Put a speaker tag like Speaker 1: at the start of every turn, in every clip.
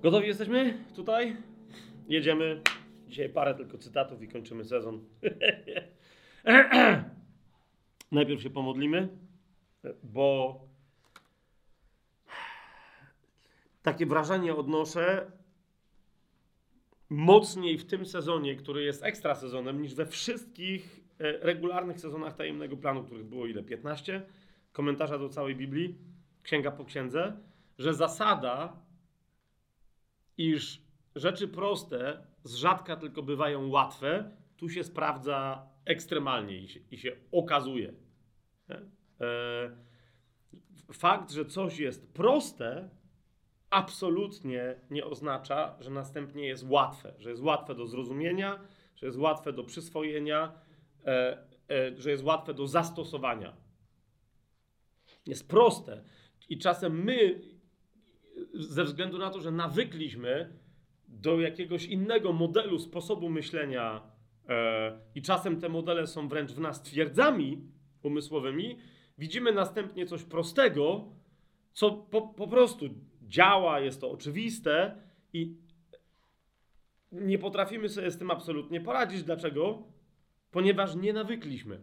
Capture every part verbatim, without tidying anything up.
Speaker 1: Gotowi jesteśmy tutaj? Jedziemy. Dzisiaj parę tylko cytatów i kończymy sezon. Najpierw się pomodlimy, bo takie wrażenie odnoszę mocniej w tym sezonie, który jest ekstra sezonem, niż we wszystkich regularnych sezonach Tajemnego Planu, których było ile? piętnaście? Komentarza do całej Biblii, księga po księdze, że zasada, iż rzeczy proste z rzadka tylko bywają łatwe, tu się sprawdza ekstremalnie i się, i się okazuje. E, fakt, że coś jest proste, absolutnie nie oznacza, że następnie jest łatwe, że jest łatwe do zrozumienia, że jest łatwe do przyswojenia, e, e, że jest łatwe do zastosowania. Jest proste i czasem my, ze względu na to, że nawykliśmy do jakiegoś innego modelu, sposobu myślenia e, i czasem te modele są wręcz w nas twierdzami umysłowymi, widzimy następnie coś prostego, co po, po prostu działa, jest to oczywiste i nie potrafimy sobie z tym absolutnie poradzić. Dlaczego? Ponieważ nie nawykliśmy.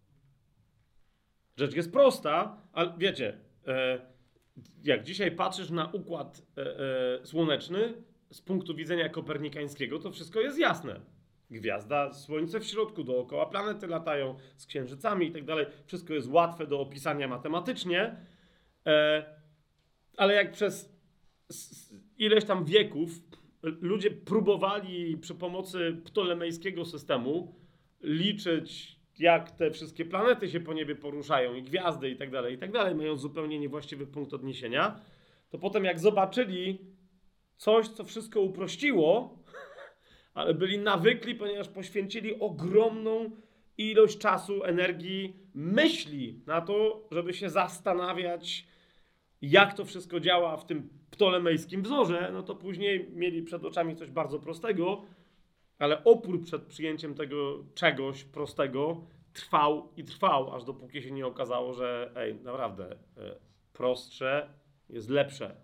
Speaker 1: Rzecz jest prosta, ale wiecie, e, jak dzisiaj patrzysz na układ e, e, słoneczny z punktu widzenia kopernikańskiego, to wszystko jest jasne. Gwiazda, słońce w środku, dookoła planety latają z księżycami i tak dalej. Wszystko jest łatwe do opisania matematycznie, e, ale jak przez ileś tam wieków ludzie próbowali przy pomocy ptolemejskiego systemu liczyć, jak te wszystkie planety się po niebie poruszają i gwiazdy i tak dalej, i tak dalej, mając zupełnie niewłaściwy punkt odniesienia, to potem jak zobaczyli coś, co wszystko uprościło, ale byli nawykli, ponieważ poświęcili ogromną ilość czasu, energii, myśli na to, żeby się zastanawiać, jak to wszystko działa w tym ptolemejskim wzorze, no to później mieli przed oczami coś bardzo prostego, ale opór przed przyjęciem tego czegoś prostego trwał i trwał, aż dopóki się nie okazało, że ej, naprawdę, prostsze jest lepsze.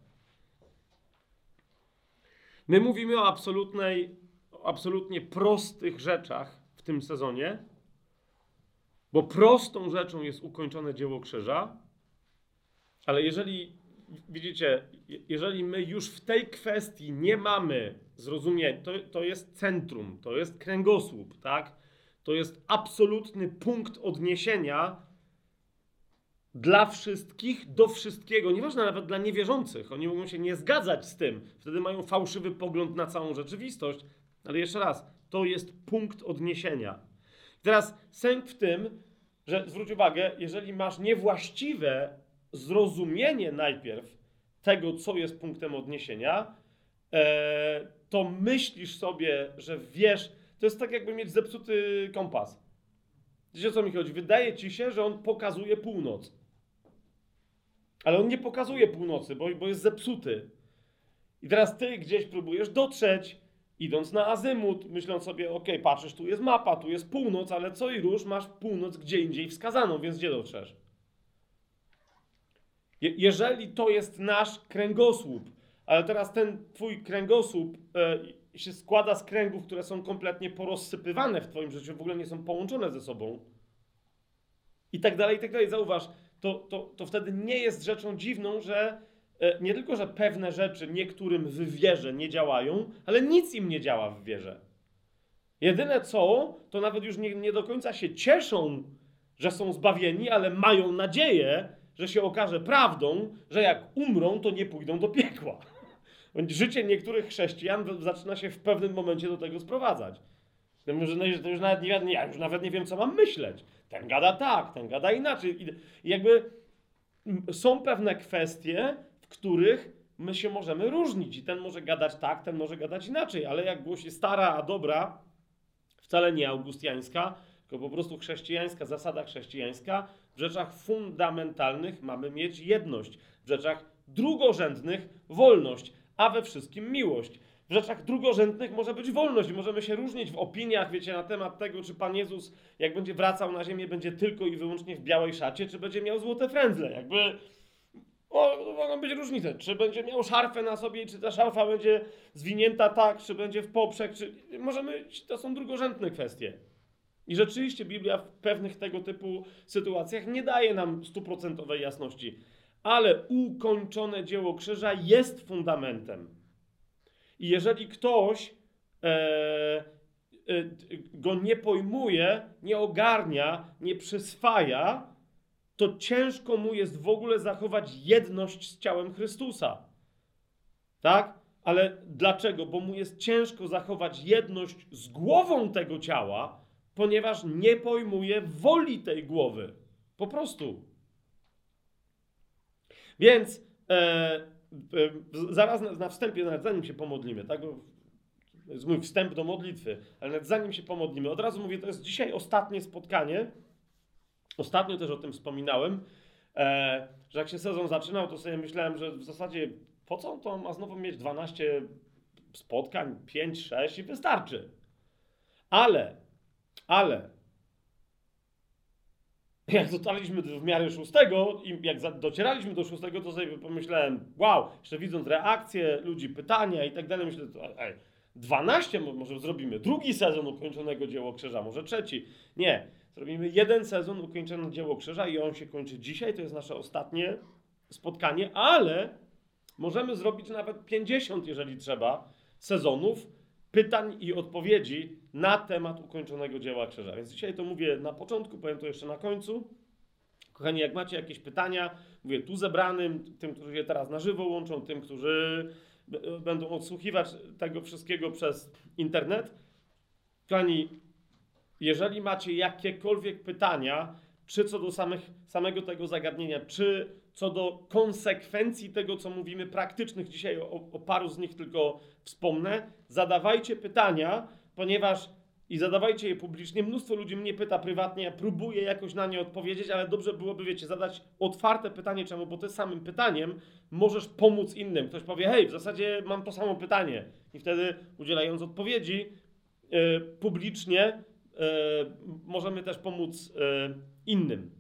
Speaker 1: My mówimy o absolutnej, o absolutnie prostych rzeczach w tym sezonie, bo prostą rzeczą jest ukończone dzieło krzyża, ale jeżeli, widzicie, jeżeli my już w tej kwestii nie mamy zrozumienia, to, to jest centrum, to jest kręgosłup, tak? To jest absolutny punkt odniesienia dla wszystkich, do wszystkiego, nieważne nawet dla niewierzących. Oni mogą się nie zgadzać z tym, wtedy mają fałszywy pogląd na całą rzeczywistość, ale jeszcze raz, to jest punkt odniesienia. Teraz sęk w tym, że zwróć uwagę, jeżeli masz niewłaściwe zrozumienie najpierw tego, co jest punktem odniesienia, e, to myślisz sobie, że wiesz, to jest tak jakby mieć zepsuty kompas. Wiecie, o co mi chodzi? Wydaje ci się, że on pokazuje północ. Ale on nie pokazuje północy, bo, bo jest zepsuty. I teraz ty gdzieś próbujesz dotrzeć, idąc na azymut, myśląc sobie, ok, patrzysz, tu jest mapa, tu jest północ, ale co i róż, masz północ gdzie indziej wskazaną, więc gdzie dotrzesz? Jeżeli to jest nasz kręgosłup, ale teraz ten twój kręgosłup e, się składa z kręgów, które są kompletnie porozsypywane w twoim życiu, w ogóle nie są połączone ze sobą i tak dalej, i tak dalej. Zauważ, to, to, to wtedy nie jest rzeczą dziwną, że e, nie tylko, że pewne rzeczy niektórym w wierze nie działają, ale nic im nie działa w wierze. Jedyne co, to nawet już nie, nie do końca się cieszą, że są zbawieni, ale mają nadzieję, że się okaże prawdą, że jak umrą, to nie pójdą do piekła. Życie niektórych chrześcijan zaczyna się w pewnym momencie do tego sprowadzać. To już, to już nawet nie, ja już nawet nie wiem, co mam myśleć. Ten gada tak, ten gada inaczej. I jakby są pewne kwestie, w których my się możemy różnić. I ten może gadać tak, ten może gadać inaczej. Ale jak głosi stara, a dobra, wcale nie augustiańska, tylko po prostu chrześcijańska, zasada chrześcijańska, w rzeczach fundamentalnych mamy mieć jedność. W rzeczach drugorzędnych wolność, a we wszystkim miłość. W rzeczach drugorzędnych może być wolność. Możemy się różnić w opiniach, wiecie, na temat tego, czy Pan Jezus, jak będzie wracał na ziemię, będzie tylko i wyłącznie w białej szacie, czy będzie miał złote frędzle. Jakby O, to mogą być różnice. Czy będzie miał szarfę na sobie, czy ta szarfa będzie zwinięta tak, czy będzie w poprzek, czy... Możemy... To są drugorzędne kwestie. I rzeczywiście Biblia w pewnych tego typu sytuacjach nie daje nam stuprocentowej jasności. Ale ukończone dzieło krzyża jest fundamentem. I jeżeli ktoś e, e, go nie pojmuje, nie ogarnia, nie przyswaja, to ciężko mu jest w ogóle zachować jedność z ciałem Chrystusa. Tak? Ale dlaczego? Bo mu jest ciężko zachować jedność z głową tego ciała, ponieważ nie pojmuje woli tej głowy. Po prostu. Więc e, e, zaraz na, na wstępie, nawet zanim się pomodlimy, tak? To jest mój wstęp do modlitwy, ale nawet zanim się pomodlimy, od razu mówię, to jest dzisiaj ostatnie spotkanie. Ostatnio też o tym wspominałem, e, że jak się sezon zaczynał, to sobie myślałem, że w zasadzie po co to ma znowu mieć dwanaście spotkań, pięć, sześć i wystarczy. Ale, ale, jak dotarliśmy w miarę szóstego i jak docieraliśmy do szóstego, to sobie pomyślałem, wow, jeszcze widząc reakcje ludzi, pytania i tak dalej, myślę, ej, dwanaście może zrobimy, drugi sezon ukończonego dzieło krzyża, może trzeci. Nie, zrobimy jeden sezon ukończone dzieło krzyża i on się kończy dzisiaj, to jest nasze ostatnie spotkanie, ale możemy zrobić nawet pięćdziesiąt, jeżeli trzeba, sezonów pytań i odpowiedzi na temat ukończonego dzieła krzyża. Więc dzisiaj to mówię na początku, powiem to jeszcze na końcu. Kochani, jak macie jakieś pytania, mówię tu zebranym, tym, którzy się teraz na żywo łączą, tym, którzy będą odsłuchiwać tego wszystkiego przez internet. Kochani, jeżeli macie jakiekolwiek pytania, czy co do samych, samego tego zagadnienia, czy co do konsekwencji tego, co mówimy, praktycznych, dzisiaj o, o paru z nich tylko wspomnę, zadawajcie pytania, ponieważ i zadawajcie je publicznie. Mnóstwo ludzi mnie pyta prywatnie, ja próbuję jakoś na nie odpowiedzieć, ale dobrze byłoby, wiecie, zadać otwarte pytanie. Czemu? Bo ty samym pytaniem możesz pomóc innym. Ktoś powie, hej, w zasadzie mam to samo pytanie. I wtedy, udzielając odpowiedzi yy, publicznie, yy, możemy też pomóc yy, innym.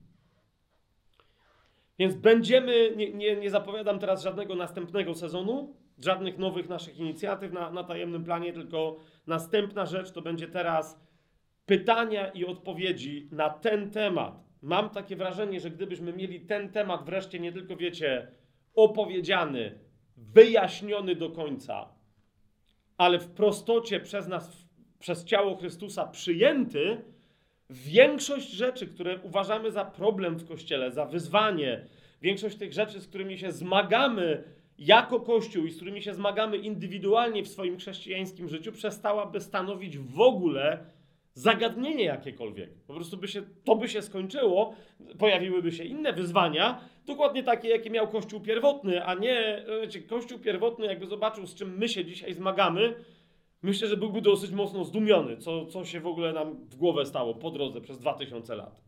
Speaker 1: Więc będziemy, nie, nie, nie zapowiadam teraz żadnego następnego sezonu, żadnych nowych naszych inicjatyw na, na tajemnym planie, tylko następna rzecz to będzie teraz pytania i odpowiedzi na ten temat. Mam takie wrażenie, że gdybyśmy mieli ten temat wreszcie nie tylko, wiecie, opowiedziany, wyjaśniony do końca, ale w prostocie przez nas, przez ciało Chrystusa przyjęty, większość rzeczy, które uważamy za problem w Kościele, za wyzwanie, większość tych rzeczy, z którymi się zmagamy jako Kościół i z którymi się zmagamy indywidualnie w swoim chrześcijańskim życiu, przestałaby stanowić w ogóle zagadnienie jakiekolwiek. Po prostu by się, to by się skończyło, pojawiłyby się inne wyzwania, dokładnie takie, jakie miał Kościół pierwotny, a nie, wiecie, Kościół pierwotny, jakby zobaczył, z czym my się dzisiaj zmagamy, myślę, że byłby dosyć mocno zdumiony, co, co się w ogóle nam w głowę stało po drodze przez dwa tysiące lat.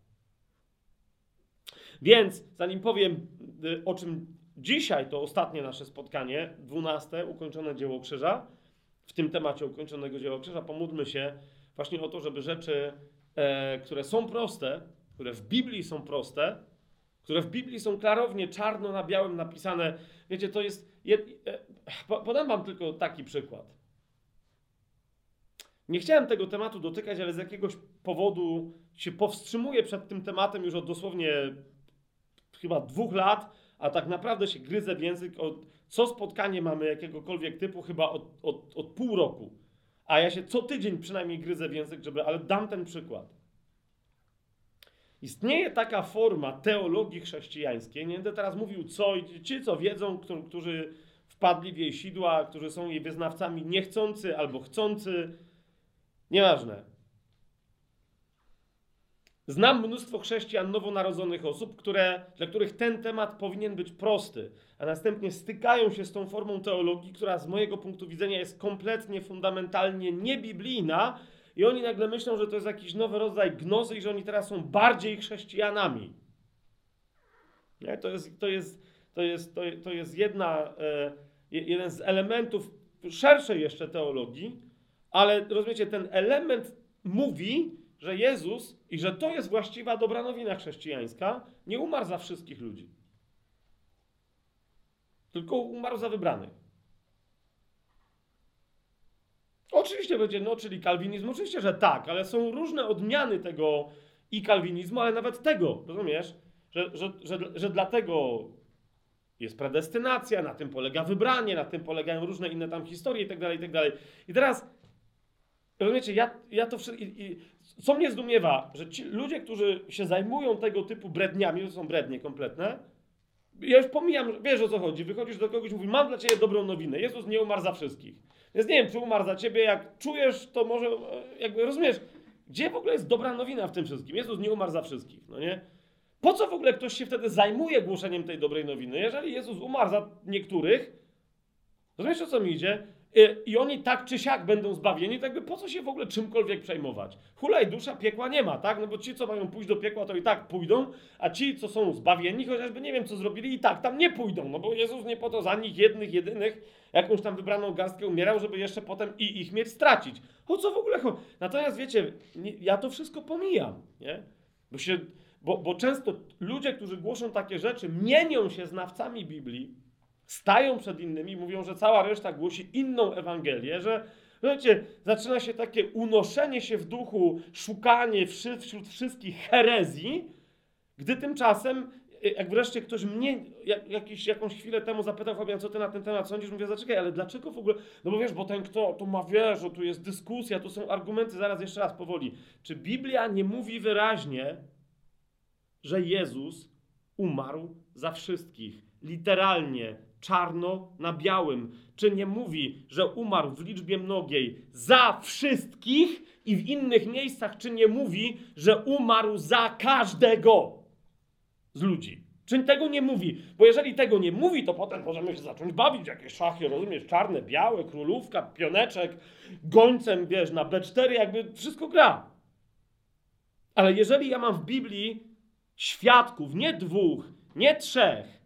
Speaker 1: Więc, zanim powiem, o czym dzisiaj, to ostatnie nasze spotkanie, dwunaste, ukończone dzieło krzyża, w tym temacie ukończonego dzieła krzyża, pomódlmy się właśnie o to, żeby rzeczy, e, które są proste, które w Biblii są proste, które w Biblii są klarownie, czarno na białym napisane, wiecie, to jest... Jed, e, podam wam tylko taki przykład. Nie chciałem tego tematu dotykać, ale z jakiegoś powodu się powstrzymuję przed tym tematem już od dosłownie chyba dwóch lat, a tak naprawdę się gryzę w język od co spotkanie mamy jakiegokolwiek typu chyba od, od, od pół roku. A ja się co tydzień przynajmniej gryzę w język, żeby, ale dam ten przykład. Istnieje taka forma teologii chrześcijańskiej, nie będę teraz mówił co i ci, co wiedzą, którzy wpadli w jej sidła, którzy są jej wyznawcami niechcący albo chcący, nieważne. Znam mnóstwo chrześcijan nowonarodzonych osób, które, dla których ten temat powinien być prosty, a następnie stykają się z tą formą teologii, która z mojego punktu widzenia jest kompletnie, fundamentalnie niebiblijna i oni nagle myślą, że to jest jakiś nowy rodzaj gnozy i że oni teraz są bardziej chrześcijanami. Nie? To jest, to jest, to jest, to jest, to jest jedna, e, jeden z elementów szerszej jeszcze teologii, ale rozumiecie, ten element mówi, że Jezus i że to jest właściwa dobra nowina chrześcijańska, nie umarł za wszystkich ludzi. tylko umarł za wybranych. Oczywiście będzie, no czyli kalwinizm, oczywiście, że tak, ale są różne odmiany tego i kalwinizmu, ale nawet tego, rozumiesz? Że, że, że, że dlatego jest predestynacja, na tym polega wybranie, na tym polegają różne inne tam historie i tak dalej, i tak dalej. I teraz, rozumiecie, ja, ja to wszystko... I, i, co mnie zdumiewa, że ci ludzie, którzy się zajmują tego typu bredniami, to są brednie kompletne, ja już pomijam, wiesz o co chodzi, wychodzisz do kogoś i mówisz, mam dla ciebie dobrą nowinę, Jezus nie umarł za wszystkich. Więc nie wiem, czy umarł za ciebie, jak czujesz, to może, jakby rozumiesz, gdzie w ogóle jest dobra nowina w tym wszystkim? Jezus nie umarł za wszystkich, no nie? Po co w ogóle ktoś się wtedy zajmuje głoszeniem tej dobrej nowiny? Jeżeli Jezus umarł za niektórych, rozumiesz, o co mi idzie? I oni tak czy siak będą zbawieni, to jakby po co się w ogóle czymkolwiek przejmować? Hulaj dusza, piekła nie ma, tak? No bo ci, co mają pójść do piekła, to i tak pójdą, a ci, co są zbawieni, chociażby nie wiem, co zrobili, i tak tam nie pójdą, no bo Jezus nie po to za nich jednych, jedynych, jakąś tam wybraną garstkę umierał, żeby jeszcze potem i ich mieć stracić. O co w ogóle chodzi? Natomiast wiecie, nie, ja to wszystko pomijam, nie? Bo się... Bo, bo często ludzie, którzy głoszą takie rzeczy, mienią się znawcami Biblii, stają przed innymi, mówią, że cała reszta głosi inną Ewangelię, że wiecie, zaczyna się takie unoszenie się w duchu, szukanie wśród wszystkich herezji, gdy tymczasem, jak wreszcie ktoś mnie jak, jakiś, jakąś chwilę temu zapytał, Fabian, co ty na ten temat sądzisz? Mówię, zaczekaj, ale dlaczego w ogóle? No bo wiesz, bo ten kto, to ma wiesz, że tu jest dyskusja, tu są argumenty, zaraz jeszcze raz powoli. Czy Biblia nie mówi wyraźnie, że Jezus umarł za wszystkich, literalnie, czarno na białym? Czy nie mówi, że umarł w liczbie mnogiej za wszystkich i w innych miejscach, czy nie mówi, że umarł za każdego z ludzi? Czy tego nie mówi? Bo jeżeli tego nie mówi, to potem możemy się zacząć bawić w jakieś szachy, rozumiesz, czarne, białe, królówka, pioneczek, gońcem, wiesz, na B cztery, jakby wszystko gra. Ale jeżeli ja mam w Biblii świadków, nie dwóch, nie trzech.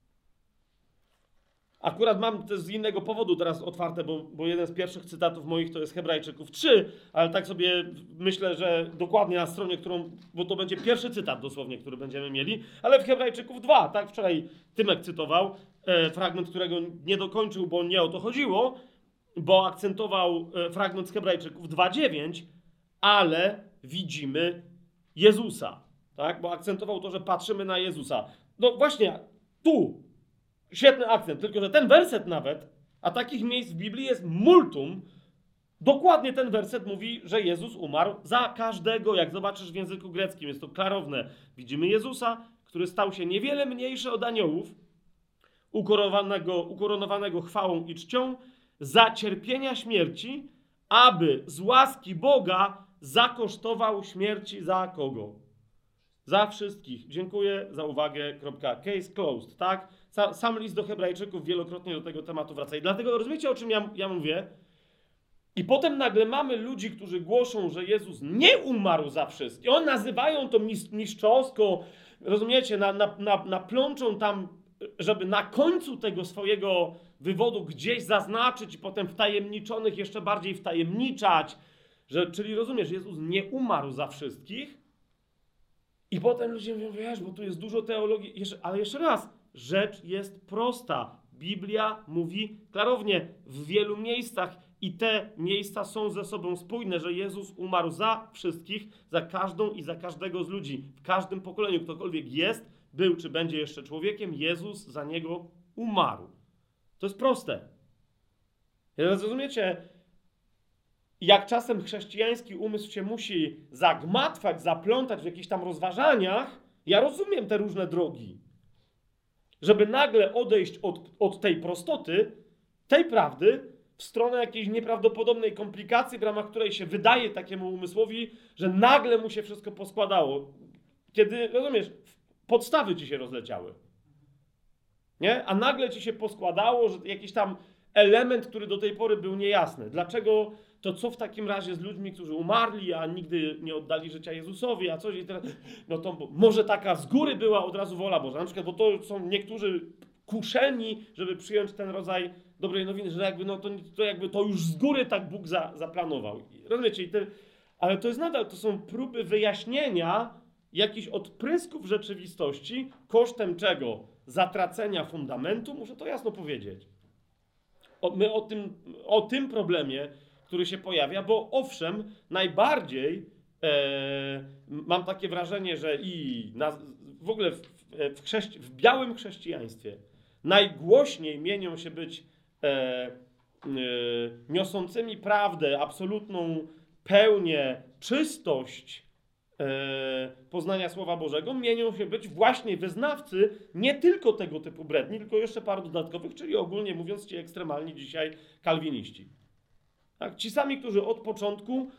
Speaker 1: Akurat mam to z innego powodu teraz otwarte, bo, bo jeden z pierwszych cytatów moich to jest Hebrajczyków trzy, ale tak sobie myślę, że dokładnie na stronie, którą, bo to będzie pierwszy cytat dosłownie, który będziemy mieli, ale w Hebrajczyków dwa, tak? Wczoraj Tymek cytował e, fragment, którego nie dokończył, bo nie o to chodziło, bo akcentował e, fragment z Hebrajczyków dwa dziewięć, ale widzimy Jezusa. Tak? Bo akcentował to, że patrzymy na Jezusa. No właśnie, tu świetny akcent, tylko że ten werset nawet, a takich miejsc w Biblii jest multum, dokładnie ten werset mówi, że Jezus umarł za każdego. Jak zobaczysz w języku greckim, jest to klarowne. Widzimy Jezusa, który stał się niewiele mniejszy od aniołów, ukoronowanego, ukoronowanego chwałą i czcią, za cierpienia śmierci, aby z łaski Boga zakosztował śmierci za kogo? Za wszystkich. Dziękuję za uwagę. Kropka. Case closed, tak? Sam list do Hebrajczyków wielokrotnie do tego tematu wraca. I dlatego rozumiecie, o czym ja, ja mówię? I potem nagle mamy ludzi, którzy głoszą, że Jezus nie umarł za wszystkich. Oni nazywają to mistrzowsko, rozumiecie, na, na, na, naplączą tam, żeby na końcu tego swojego wywodu gdzieś zaznaczyć i potem wtajemniczonych jeszcze bardziej wtajemniczać, że, czyli rozumiesz, Jezus nie umarł za wszystkich. I potem ludzie mówią, wiesz, bo tu jest dużo teologii, jeszcze, ale jeszcze raz, rzecz jest prosta. Biblia mówi klarownie w wielu miejscach i te miejsca są ze sobą spójne, że Jezus umarł za wszystkich, za każdą i za każdego z ludzi. W każdym pokoleniu, ktokolwiek jest, był czy będzie jeszcze człowiekiem, Jezus za niego umarł. To jest proste. Rozumiecie? Jak czasem chrześcijański umysł się musi zagmatwać, zaplątać w jakichś tam rozważaniach, ja rozumiem te różne drogi. Żeby nagle odejść od, od tej prostoty, tej prawdy, w stronę jakiejś nieprawdopodobnej komplikacji, w ramach której się wydaje takiemu umysłowi, że nagle mu się wszystko poskładało. Kiedy, rozumiesz, podstawy ci się rozleciały. Nie? A nagle ci się poskładało, że jakiś tam element, który do tej pory był niejasny. Dlaczego, to co w takim razie z ludźmi, którzy umarli, a nigdy nie oddali życia Jezusowi, a coś i teraz, no to może taka z góry była od razu wola Boża. Na przykład, bo to są niektórzy kuszeni, żeby przyjąć ten rodzaj dobrej nowiny, że jakby, no to, to jakby to już z góry tak Bóg za, zaplanował. Rozumiecie? I te, ale to jest nadal, to są próby wyjaśnienia jakichś odprysków rzeczywistości, kosztem czego? zatracenia fundamentu, muszę to jasno powiedzieć. O, my o tym, o tym problemie, który się pojawia, bo owszem, najbardziej e, mam takie wrażenie, że i na, w ogóle w, w, chrześci- w białym chrześcijaństwie najgłośniej mienią się być e, e, niosącymi prawdę, absolutną pełnię, czystość e, poznania Słowa Bożego, mienią się być właśnie wyznawcy nie tylko tego typu bredni, tylko jeszcze paru dodatkowych, czyli ogólnie mówiąc ci ekstremalni dzisiaj kalwiniści. Tak? Ci sami, którzy od początku,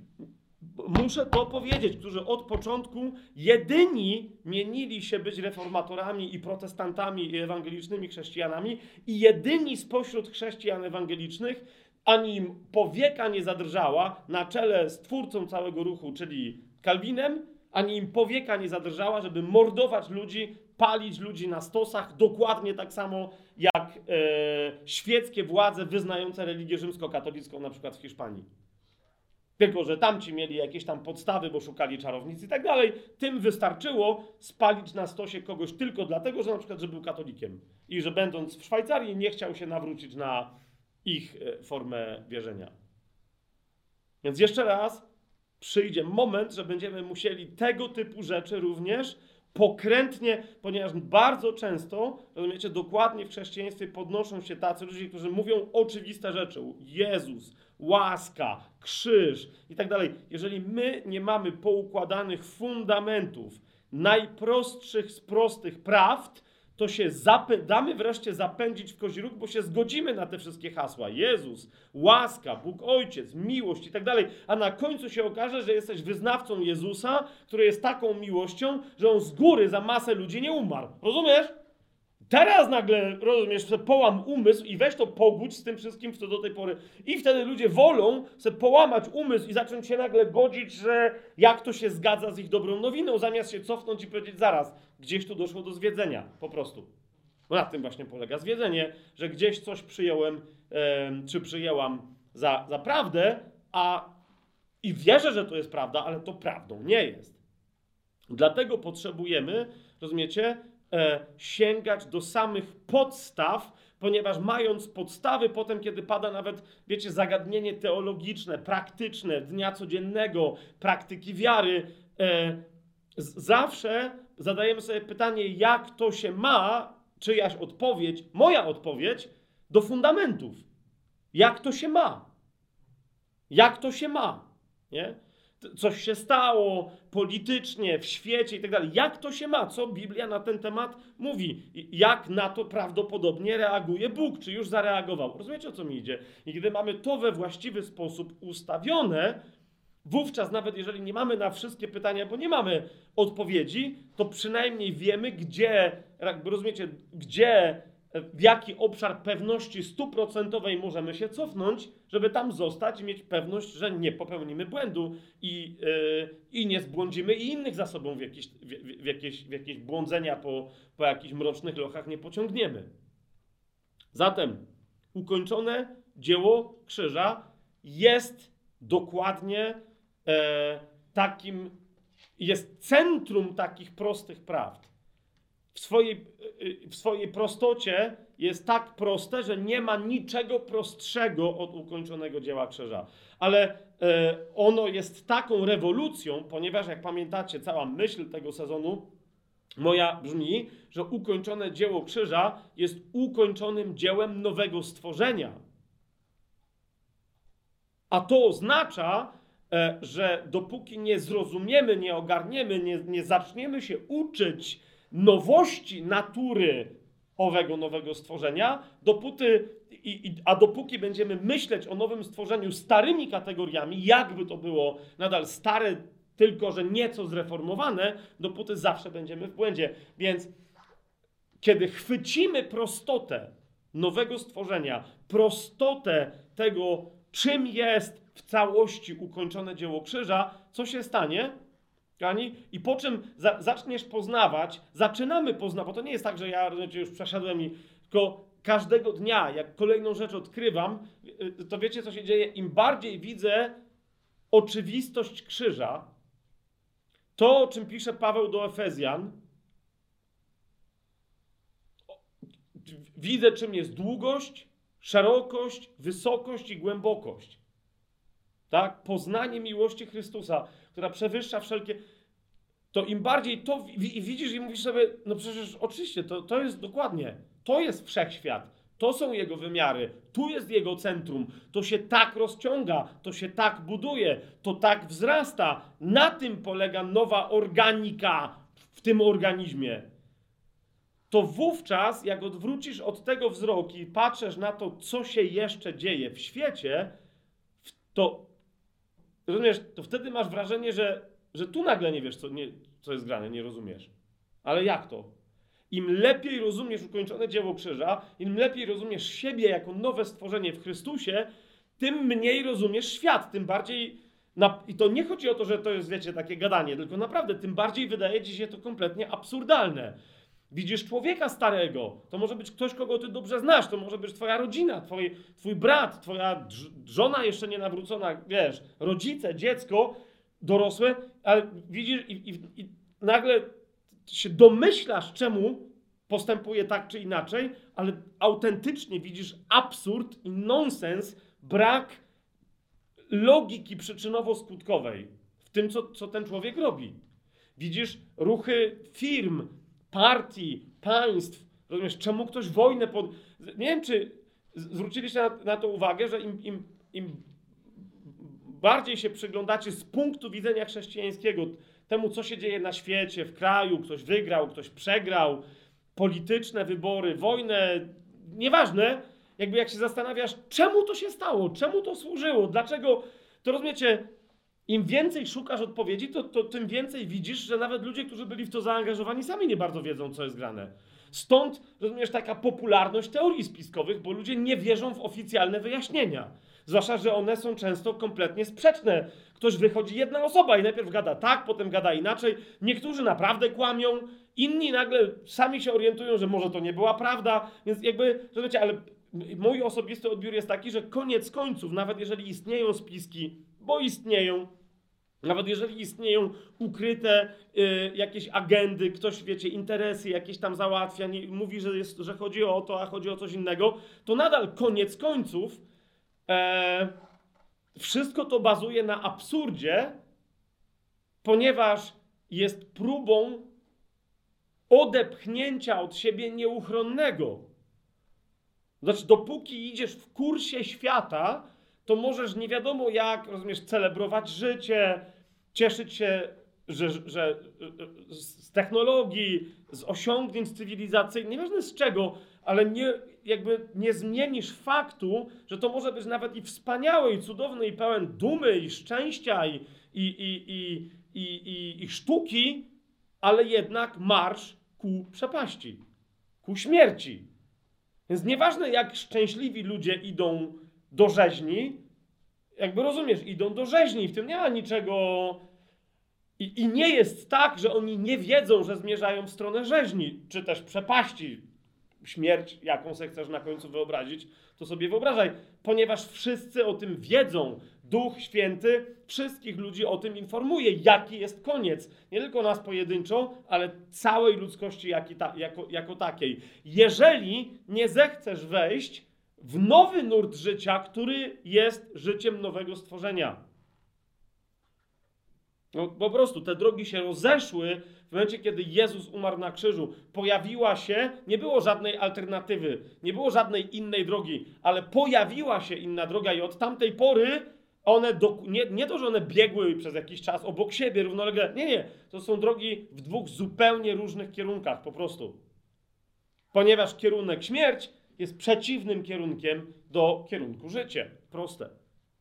Speaker 1: muszę to powiedzieć, którzy od początku jedyni mienili się być reformatorami i protestantami i ewangelicznymi chrześcijanami i jedyni spośród chrześcijan ewangelicznych, ani im powieka nie zadrżała na czele z twórcą całego ruchu, czyli Kalwinem, ani im powieka nie zadrżała, żeby mordować ludzi, palić ludzi na stosach, dokładnie tak samo jak e, świeckie władze wyznające religię rzymskokatolicką, na przykład w Hiszpanii. Tylko że tamci mieli jakieś tam podstawy, bo szukali czarownic i tak dalej. Tym wystarczyło spalić na stosie kogoś tylko dlatego, że na przykład, że był katolikiem. I że będąc w Szwajcarii nie chciał się nawrócić na ich formę wierzenia. Więc jeszcze raz, przyjdzie moment, że będziemy musieli tego typu rzeczy również pokrętnie, ponieważ bardzo często, rozumiecie, dokładnie w chrześcijaństwie podnoszą się tacy ludzie, którzy mówią oczywiste rzeczy. Jezus, łaska, krzyż i tak dalej. Jeżeli my nie mamy poukładanych fundamentów, najprostszych z prostych prawd, to się zapę- damy wreszcie zapędzić w kozi róg, bo się zgodzimy na te wszystkie hasła. Jezus, łaska, Bóg Ojciec, miłość i tak dalej. A na końcu się okaże, że jesteś wyznawcą Jezusa, który jest taką miłością, że On z góry za masę ludzi nie umarł. Rozumiesz? Teraz nagle, rozumiesz, sobie połam umysł i weź to pogódź z tym wszystkim, co do tej pory. I wtedy ludzie wolą sobie połamać umysł i zacząć się nagle godzić, że jak to się zgadza z ich dobrą nowiną, zamiast się cofnąć i powiedzieć zaraz, gdzieś tu doszło do zwiedzenia, po prostu. Bo na tym właśnie polega zwiedzenie, że gdzieś coś przyjąłem, e, czy przyjęłam za, za prawdę, a i wierzę, że to jest prawda, ale to prawdą nie jest. Dlatego potrzebujemy, rozumiecie, E, sięgać do samych podstaw, ponieważ mając podstawy, potem kiedy pada nawet, wiecie, zagadnienie teologiczne, praktyczne, dnia codziennego, praktyki wiary, e, z, zawsze zadajemy sobie pytanie, jak to się ma, czyjaś odpowiedź, moja odpowiedź, do fundamentów. Jak to się ma? Jak to się ma? Nie? Coś się stało politycznie, w świecie i tak dalej. Jak to się ma? Co Biblia na ten temat mówi? Jak na to prawdopodobnie reaguje Bóg? Czy już zareagował? Rozumiecie, o co mi idzie? I kiedy mamy to we właściwy sposób ustawione, wówczas nawet jeżeli nie mamy na wszystkie pytania, bo nie mamy odpowiedzi, to przynajmniej wiemy, gdzie, jakby rozumiecie, gdzie, w jaki obszar pewności stuprocentowej możemy się cofnąć, żeby tam zostać i mieć pewność, że nie popełnimy błędu i, yy, i nie zbłądzimy i innych za sobą w jakieś, w, w, w jakieś, w jakieś błądzenia po, po jakichś mrocznych lochach nie pociągniemy. Zatem ukończone dzieło krzyża jest dokładnie e, takim, jest centrum takich prostych prawd. W swojej, w swojej prostocie jest tak proste, że nie ma niczego prostszego od ukończonego dzieła krzyża. Ale e, ono jest taką rewolucją, ponieważ jak pamiętacie, cała myśl tego sezonu moja brzmi, że ukończone dzieło krzyża jest ukończonym dziełem nowego stworzenia. A to oznacza, e, że dopóki nie zrozumiemy, nie ogarniemy, nie, nie zaczniemy się uczyć nowości natury owego nowego stworzenia, dopóty, i, i, a dopóki będziemy myśleć o nowym stworzeniu starymi kategoriami, jakby to było nadal stare, tylko że nieco zreformowane, dopóty zawsze będziemy w błędzie. Więc kiedy chwycimy prostotę nowego stworzenia, prostotę tego, czym jest w całości ukończone dzieło krzyża, co się stanie? I po czym za, zaczniesz poznawać, zaczynamy poznawać, bo to nie jest tak, że ja już przeszedłem i tylko każdego dnia, jak kolejną rzecz odkrywam, to wiecie, co się dzieje? Im bardziej widzę oczywistość krzyża, to, o czym pisze Paweł do Efezjan, widzę, czym jest długość, szerokość, wysokość i głębokość. Tak? Poznanie miłości Chrystusa, która przewyższa wszelkie... To im bardziej to widzisz i mówisz sobie, no przecież oczywiście, to, to jest dokładnie, to jest wszechświat, to są jego wymiary, tu jest jego centrum, to się tak rozciąga, to się tak buduje, to tak wzrasta. Na tym polega nowa organika w tym organizmie. To wówczas, jak odwrócisz od tego wzrok i patrzysz na to, co się jeszcze dzieje w świecie, to, rozumiesz, to wtedy masz wrażenie, że, że tu nagle nie wiesz, co, nie, co jest grane, nie rozumiesz. Ale jak to? Im lepiej rozumiesz ukończone dzieło krzyża, im lepiej rozumiesz siebie jako nowe stworzenie w Chrystusie, tym mniej rozumiesz świat, tym bardziej... Na, I to nie chodzi o to, że to jest, wiecie, takie gadanie, tylko naprawdę tym bardziej wydaje ci się to kompletnie absurdalne. Widzisz człowieka starego, to może być ktoś, kogo ty dobrze znasz, to może być twoja rodzina, twoi, twój brat, twoja żona jeszcze nie nawrócona, wiesz, rodzice, dziecko, dorosłe, ale widzisz i, i, i nagle się domyślasz, czemu postępuje tak czy inaczej, ale autentycznie widzisz absurd i nonsens, brak logiki przyczynowo-skutkowej w tym, co, co ten człowiek robi. Widzisz ruchy firm, partii, państw, rozumiesz, czemu ktoś wojnę pod... Nie wiem, czy zwróciliście na, na to uwagę, że im, im, im bardziej się przyglądacie z punktu widzenia chrześcijańskiego temu, co się dzieje na świecie, w kraju, ktoś wygrał, ktoś przegrał, polityczne wybory, wojnę, nieważne, jakby jak się zastanawiasz, czemu to się stało, czemu to służyło, dlaczego, to rozumiecie, im więcej szukasz odpowiedzi, to, to tym więcej widzisz, że nawet ludzie, którzy byli w to zaangażowani, sami nie bardzo wiedzą, co jest grane. Stąd, rozumiesz, taka popularność teorii spiskowych, bo ludzie nie wierzą w oficjalne wyjaśnienia. Zwłaszcza, że one są często kompletnie sprzeczne. Ktoś wychodzi, jedna osoba i najpierw gada tak, potem gada inaczej. Niektórzy naprawdę kłamią, inni nagle sami się orientują, że może to nie była prawda. Więc jakby, rozumiecie, ale mój osobisty odbiór jest taki, że koniec końców, nawet jeżeli istnieją spiski, bo istnieją, nawet jeżeli istnieją ukryte y, jakieś agendy, ktoś, wiecie, interesy jakieś tam załatwia, nie, mówi, że, jest, że chodzi o to, a chodzi o coś innego, to nadal koniec końców e, wszystko to bazuje na absurdzie, ponieważ jest próbą odepchnięcia od siebie nieuchronnego. Znaczy, dopóki idziesz w kursie świata, to możesz nie wiadomo jak, rozumiesz, celebrować życie, cieszyć się że, że, z technologii, z osiągnięć cywilizacyjnych, nieważne z czego, ale nie, jakby nie zmienisz faktu, że to może być nawet i wspaniałe, i cudowne, i pełen dumy, i szczęścia, i, i, i, i, i, i, i sztuki, ale jednak marsz ku przepaści, ku śmierci. Więc nieważne jak szczęśliwi ludzie idą do rzeźni, jakby rozumiesz, idą do rzeźni, w tym nie ma niczego... I, I nie jest tak, że oni nie wiedzą, że zmierzają w stronę rzeźni, czy też przepaści. Śmierć, jaką se chcesz na końcu wyobrazić, to sobie wyobrażaj. Ponieważ wszyscy o tym wiedzą. Duch Święty wszystkich ludzi o tym informuje, jaki jest koniec. Nie tylko nas pojedynczo, ale całej ludzkości jak ta, jako, jako takiej. Jeżeli nie zechcesz wejść w nowy nurt życia, który jest życiem nowego stworzenia. No, po prostu te drogi się rozeszły w momencie, kiedy Jezus umarł na krzyżu. Pojawiła się, nie było żadnej alternatywy, nie było żadnej innej drogi, ale pojawiła się inna droga i od tamtej pory one, do, nie, nie to, że one biegły przez jakiś czas obok siebie równolegle, nie, nie, to są drogi w dwóch zupełnie różnych kierunkach po prostu. Ponieważ kierunek śmierć jest przeciwnym kierunkiem do kierunku życie. Proste.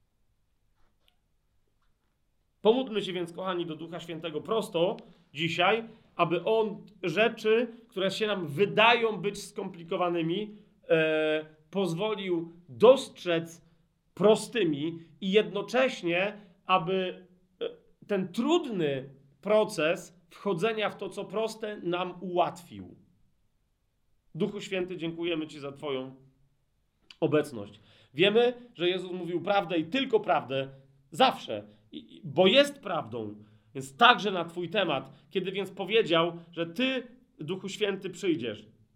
Speaker 1: Pomódlmy się więc, kochani, do Ducha Świętego prosto dzisiaj, aby On rzeczy, które się nam wydają być skomplikowanymi, e, pozwolił dostrzec prostymi i jednocześnie, aby ten trudny proces wchodzenia w to, co proste, nam ułatwił. Duchu Święty, dziękujemy Ci za Twoją obecność. Wiemy, że Jezus mówił prawdę i tylko prawdę zawsze, bo jest prawdą, więc także na Twój temat. Kiedy więc powiedział, że Ty, Duchu Święty, przyjdziesz,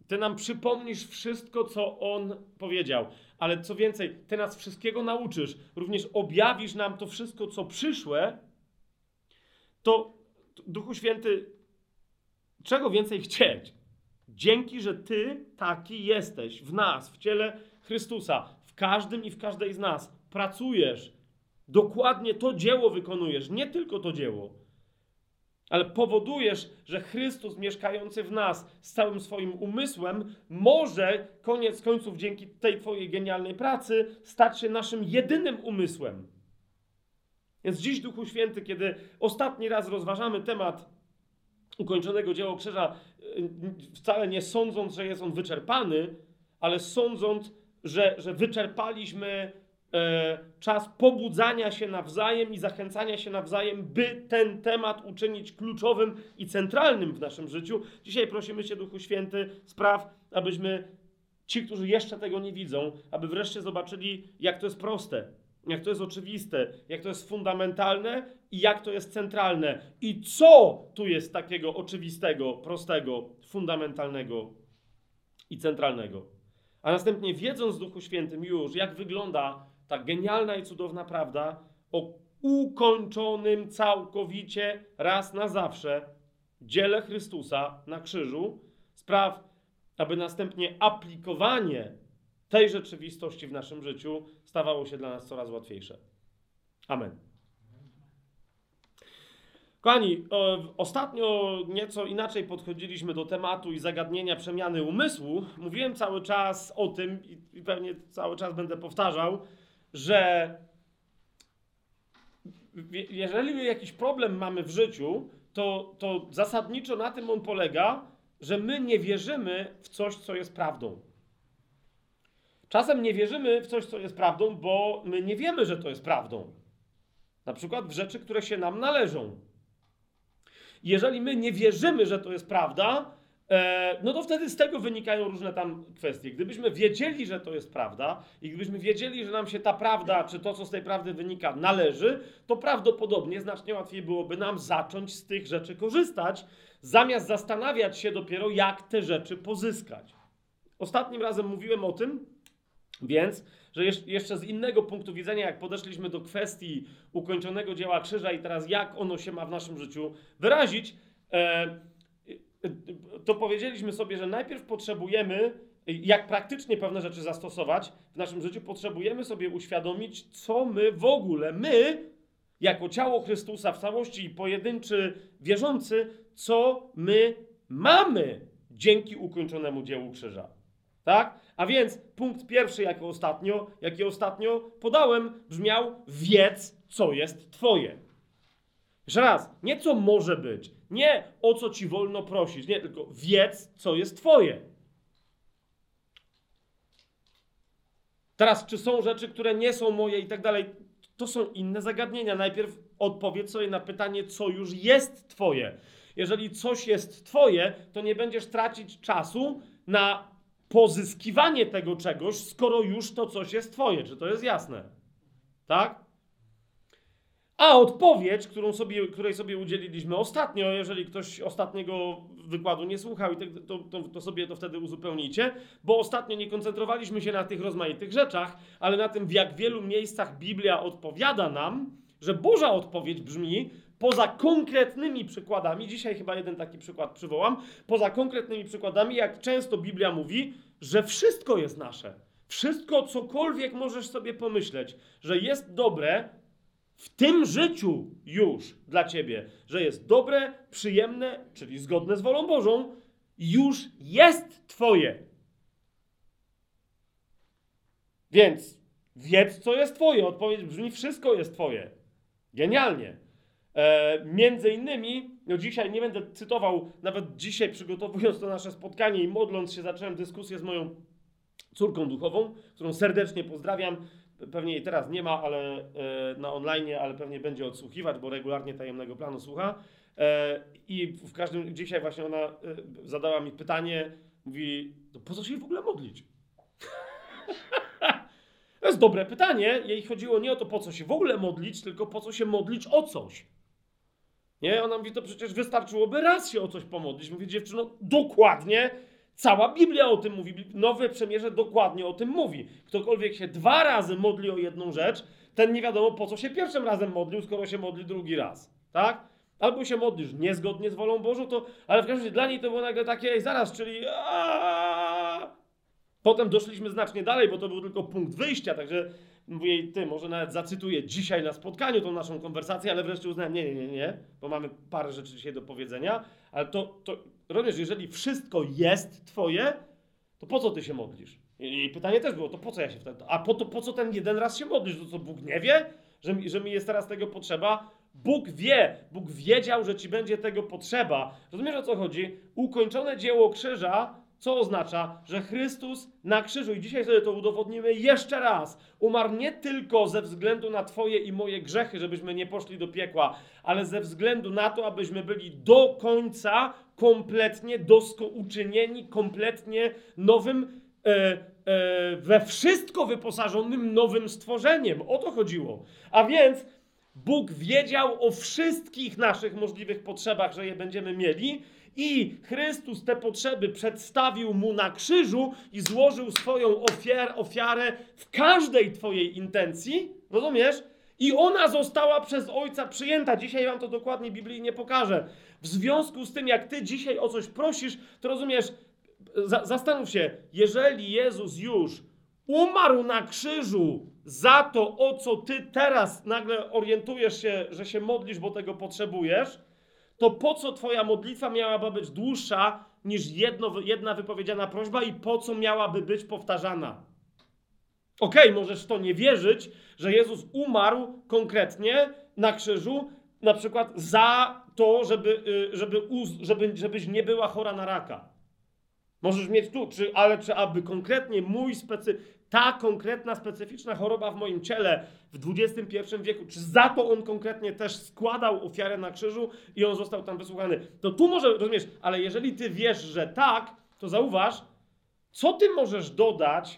Speaker 1: Ty nam przypomnisz wszystko, co On powiedział. Ale co więcej, Ty nas wszystkiego nauczysz. Również objawisz nam to wszystko, co przyszłe. To, Duchu Święty, czego więcej chcieć? Dzięki, że Ty taki jesteś w nas, w ciele Chrystusa, w każdym i w każdej z nas. Pracujesz. Dokładnie to dzieło wykonujesz. Nie tylko to dzieło. Ale powodujesz, że Chrystus mieszkający w nas z całym swoim umysłem może koniec końców dzięki tej Twojej genialnej pracy stać się naszym jedynym umysłem. Więc dziś, Duchu Święty, kiedy ostatni raz rozważamy temat ukończonego dzieła krzyża, wcale nie sądząc, że jest on wyczerpany, ale sądząc, że, że wyczerpaliśmy e, czas pobudzania się nawzajem i zachęcania się nawzajem, by ten temat uczynić kluczowym i centralnym w naszym życiu. Dzisiaj prosimy Cię, Duchu Święty, spraw, abyśmy ci, którzy jeszcze tego nie widzą, aby wreszcie zobaczyli, jak to jest proste, jak to jest oczywiste, jak to jest fundamentalne i jak to jest centralne. I co tu jest takiego oczywistego, prostego, fundamentalnego i centralnego. A następnie, wiedząc, Duchu Świętym, już jak wygląda ta genialna i cudowna prawda o ukończonym całkowicie raz na zawsze dziele Chrystusa na krzyżu, spraw, aby następnie aplikowanie tej rzeczywistości w naszym życiu stawało się dla nas coraz łatwiejsze. Amen. Kochani, ostatnio nieco inaczej podchodziliśmy do tematu i zagadnienia przemiany umysłu. Mówiłem cały czas o tym i pewnie cały czas będę powtarzał, że jeżeli jakiś problem mamy w życiu, to, to zasadniczo na tym on polega, że my nie wierzymy w coś, co jest prawdą. Czasem nie wierzymy w coś, co jest prawdą, bo my nie wiemy, że to jest prawdą. Na przykład w rzeczy, które się nam należą. Jeżeli my nie wierzymy, że to jest prawda, e, no to wtedy z tego wynikają różne tam kwestie. Gdybyśmy wiedzieli, że to jest prawda i gdybyśmy wiedzieli, że nam się ta prawda, czy to, co z tej prawdy wynika, należy, to prawdopodobnie znacznie łatwiej byłoby nam zacząć z tych rzeczy korzystać, zamiast zastanawiać się dopiero, jak te rzeczy pozyskać. Ostatnim razem mówiłem o tym, więc, że jeszcze z innego punktu widzenia, jak podeszliśmy do kwestii ukończonego dzieła krzyża i teraz jak ono się ma w naszym życiu wyrazić, to powiedzieliśmy sobie, że najpierw potrzebujemy, jak praktycznie pewne rzeczy zastosować w naszym życiu, potrzebujemy sobie uświadomić, co my w ogóle, my, jako ciało Chrystusa w całości i pojedynczy wierzący, co my mamy dzięki ukończonemu dziełu krzyża. Tak? A więc punkt pierwszy, jako ostatnio, jaki ostatnio podałem, brzmiał: wiedz, co jest twoje. Jeszcze raz, nie co może być, nie o co ci wolno prosić, nie, tylko wiedz, co jest twoje. Teraz, czy są rzeczy, które nie są moje i tak dalej, to są inne zagadnienia. Najpierw odpowiedz sobie na pytanie, co już jest twoje. Jeżeli coś jest twoje, to nie będziesz tracić czasu na pozyskiwanie tego czegoś, skoro już to coś jest twoje. Czy to jest jasne? Tak? A odpowiedź, którą sobie, której sobie udzieliliśmy ostatnio, jeżeli ktoś ostatniego wykładu nie słuchał, to, to, to sobie to wtedy uzupełnijcie, bo ostatnio nie koncentrowaliśmy się na tych rozmaitych rzeczach, ale na tym, w jak wielu miejscach Biblia odpowiada nam, że Boża odpowiedź brzmi, poza konkretnymi przykładami, dzisiaj chyba jeden taki przykład przywołam, poza konkretnymi przykładami, jak często Biblia mówi, że wszystko jest nasze. Wszystko, cokolwiek możesz sobie pomyśleć, że jest dobre w tym życiu już dla ciebie, że jest dobre, przyjemne, czyli zgodne z wolą Bożą, już jest twoje. Więc wiedz, co jest twoje. Odpowiedź brzmi, wszystko jest twoje. Genialnie. E, między innymi, no dzisiaj nie będę cytował, nawet dzisiaj przygotowując to nasze spotkanie i modląc się, zacząłem dyskusję z moją córką duchową, którą serdecznie pozdrawiam. Pewnie jej teraz nie ma, ale e, na online, ale pewnie będzie odsłuchiwać, bo regularnie tajemnego planu słucha. E, I w każdym, dzisiaj właśnie ona e, zadała mi pytanie, mówi, to po co się w ogóle modlić? To jest dobre pytanie. Jej chodziło nie o to, po co się w ogóle modlić, tylko po co się modlić o coś. Nie? Ona mówi, to przecież wystarczyłoby raz się o coś pomodlić. Mówi, dziewczyno, dokładnie Cała Biblia o tym mówi. Nowe Przymierze dokładnie o tym mówi. Ktokolwiek się dwa razy modli o jedną rzecz, ten nie wiadomo po co się pierwszym razem modlił, skoro się modli drugi raz. Tak? Albo się modlisz niezgodnie z wolą Bożą, to, ale w każdym razie dla niej to było nagle takie, ej, zaraz, czyli aaaa. Potem doszliśmy znacznie dalej, bo to był tylko punkt wyjścia, także mówię jej, ty, może nawet zacytuję dzisiaj na spotkaniu tą naszą konwersację, ale wreszcie uznałem, nie, nie, nie, nie, bo mamy parę rzeczy dzisiaj do powiedzenia, ale to, to rozumiesz, jeżeli wszystko jest twoje, to po co ty się modlisz? I jej pytanie też było, to po co ja się wtedy, a po, to, po co ten jeden raz się modlisz, to co Bóg nie wie, że, że mi jest teraz tego potrzeba? Bóg wie, Bóg wiedział, że ci będzie tego potrzeba. Rozumiesz, o co chodzi? Ukończone dzieło krzyża, co oznacza, że Chrystus na krzyżu, i dzisiaj sobie to udowodnimy jeszcze raz, umarł nie tylko ze względu na twoje i moje grzechy, żebyśmy nie poszli do piekła, ale ze względu na to, abyśmy byli do końca kompletnie dosko uczynieni, kompletnie nowym, e, e, we wszystko wyposażonym nowym stworzeniem. O to chodziło. A więc Bóg wiedział o wszystkich naszych możliwych potrzebach, że je będziemy mieli, i Chrystus te potrzeby przedstawił mu na krzyżu i złożył swoją ofiar, ofiarę w każdej twojej intencji, rozumiesz? I ona została przez Ojca przyjęta. Dzisiaj wam to dokładnie biblijnie pokażę. W związku z tym, jak ty dzisiaj o coś prosisz, to rozumiesz, za, zastanów się, jeżeli Jezus już umarł na krzyżu za to, o co ty teraz nagle orientujesz się, że się modlisz, bo tego potrzebujesz, to po co twoja modlitwa miałaby być dłuższa niż jedno, jedna wypowiedziana prośba i po co miałaby być powtarzana? Okej, okay, możesz w to nie wierzyć, że Jezus umarł konkretnie na krzyżu, na przykład za to, żeby, żeby, żeby, żebyś nie była chora na raka. Możesz mieć tu, czy, ale czy aby konkretnie mój specy, ta konkretna, specyficzna choroba w moim ciele w dwudziestym pierwszym wieku, czy za to on konkretnie też składał ofiarę na krzyżu i on został tam wysłuchany. To tu może, rozumiesz, ale jeżeli ty wiesz, że tak, to zauważ, co ty możesz dodać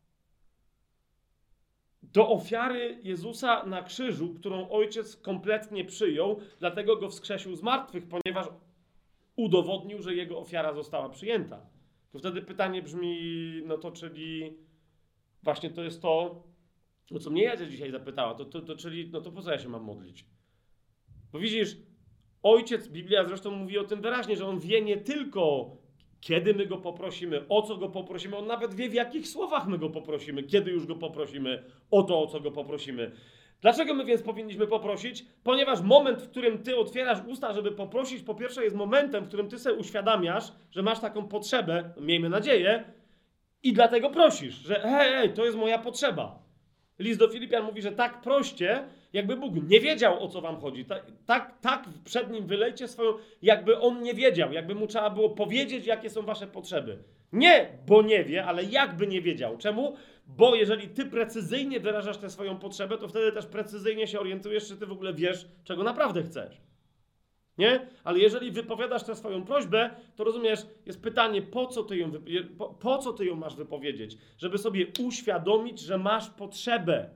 Speaker 1: do ofiary Jezusa na krzyżu, którą Ojciec kompletnie przyjął, dlatego go wskrzesił z martwych, ponieważ udowodnił, że jego ofiara została przyjęta. To wtedy pytanie brzmi, no to czyli właśnie to jest to, o co mnie Jadzia dzisiaj zapytała, to, to, to czyli, no to po co ja się mam modlić? Bo widzisz, Ojciec, Biblia zresztą mówi o tym wyraźnie, że On wie nie tylko, kiedy my Go poprosimy, o co Go poprosimy, On nawet wie, w jakich słowach my Go poprosimy, kiedy już Go poprosimy, o to, o co Go poprosimy. Dlaczego my więc powinniśmy poprosić? Ponieważ moment, w którym ty otwierasz usta, żeby poprosić, po pierwsze jest momentem, w którym ty sobie uświadamiasz, że masz taką potrzebę, miejmy nadzieję, i dlatego prosisz, że hej, hej, to jest moja potrzeba. List do Filipian mówi, że tak proście, jakby Bóg nie wiedział, o co wam chodzi. Tak, tak, tak przed Nim wylejcie swoją, jakby On nie wiedział, jakby Mu trzeba było powiedzieć, jakie są wasze potrzeby. Nie, bo nie wie, ale jakby nie wiedział. Czemu? Bo jeżeli ty precyzyjnie wyrażasz tę swoją potrzebę, to wtedy też precyzyjnie się orientujesz, czy ty w ogóle wiesz, czego naprawdę chcesz. Nie? Ale jeżeli wypowiadasz tę swoją prośbę, to rozumiesz, jest pytanie, po co ty ją, po, po co ty ją masz wypowiedzieć? Żeby sobie uświadomić, że masz potrzebę.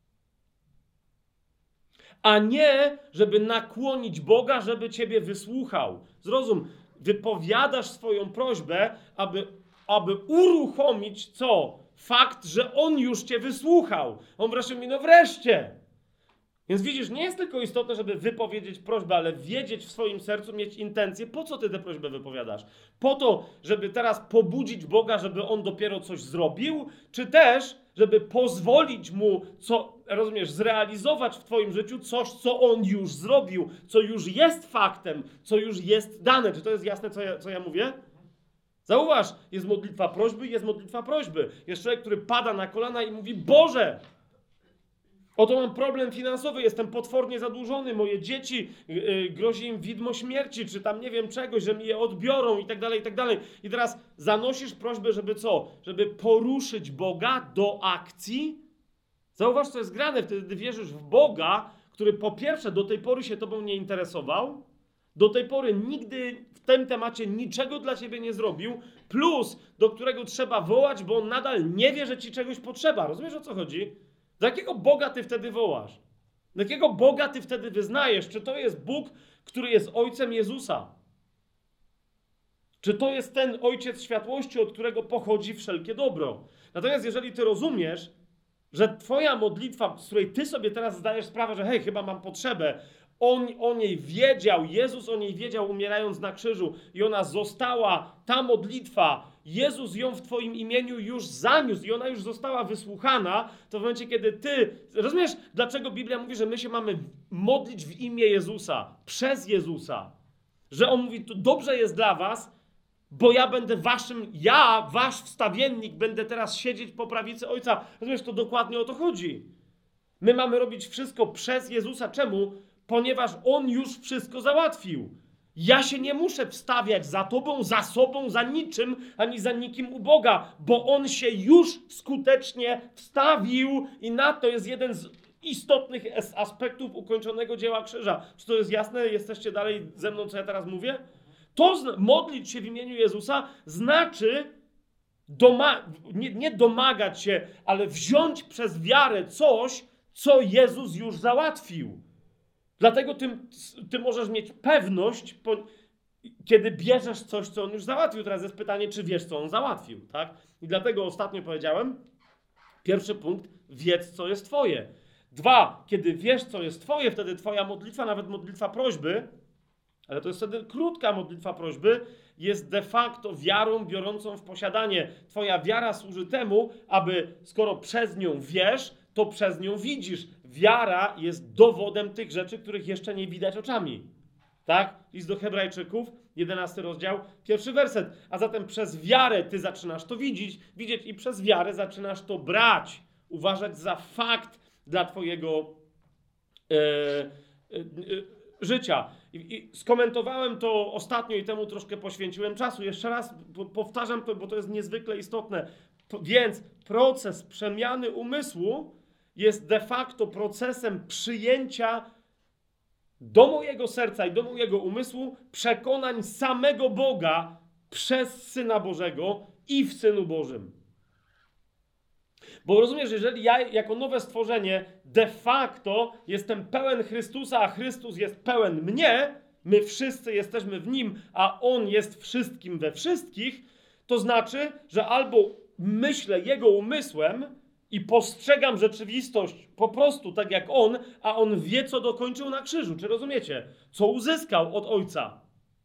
Speaker 1: A nie, żeby nakłonić Boga, żeby ciebie wysłuchał. Zrozum, wypowiadasz swoją prośbę, aby, aby uruchomić co? Fakt, że On już cię wysłuchał. On wreszcie mówi, no wreszcie. Więc widzisz, nie jest tylko istotne, żeby wypowiedzieć prośbę, ale wiedzieć w swoim sercu, mieć intencję, po co ty tę prośbę wypowiadasz? Po to, żeby teraz pobudzić Boga, żeby On dopiero coś zrobił, czy też, żeby pozwolić Mu, co, rozumiesz, zrealizować w twoim życiu coś, co On już zrobił, co już jest faktem, co już jest dane. Czy to jest jasne, co ja, co ja mówię? Zauważ, jest modlitwa prośby, jest modlitwa prośby. Jest człowiek, który pada na kolana i mówi, Boże, oto mam problem finansowy, jestem potwornie zadłużony, moje dzieci, yy, grozi im widmo śmierci, czy tam nie wiem czegoś, że mi je odbiorą i tak dalej, i tak dalej. I teraz zanosisz prośbę, żeby co? Żeby poruszyć Boga do akcji. Zauważ, co jest grane, wtedy wierzysz w Boga, który po pierwsze do tej pory się tobą nie interesował, do tej pory nigdy w tym temacie niczego dla ciebie nie zrobił, plus do którego trzeba wołać, bo on nadal nie wie, że ci czegoś potrzeba. Rozumiesz, o co chodzi? Do jakiego Boga ty wtedy wołasz? Do jakiego Boga ty wtedy wyznajesz? Czy to jest Bóg, który jest Ojcem Jezusa? Czy to jest ten Ojciec światłości, od którego pochodzi wszelkie dobro? Natomiast jeżeli ty rozumiesz, że twoja modlitwa, z której ty sobie teraz zdajesz sprawę, że hej, chyba mam potrzebę, on o niej wiedział, Jezus o niej wiedział umierając na krzyżu i ona została, ta modlitwa, Jezus ją w twoim imieniu już zaniósł i ona już została wysłuchana, to w momencie, kiedy ty, rozumiesz, dlaczego Biblia mówi, że my się mamy modlić w imię Jezusa, przez Jezusa, że On mówi, to dobrze jest dla was, bo ja będę waszym, ja, wasz wstawiennik, będę teraz siedzieć po prawicy Ojca. Rozumiesz, to dokładnie o to chodzi. My mamy robić wszystko przez Jezusa. Czemu? Ponieważ On już wszystko załatwił. Ja się nie muszę wstawiać za tobą, za sobą, za niczym, ani za nikim u Boga, bo On się już skutecznie wstawił i na to jest jeden z istotnych aspektów ukończonego dzieła krzyża. Czy to jest jasne? Jesteście dalej ze mną, co ja teraz mówię? To modlić się w imieniu Jezusa znaczy doma- nie, nie domagać się, ale wziąć przez wiarę coś, co Jezus już załatwił. Dlatego ty, ty możesz mieć pewność, po, kiedy bierzesz coś, co On już załatwił. Teraz jest pytanie, czy wiesz, co On załatwił, tak? I dlatego ostatnio powiedziałem, pierwszy punkt, wiedz, co jest twoje. Dwa, kiedy wiesz, co jest twoje, wtedy twoja modlitwa, nawet modlitwa prośby, ale to jest wtedy krótka modlitwa prośby, jest de facto wiarą biorącą w posiadanie. Twoja wiara służy temu, aby skoro przez nią wiesz, to przez nią widzisz. Wiara jest dowodem tych rzeczy, których jeszcze nie widać oczami. Tak? List do Hebrajczyków, jedenasty rozdział, pierwszy werset. A zatem przez wiarę ty zaczynasz to widzieć, widzieć i przez wiarę zaczynasz to brać, uważać za fakt dla twojego e, e, e, życia. I, I skomentowałem to ostatnio i temu troszkę poświęciłem czasu. Jeszcze raz powtarzam to, bo to jest niezwykle istotne. Więc proces przemiany umysłu jest de facto procesem przyjęcia do mojego serca i do mojego umysłu przekonań samego Boga przez Syna Bożego i w Synu Bożym. Bo rozumiesz, jeżeli ja jako nowe stworzenie de facto jestem pełen Chrystusa, a Chrystus jest pełen mnie, my wszyscy jesteśmy w Nim, a On jest wszystkim we wszystkich, to znaczy, że albo myślę Jego umysłem i postrzegam rzeczywistość po prostu tak jak On, a On wie, co dokończył na krzyżu. Czy rozumiecie? Co uzyskał od Ojca.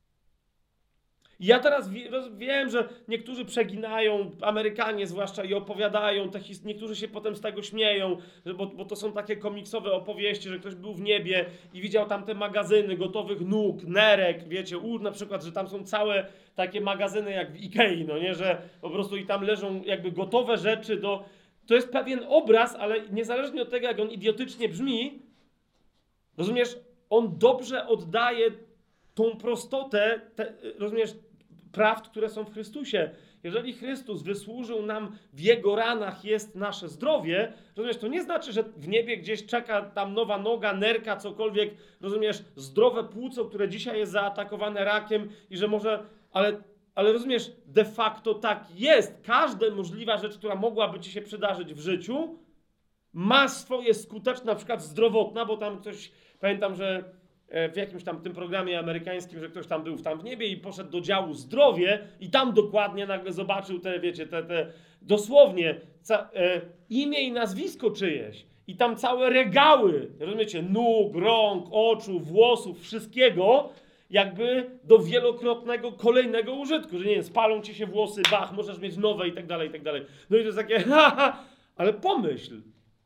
Speaker 1: Ja teraz wie, wiem, że niektórzy przeginają, Amerykanie zwłaszcza, i opowiadają, te his- niektórzy się potem z tego śmieją, bo, bo to są takie komiksowe opowieści, że ktoś był w niebie i widział tam te magazyny gotowych nóg, nerek, wiecie, u, na przykład, że tam są całe takie magazyny jak w Ikei, no nie, że po prostu i tam leżą jakby gotowe rzeczy do... To jest pewien obraz, ale niezależnie od tego, jak on idiotycznie brzmi, rozumiesz, on dobrze oddaje tą prostotę, te, rozumiesz, prawd, które są w Chrystusie. Jeżeli Chrystus wysłużył nam, w Jego ranach jest nasze zdrowie, rozumiesz, to nie znaczy, że w niebie gdzieś czeka tam nowa noga, nerka, cokolwiek, rozumiesz, zdrowe płuco, które dzisiaj jest zaatakowane rakiem i że może, ale, ale rozumiesz, de facto tak jest. Każda możliwa rzecz, która mogłaby ci się przydarzyć w życiu, ma swoje skuteczne, na przykład zdrowotna, bo tam ktoś, pamiętam, że w jakimś tam tym programie amerykańskim, że ktoś tam był tam w niebie i poszedł do działu zdrowie i tam dokładnie nagle zobaczył te, wiecie, te, te dosłownie ca, e, imię i nazwisko czyjeś i tam całe regały, rozumiecie, nóg, rąk, oczu, włosów, wszystkiego jakby do wielokrotnego kolejnego użytku, że nie wiem, spalą ci się włosy, bach, możesz mieć nowe i tak dalej, i tak dalej. No i to jest takie, haha, ale pomyśl,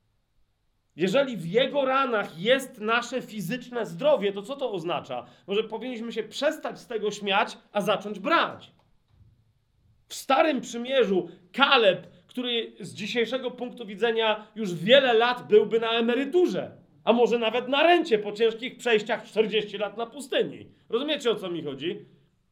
Speaker 1: jeżeli w Jego ranach jest nasze fizyczne zdrowie, to co to oznacza? Może powinniśmy się przestać z tego śmiać, a zacząć brać. W Starym Przymierzu Kaleb, który z dzisiejszego punktu widzenia już wiele lat byłby na emeryturze, a może nawet na rencie po ciężkich przejściach czterdzieści lat na pustyni. Rozumiecie, o co mi chodzi?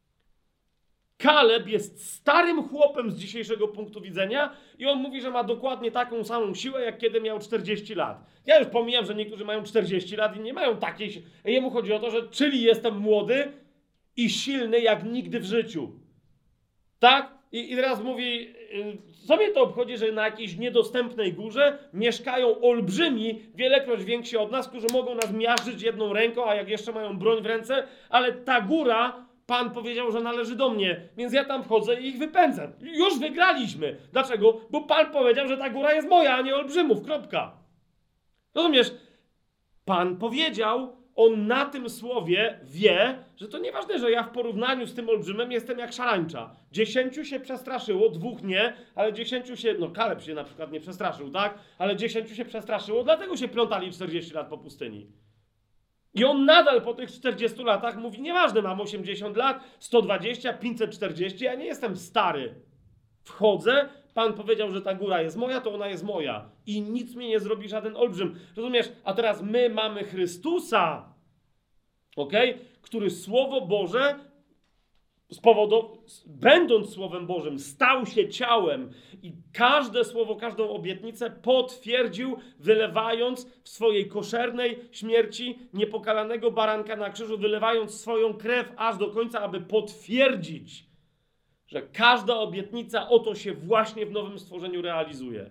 Speaker 1: Kaleb jest starym chłopem z dzisiejszego punktu widzenia i on mówi, że ma dokładnie taką samą siłę, jak kiedy miał czterdzieści lat. Ja już pomijam, że niektórzy mają czterdzieści lat i nie mają takiej siły. Jemu chodzi o to, że czyli jestem młody i silny jak nigdy w życiu. Tak? I, i teraz mówi, co mnie to obchodzi, że na jakiejś niedostępnej górze mieszkają olbrzymi, wielekroć więksi od nas, którzy mogą nas miażdżyć jedną ręką, a jak jeszcze mają broń w ręce, ale ta góra Pan powiedział, że należy do mnie, więc ja tam wchodzę i ich wypędzę. Już wygraliśmy. Dlaczego? Bo Pan powiedział, że ta góra jest moja, a nie olbrzymów. Kropka. Rozumiesz? Pan powiedział, on na tym słowie wie, że to nieważne, że ja w porównaniu z tym olbrzymem jestem jak szarańcza. Dziesięciu się przestraszyło, dwóch nie, ale dziesięciu się, no Kaleb się na przykład nie przestraszył, tak? Ale dziesięciu się przestraszyło, dlatego się plątali czterdzieści lat po pustyni. I on nadal po tych czterdziestu latach mówi, nieważne, mam osiemdziesiąt lat, sto dwadzieścia, pięćset czterdzieści, ja nie jestem stary. Wchodzę, Pan powiedział, że ta góra jest moja, to ona jest moja. I nic mi nie zrobi żaden olbrzym. Rozumiesz? A teraz my mamy Chrystusa, okej? Który Słowo Boże, z powodu, będąc Słowem Bożym, stał się ciałem i każde słowo, każdą obietnicę potwierdził, wylewając w swojej koszernej śmierci niepokalanego baranka na krzyżu, wylewając swoją krew aż do końca, aby potwierdzić, że każda obietnica oto się właśnie w nowym stworzeniu realizuje.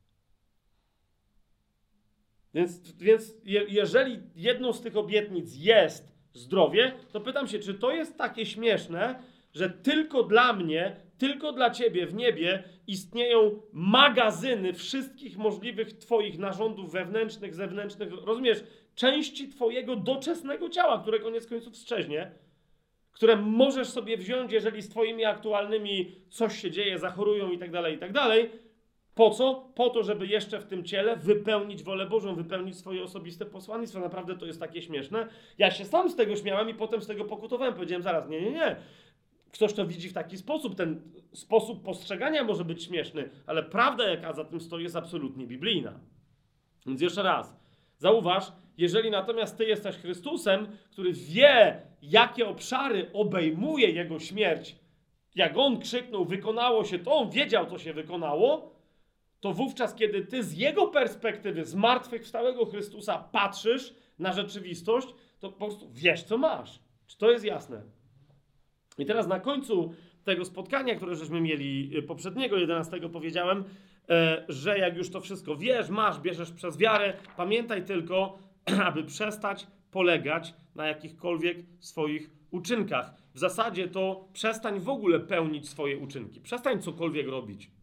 Speaker 1: Więc, więc je, jeżeli jedną z tych obietnic jest zdrowie, to pytam się, czy to jest takie śmieszne, że tylko dla mnie, tylko dla ciebie w niebie istnieją magazyny wszystkich możliwych twoich narządów wewnętrznych, zewnętrznych, rozumiesz, części twojego doczesnego ciała, które koniec końców strzęśnie, które możesz sobie wziąć, jeżeli z twoimi aktualnymi coś się dzieje, zachorują i tak dalej, i tak dalej. Po co? Po to, żeby jeszcze w tym ciele wypełnić wolę Bożą, wypełnić swoje osobiste posłannictwo. Naprawdę to jest takie śmieszne. Ja się sam z tego śmiałem i potem z tego pokutowałem. Powiedziałem zaraz, nie, nie, nie. Ktoś to widzi w taki sposób. Ten sposób postrzegania może być śmieszny, ale prawda, jaka za tym stoi, jest absolutnie biblijna. Więc jeszcze raz, zauważ, jeżeli natomiast ty jesteś Chrystusem, który wie, jakie obszary obejmuje Jego śmierć, jak On krzyknął, wykonało się to, On wiedział, co się wykonało, to wówczas, kiedy ty z Jego perspektywy zmartwychwstałego Chrystusa patrzysz na rzeczywistość, to po prostu wiesz, co masz. Czy to jest jasne? I teraz na końcu tego spotkania, które żeśmy mieli poprzedniego, jedenastego, powiedziałem, że jak już to wszystko wiesz, masz, bierzesz przez wiarę, pamiętaj tylko, aby przestać polegać na jakichkolwiek swoich uczynkach. W zasadzie to przestań w ogóle pełnić swoje uczynki. Przestań cokolwiek robić.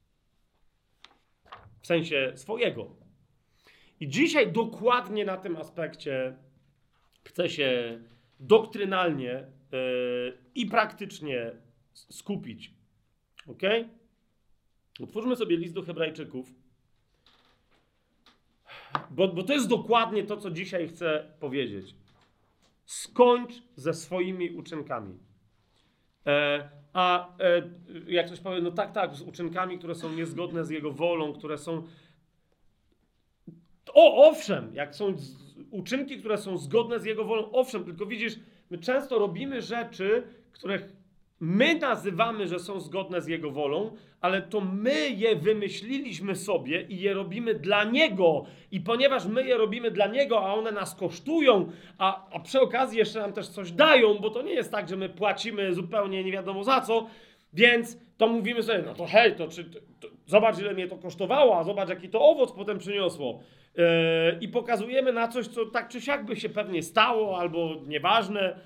Speaker 1: W sensie swojego. I dzisiaj dokładnie na tym aspekcie chcę się doktrynalnie yy, i praktycznie skupić. Ok? Otwórzmy sobie list do Hebrajczyków. Bo, bo to jest dokładnie to, co dzisiaj chcę powiedzieć. Skończ ze swoimi uczynkami. E, a e, jak ktoś powie, no tak, tak, z uczynkami, które są niezgodne z Jego wolą, które są... O, owszem, jak są z, uczynki, które są zgodne z Jego wolą, owszem, tylko widzisz, my często robimy rzeczy, których my nazywamy, że są zgodne z Jego wolą, ale to my je wymyśliliśmy sobie i je robimy dla Niego. I ponieważ my je robimy dla Niego, a one nas kosztują, a, a przy okazji jeszcze nam też coś dają, bo to nie jest tak, że my płacimy zupełnie nie wiadomo za co, więc to mówimy sobie, no to hej, to, czy, to, to zobacz, ile mnie to kosztowało, a zobacz, jaki to owoc potem przyniosło. Yy, I pokazujemy na coś, co tak czy siak by się pewnie stało, albo nieważne.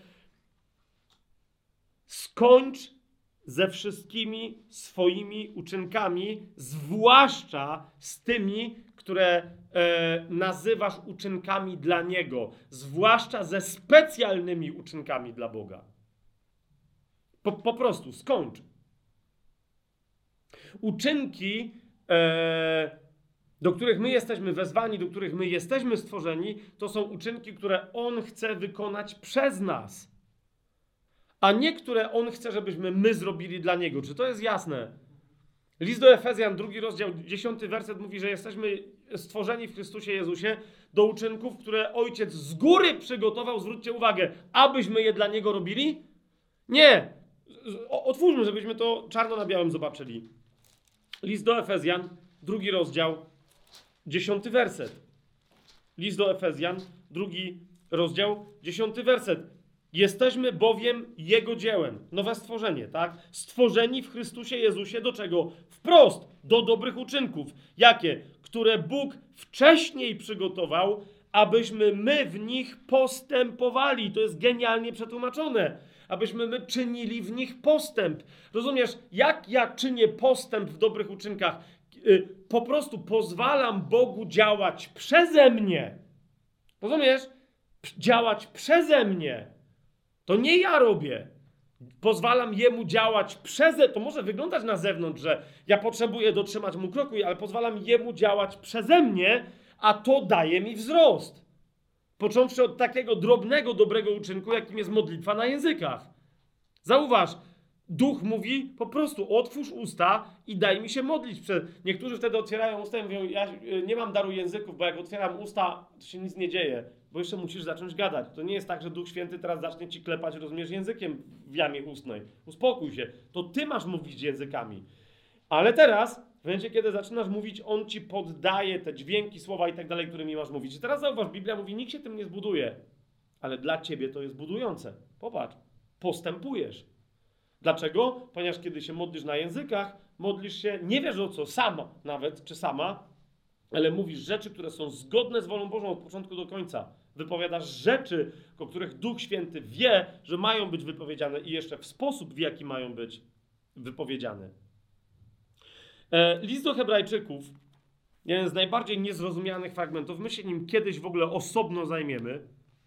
Speaker 1: Skończ ze wszystkimi swoimi uczynkami, zwłaszcza z tymi, które e, nazywasz uczynkami dla Niego, zwłaszcza ze specjalnymi uczynkami dla Boga. Po, po prostu skończ. Uczynki, e, do których my jesteśmy wezwani, do których my jesteśmy stworzeni, to są uczynki, które On chce wykonać przez nas, a nie które On chce, żebyśmy my zrobili dla Niego. Czy to jest jasne? List do Efezjan, drugi rozdział, dziesiąty werset mówi, że jesteśmy stworzeni w Chrystusie Jezusie do uczynków, które Ojciec z góry przygotował, zwróćcie uwagę, abyśmy je dla Niego robili? Nie. Otwórzmy, żebyśmy to czarno na białym zobaczyli. List do Efezjan, drugi rozdział, dziesiąty werset. List do Efezjan, drugi rozdział, dziesiąty werset. Jesteśmy bowiem Jego dziełem. Nowe stworzenie, tak? Stworzeni w Chrystusie Jezusie do czego? Wprost, do dobrych uczynków. Jakie? Które Bóg wcześniej przygotował, abyśmy my w nich postępowali. To jest genialnie przetłumaczone. abyśmy my czynili w nich postęp. Rozumiesz, jak ja czynię postęp w dobrych uczynkach? Yy, po prostu pozwalam Bogu działać przeze mnie. Rozumiesz? P- działać przeze mnie. To nie ja robię. Pozwalam Jemu działać przeze... To może wyglądać na zewnątrz, że ja potrzebuję dotrzymać Mu kroku, ale pozwalam Jemu działać przeze mnie, a to daje mi wzrost. Począwszy od takiego drobnego, dobrego uczynku, jakim jest modlitwa na językach. Zauważ, Duch mówi po prostu otwórz usta i daj mi się modlić. Niektórzy wtedy otwierają usta i mówią, ja nie mam daru języków, bo jak otwieram usta, to się nic nie dzieje, bo jeszcze musisz zacząć gadać. To nie jest tak, że Duch Święty teraz zacznie ci klepać, rozumiesz, językiem w jamie ustnej. Uspokój się. To ty masz mówić językami. Ale teraz, w momencie, kiedy zaczynasz mówić, On ci poddaje te dźwięki, słowa i tak dalej, którymi masz mówić. I teraz zauważ, Biblia mówi, nikt się tym nie zbuduje. Ale dla ciebie to jest budujące. Popatrz, postępujesz. Dlaczego? Ponieważ kiedy się modlisz na językach, modlisz się, nie wiesz o co, sama nawet, czy sama, ale mówisz rzeczy, które są zgodne z wolą Bożą od początku do końca. Wypowiadasz rzeczy, o których Duch Święty wie, że mają być wypowiedziane i jeszcze w sposób, w jaki mają być wypowiedziane. E, list do Hebrajczyków, jeden z najbardziej niezrozumianych fragmentów, my się nim kiedyś w ogóle osobno zajmiemy.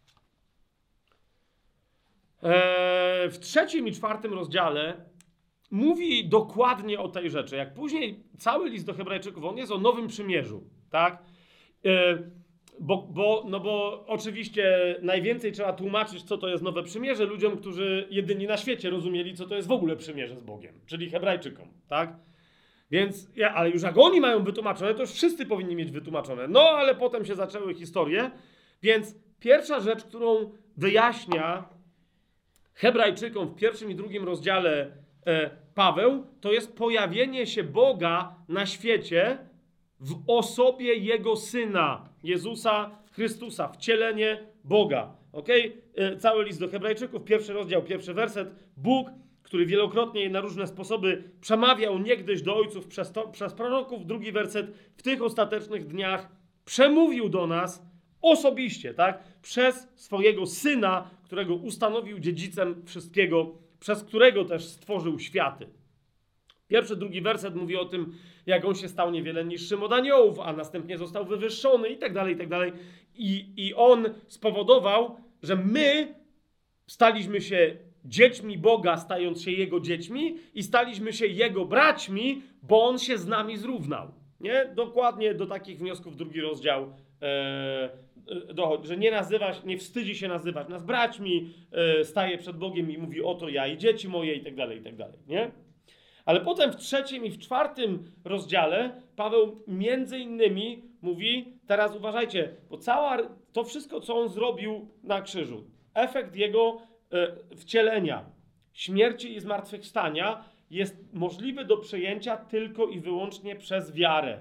Speaker 1: E, w trzecim i czwartym rozdziale mówi dokładnie o tej rzeczy. Jak później cały list do Hebrajczyków, on jest o Nowym Przymierzu, tak? E, bo, bo, no bo oczywiście najwięcej trzeba tłumaczyć, co to jest Nowe Przymierze ludziom, którzy jedyni na świecie rozumieli, co to jest w ogóle przymierze z Bogiem, czyli Hebrajczykom, tak? Więc, ja, ale już jak oni mają wytłumaczone, to już wszyscy powinni mieć wytłumaczone. No, ale potem się zaczęły historie, więc pierwsza rzecz, którą wyjaśnia Hebrajczykom w pierwszym i drugim rozdziale e, Paweł, to jest pojawienie się Boga na świecie w osobie Jego Syna, Jezusa Chrystusa, wcielenie Boga. Okay? E, cały list do Hebrajczyków, pierwszy rozdział, pierwszy werset. Bóg, który wielokrotnie i na różne sposoby przemawiał niegdyś do ojców przez, to, przez proroków, drugi werset, w tych ostatecznych dniach przemówił do nas osobiście, tak? Przez swojego Syna, którego ustanowił dziedzicem wszystkiego, przez którego też stworzył światy. Pierwszy, drugi werset mówi o tym, jak on się stał niewiele niższym od aniołów, a następnie został wywyższony i tak dalej, i tak dalej. I, i on spowodował, że my staliśmy się dziećmi Boga, stając się Jego dziećmi i staliśmy się Jego braćmi, bo On się z nami zrównał. Nie? Dokładnie do takich wniosków drugi rozdział e, dochodzi, że nie nazywa, nie wstydzi się nazywać nas braćmi, e, staje przed Bogiem i mówi oto ja i dzieci moje i tak dalej, i tak dalej. Nie? Ale potem w trzecim i w czwartym rozdziale Paweł między innymi mówi, teraz uważajcie, bo cała, to wszystko, co on zrobił na krzyżu, efekt jego e, wcielenia, śmierci i zmartwychwstania jest możliwy do przejęcia tylko i wyłącznie przez wiarę.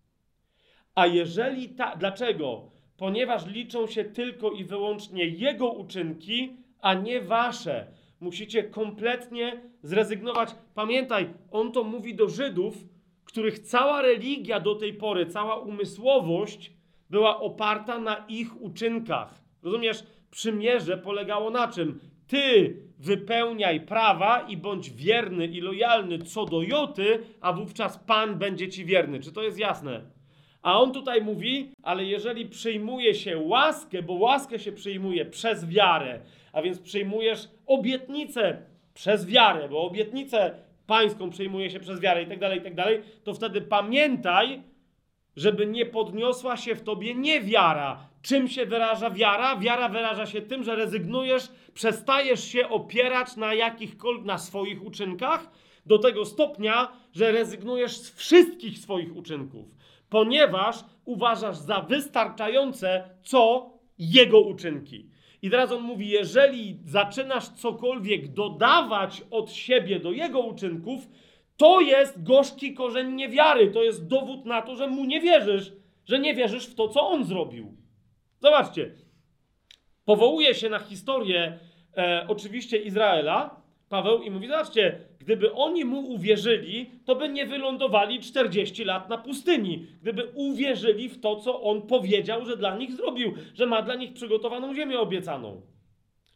Speaker 1: A jeżeli ta... Dlaczego? Ponieważ liczą się tylko i wyłącznie Jego uczynki, a nie wasze. Musicie kompletnie zrezygnować. Pamiętaj, on to mówi do Żydów, których cała religia do tej pory, cała umysłowość była oparta na ich uczynkach. Rozumiesz? Przymierze polegało na czym? Ty wypełniaj prawa i bądź wierny i lojalny co do joty, a wówczas Pan będzie ci wierny. Czy to jest jasne? A on tutaj mówi, ale jeżeli przyjmuje się łaskę, bo łaskę się przyjmuje przez wiarę, a więc przyjmujesz obietnicę przez wiarę, bo obietnicę pańską przyjmuje się przez wiarę i tak dalej, i tak dalej, to wtedy pamiętaj, żeby nie podniosła się w tobie niewiara. Czym się wyraża wiara? Wiara wyraża się tym, że rezygnujesz, przestajesz się opierać na jakichkolwiek, na swoich uczynkach, do tego stopnia, że rezygnujesz z wszystkich swoich uczynków, ponieważ uważasz za wystarczające, co Jego uczynki. I teraz on mówi, jeżeli zaczynasz cokolwiek dodawać od siebie do Jego uczynków, to jest gorzki korzeń niewiary. To jest dowód na to, że Mu nie wierzysz, że nie wierzysz w to, co On zrobił. Zobaczcie, powołuje się na historię e, oczywiście Izraela, Paweł, i mówi, zobaczcie, gdyby oni Mu uwierzyli, to by nie wylądowali czterdzieści lat na pustyni. Gdyby uwierzyli w to, co On powiedział, że dla nich zrobił, że ma dla nich przygotowaną ziemię obiecaną.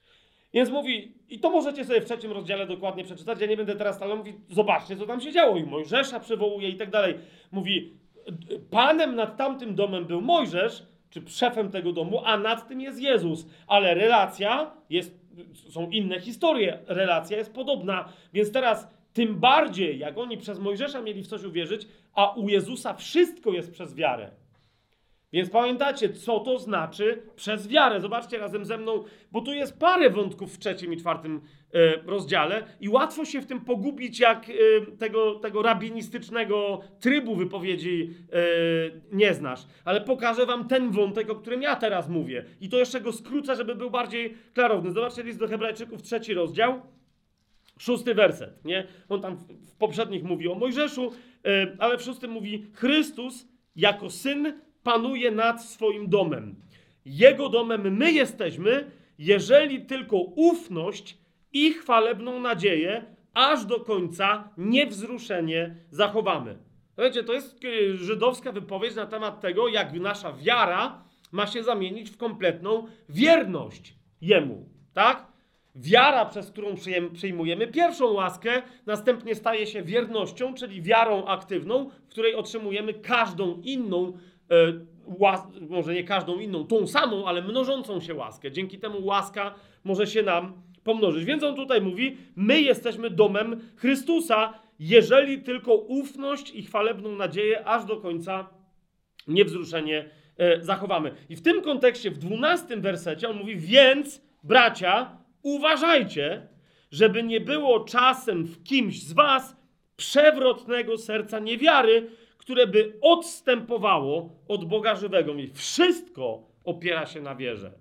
Speaker 1: Więc mówi, i to możecie sobie w trzecim rozdziale dokładnie przeczytać, ja nie będę teraz, ale mówi, zobaczcie, co tam się działo. I Mojżesza przywołuje i tak dalej. Mówi, panem nad tamtym domem był Mojżesz, czy szefem tego domu, a nad tym jest Jezus. Ale relacja jest, są inne historie, relacja jest podobna. Więc teraz tym bardziej, jak oni przez Mojżesza mieli w coś uwierzyć, a u Jezusa wszystko jest przez wiarę. Więc pamiętacie, co to znaczy przez wiarę. Zobaczcie razem ze mną, bo tu jest parę wątków w trzecim i czwartym e, rozdziale i łatwo się w tym pogubić, jak e, tego, tego rabinistycznego trybu wypowiedzi e, nie znasz. Ale pokażę wam ten wątek, o którym ja teraz mówię. I to jeszcze go skrócę, żeby był bardziej klarowny. Zobaczcie list do Hebrajczyków, trzeci rozdział, szósty werset. Nie? On tam w, w poprzednich mówi o Mojżeszu, e, ale w szóstym mówi Chrystus jako syn panuje nad swoim domem. Jego domem my jesteśmy, jeżeli tylko ufność i chwalebną nadzieję aż do końca niewzruszenie zachowamy. Wiecie, to jest żydowska wypowiedź na temat tego, jak nasza wiara ma się zamienić w kompletną wierność Jemu. Tak? Wiara, przez którą przyjmujemy pierwszą łaskę, następnie staje się wiernością, czyli wiarą aktywną, w której otrzymujemy każdą inną Łas- może nie każdą inną, tą samą, ale mnożącą się łaskę. Dzięki temu łaska może się nam pomnożyć. Więc on tutaj mówi, my jesteśmy domem Chrystusa, jeżeli tylko ufność i chwalebną nadzieję aż do końca niewzruszenie e, zachowamy. I w tym kontekście, w dwunastym wersecie on mówi, więc bracia, uważajcie, żeby nie było czasem w kimś z was przewrotnego serca niewiary, które by odstępowało od Boga żywego. I wszystko opiera się na wierze.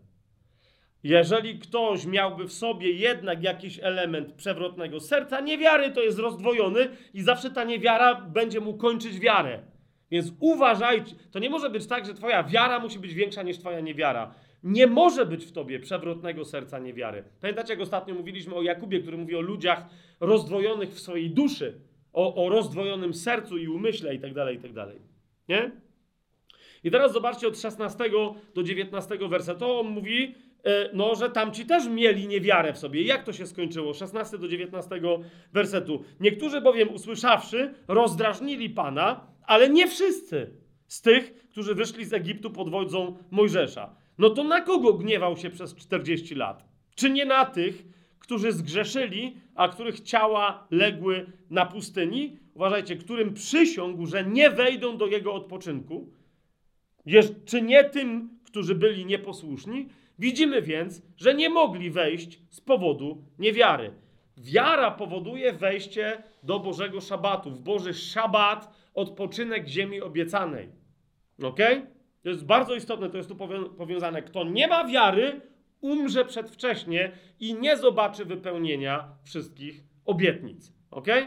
Speaker 1: Jeżeli ktoś miałby w sobie jednak jakiś element przewrotnego serca niewiary, to jest rozdwojony i zawsze ta niewiara będzie mu kończyć wiarę. Więc uważajcie. To nie może być tak, że twoja wiara musi być większa niż twoja niewiara. Nie może być w tobie przewrotnego serca niewiary. Pamiętacie, jak ostatnio mówiliśmy o Jakubie, który mówi o ludziach rozdwojonych w swojej duszy. O, o rozdwojonym sercu i umyśle i tak dalej, i tak dalej. Nie? I teraz zobaczcie od szesnastego do dziewiętnastego wersetu. On mówi, e, no, że tamci też mieli niewiarę w sobie. I jak to się skończyło? szesnastego do dziewiętnastego wersetu. Niektórzy bowiem usłyszawszy, rozdrażnili Pana, ale nie wszyscy z tych, którzy wyszli z Egiptu pod wodzą Mojżesza. No to na kogo gniewał się przez czterdzieści lat? Czy nie na tych, którzy zgrzeszyli, a których ciała legły na pustyni? Uważajcie, którym przysiągł, że nie wejdą do jego odpoczynku? Czy nie tym, którzy byli nieposłuszni? Widzimy więc, że nie mogli wejść z powodu niewiary. Wiara powoduje wejście do Bożego szabatu. W Boży szabat, odpoczynek ziemi obiecanej. Okej? To jest bardzo istotne, to jest tu powiązane. Kto nie ma wiary, umrze przedwcześnie i nie zobaczy wypełnienia wszystkich obietnic. Okej?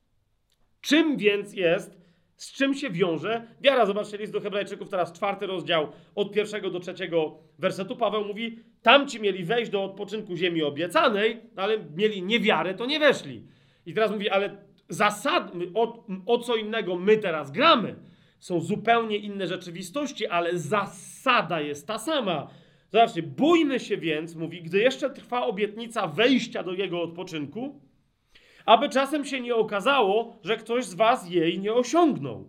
Speaker 1: Czym więc jest, z czym się wiąże wiara? Zobaczcie list do Hebrajczyków, teraz czwarty rozdział, od pierwszego do trzeciego wersetu. Paweł mówi, tamci mieli wejść do odpoczynku ziemi obiecanej, ale mieli niewiarę, to nie weszli. I teraz mówi, ale zasad, o, o co innego my teraz gramy. Są zupełnie inne rzeczywistości, ale zasada jest ta sama. Zobaczcie, bójmy się więc, mówi, gdy jeszcze trwa obietnica wejścia do jego odpoczynku, aby czasem się nie okazało, że ktoś z was jej nie osiągnął.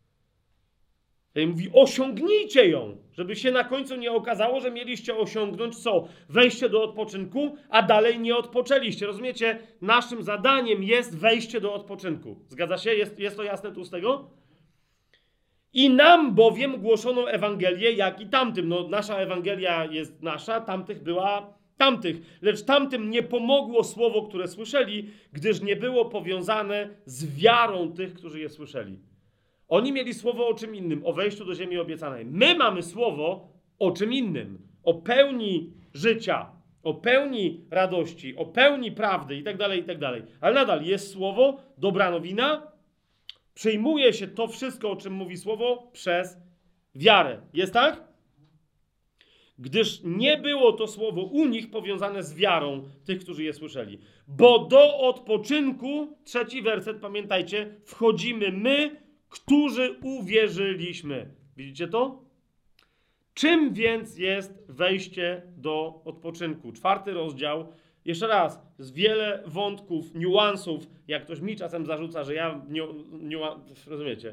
Speaker 1: I mówi, osiągnijcie ją, żeby się na końcu nie okazało, że mieliście osiągnąć co? Wejście do odpoczynku, a dalej nie odpoczęliście. Rozumiecie? Naszym zadaniem jest wejście do odpoczynku. Zgadza się? Jest, jest to jasne tu z tego? I nam bowiem głoszono Ewangelię, jak i tamtym. No, nasza Ewangelia jest nasza, tamtych była tamtych. Lecz tamtym nie pomogło słowo, które słyszeli, gdyż nie było powiązane z wiarą tych, którzy je słyszeli. Oni mieli słowo o czym innym, o wejściu do ziemi obiecanej. My mamy słowo o czym innym, o pełni życia, o pełni radości, o pełni prawdy itd., itd. Ale nadal jest słowo, dobra nowina, przyjmuje się to wszystko, o czym mówi słowo, przez wiarę. Jest tak? Gdyż nie było to słowo u nich powiązane z wiarą tych, którzy je słyszeli. Bo do odpoczynku, trzeci werset, pamiętajcie, wchodzimy my, którzy uwierzyliśmy. Widzicie to? Czym więc jest wejście do odpoczynku? Czwarty rozdział Jeszcze raz, jest wiele wątków, niuansów, jak ktoś mi czasem zarzuca, że ja, niu, niu, rozumiecie,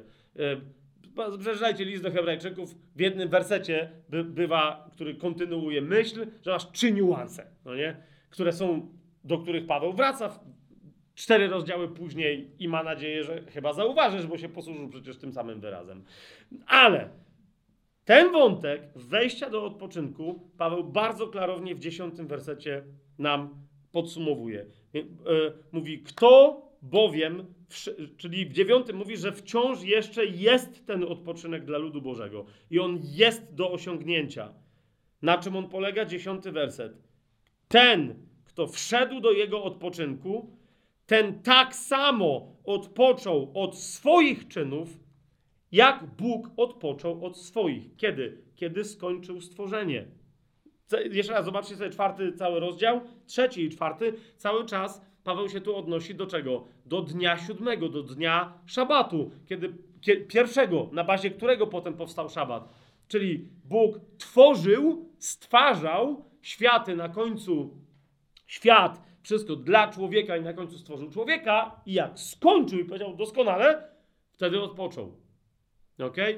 Speaker 1: yy, przeczytajcie list do Hebrajczyków, w jednym wersecie by, bywa, który kontynuuje myśl, że masz trzy niuanse, no nie? Które są, do których Paweł wraca w cztery rozdziały później i ma nadzieję, że chyba zauważysz, bo się posłużył przecież tym samym wyrazem. Ale ten wątek wejścia do odpoczynku Paweł bardzo klarownie w dziesiątym wersecie nam podsumowuje. Mówi, kto bowiem, czyli w dziewiątym mówi, że wciąż jeszcze jest ten odpoczynek dla ludu Bożego i on jest do osiągnięcia. Na czym on polega? Dziesiąty werset. Ten, kto wszedł do jego odpoczynku, ten tak samo odpoczął od swoich czynów, jak Bóg odpoczął od swoich. Kiedy? Kiedy skończył stworzenie. Jeszcze raz, zobaczcie sobie czwarty cały rozdział, trzeci i czwarty, cały czas Paweł się tu odnosi do czego? Do dnia siódmego, do dnia szabatu, kiedy, kiedy pierwszego, na bazie którego potem powstał szabat. Czyli Bóg tworzył, stwarzał światy, na końcu świat, wszystko dla człowieka i na końcu stworzył człowieka i jak skończył i powiedział doskonale, wtedy odpoczął. Okay?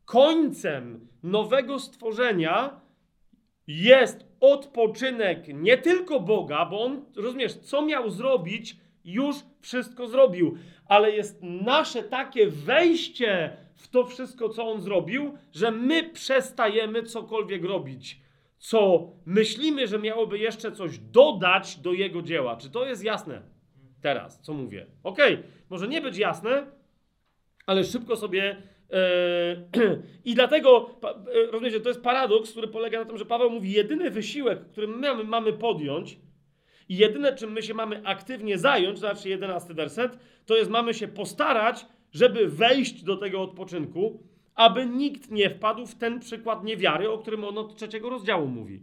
Speaker 1: Końcem nowego stworzenia jest odpoczynek nie tylko Boga, bo on, rozumiesz, co miał zrobić, już wszystko zrobił, ale jest nasze takie wejście w to wszystko, co on zrobił, że my przestajemy cokolwiek robić, co myślimy, że miałoby jeszcze coś dodać do jego dzieła. Czy to jest jasne teraz, co mówię? Okej, okay, może nie być jasne, ale szybko sobie... Yy, I dlatego, yy, rozumiecie, to jest paradoks, który polega na tym, że Paweł mówi, jedyny wysiłek, który my mamy, mamy podjąć i jedyne, czym my się mamy aktywnie zająć, znaczy jedenasty werset, to jest mamy się postarać, żeby wejść do tego odpoczynku, aby nikt nie wpadł w ten przykład niewiary, o którym on od trzeciego rozdziału mówi.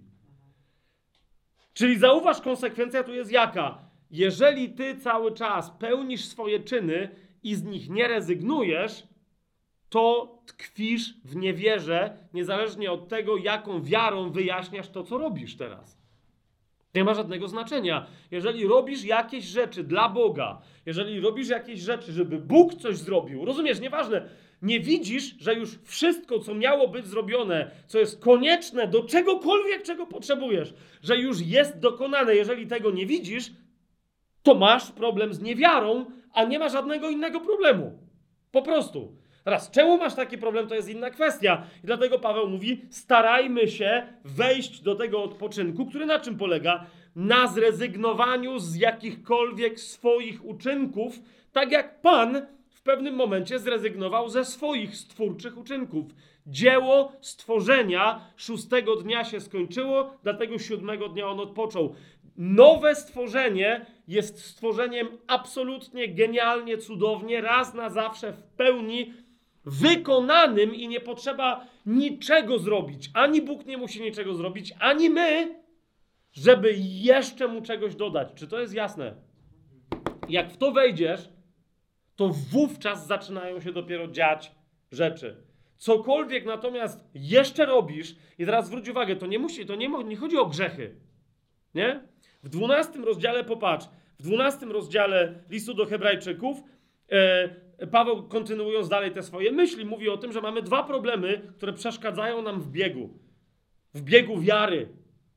Speaker 1: Czyli zauważ, konsekwencja tu jest jaka? Jeżeli ty cały czas pełnisz swoje czyny i z nich nie rezygnujesz, to tkwisz w niewierze, niezależnie od tego, jaką wiarą wyjaśniasz to, co robisz teraz. Nie ma żadnego znaczenia. Jeżeli robisz jakieś rzeczy dla Boga, jeżeli robisz jakieś rzeczy, żeby Bóg coś zrobił, rozumiesz, nieważne, nie widzisz, że już wszystko, co miało być zrobione, co jest konieczne do czegokolwiek, czego potrzebujesz, że już jest dokonane, jeżeli tego nie widzisz, to masz problem z niewiarą, a nie ma żadnego innego problemu. Po prostu. Teraz, czemu masz taki problem, to jest inna kwestia. I dlatego Paweł mówi, starajmy się wejść do tego odpoczynku, który na czym polega? Na zrezygnowaniu z jakichkolwiek swoich uczynków, tak jak Pan w pewnym momencie zrezygnował ze swoich stwórczych uczynków. Dzieło stworzenia szóstego dnia się skończyło, dlatego siódmego dnia on odpoczął. Nowe stworzenie jest stworzeniem absolutnie genialnie, cudownie, raz na zawsze w pełni wykonanym i nie potrzeba niczego zrobić. Ani Bóg nie musi niczego zrobić, ani my, żeby jeszcze mu czegoś dodać. Czy to jest jasne? Jak w to wejdziesz, to wówczas zaczynają się dopiero dziać rzeczy. Cokolwiek natomiast jeszcze robisz, i teraz zwróć uwagę, to nie musi, to nie, nie chodzi o grzechy. Nie? W dwunastym rozdziale, popatrz, w dwunastym rozdziale listu do Hebrajczyków e, Paweł, kontynuując dalej te swoje myśli, mówi o tym, że mamy dwa problemy, które przeszkadzają nam w biegu. W biegu wiary.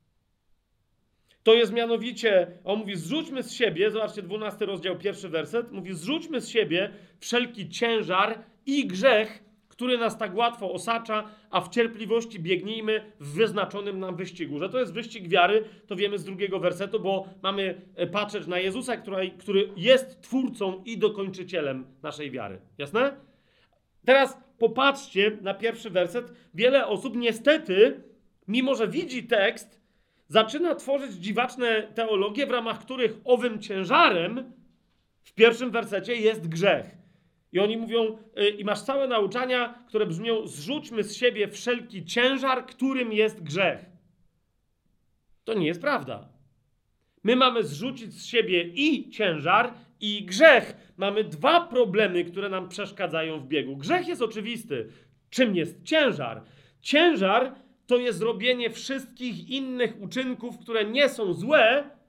Speaker 1: To jest mianowicie, on mówi, zrzućmy z siebie, zobaczcie, dwunasty rozdział, pierwszy werset, mówi, zrzućmy z siebie wszelki ciężar i grzech, który nas tak łatwo osacza, a w cierpliwości biegnijmy w wyznaczonym nam wyścigu. Że to jest wyścig wiary, to wiemy z drugiego wersetu, bo mamy patrzeć na Jezusa, który, który jest twórcą i dokończycielem naszej wiary. Jasne? Teraz popatrzcie na pierwszy werset. Wiele osób niestety, mimo że widzi tekst, zaczyna tworzyć dziwaczne teologie, w ramach których owym ciężarem w pierwszym wersecie jest grzech. I oni mówią, yy, i masz całe nauczania, które brzmią, zrzućmy z siebie wszelki ciężar, którym jest grzech. To nie jest prawda. My mamy zrzucić z siebie i ciężar, i grzech. Mamy dwa problemy, które nam przeszkadzają w biegu. Grzech jest oczywisty. Czym jest ciężar? Ciężar to jest robienie wszystkich innych uczynków, które nie są złe,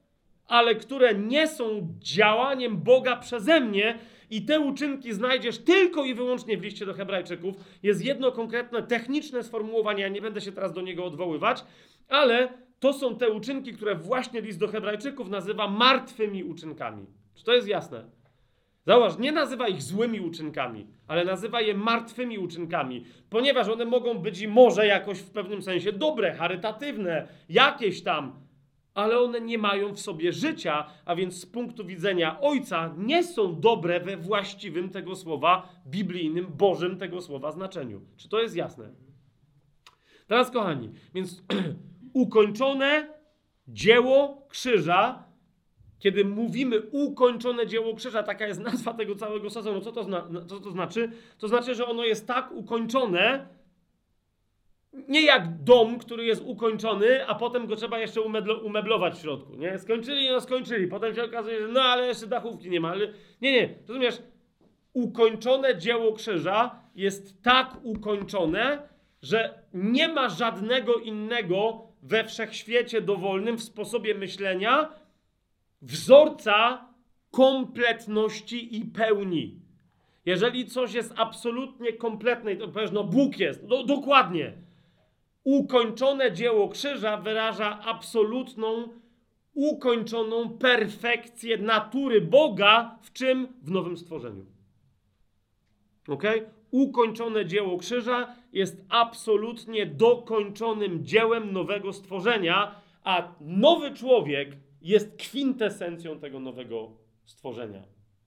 Speaker 1: ale które nie są działaniem Boga przeze mnie i te uczynki znajdziesz tylko i wyłącznie w liście do Hebrajczyków. Jest jedno konkretne, techniczne sformułowanie, ja nie będę się teraz do niego odwoływać, ale to są te uczynki, które właśnie list do Hebrajczyków nazywa martwymi uczynkami. Czy to jest jasne? Zauważ, nie nazywa ich złymi uczynkami, ale nazywa je martwymi uczynkami, ponieważ one mogą być i może jakoś w pewnym sensie dobre, charytatywne, jakieś tam, ale one nie mają w sobie życia, a więc z punktu widzenia Ojca nie są dobre we właściwym tego słowa biblijnym, Bożym tego słowa znaczeniu. Czy to jest jasne? Teraz, kochani, więc ukończone dzieło krzyża. Kiedy mówimy ukończone dzieło krzyża, taka jest nazwa tego całego sezonu. Co to, zna, co to znaczy? To znaczy, że ono jest tak ukończone, nie jak dom, który jest ukończony, a potem go trzeba jeszcze umeblo, umeblować w środku. Nie? Skończyli, no skończyli. Potem się okazuje, że no ale jeszcze dachówki nie ma. Ale... Nie, nie. Rozumiesz? Ukończone dzieło krzyża jest tak ukończone, że nie ma żadnego innego we wszechświecie dowolnym w sposobie myślenia wzorca kompletności i pełni. Jeżeli coś jest absolutnie kompletne, to powiesz, no Bóg jest. No dokładnie. Ukończone dzieło krzyża wyraża absolutną, ukończoną perfekcję natury Boga, w czym? W nowym stworzeniu. Okej? Ukończone dzieło krzyża jest absolutnie dokończonym dziełem nowego stworzenia, a nowy człowiek jest kwintesencją tego nowego stworzenia.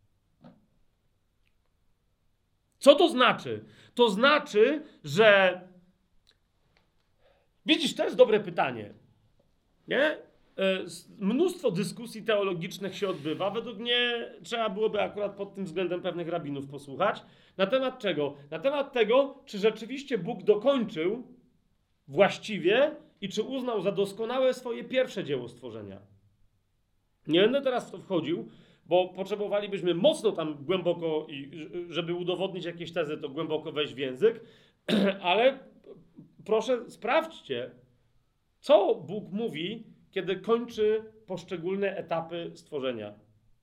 Speaker 1: Co to znaczy? To znaczy, że... Widzisz, to jest dobre pytanie. Nie? Mnóstwo dyskusji teologicznych się odbywa. Według mnie trzeba byłoby akurat pod tym względem pewnych rabinów posłuchać. Na temat czego? Na temat tego, czy rzeczywiście Bóg dokończył właściwie i czy uznał za doskonałe swoje pierwsze dzieło stworzenia. Nie będę teraz w to wchodził, bo potrzebowalibyśmy mocno tam głęboko, i żeby udowodnić jakieś tezy, to głęboko wejść w język, ale proszę sprawdźcie, co Bóg mówi, kiedy kończy poszczególne etapy stworzenia.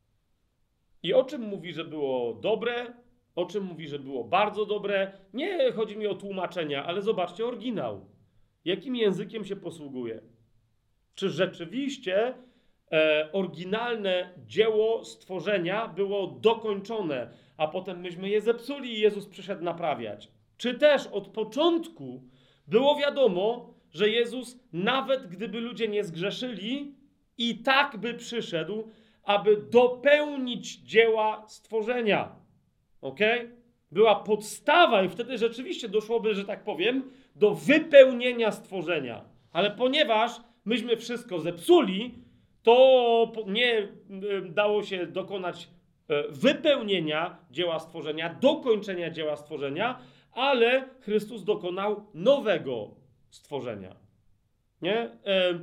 Speaker 1: I o czym mówi, że było dobre, o czym mówi, że było bardzo dobre. Nie chodzi mi o tłumaczenia, ale zobaczcie oryginał. Jakim językiem się posługuje? Czy rzeczywiście e, oryginalne dzieło stworzenia było dokończone, a potem myśmy je zepsuli i Jezus przyszedł naprawiać? Czy też od początku było wiadomo, że Jezus, nawet gdyby ludzie nie zgrzeszyli, i tak by przyszedł, aby dopełnić dzieła stworzenia. Okej? Była podstawa i wtedy rzeczywiście doszłoby, że tak powiem, do wypełnienia stworzenia. Ale ponieważ myśmy wszystko zepsuli, to nie dało się dokonać wypełnienia dzieła stworzenia, dokończenia dzieła stworzenia, ale Chrystus dokonał nowego stworzenia. Nie?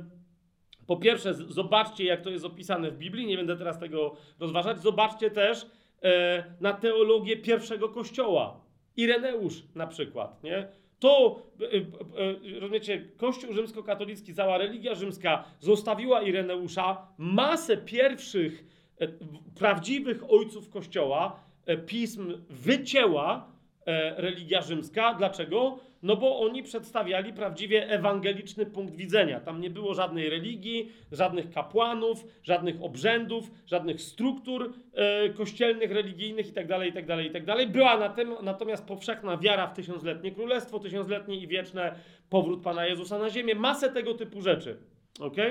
Speaker 1: Po pierwsze, zobaczcie, jak to jest opisane w Biblii. Nie będę teraz tego rozważać. Zobaczcie też na teologię pierwszego kościoła. Ireneusz na przykład. Nie? To, rozumiecie, Kościół rzymskokatolicki, cała religia rzymska zostawiła Ireneusza, masę pierwszych prawdziwych ojców Kościoła, pism wycięła religia rzymska. Dlaczego? No bo oni przedstawiali prawdziwie ewangeliczny punkt widzenia. Tam nie było żadnej religii, żadnych kapłanów, żadnych obrzędów, żadnych struktur e, kościelnych, religijnych itd., itd., itd. Była na tym, natomiast powszechna wiara w tysiącletnie królestwo, tysiącletnie i wieczne powrót Pana Jezusa na ziemię. Masę tego typu rzeczy. Okej?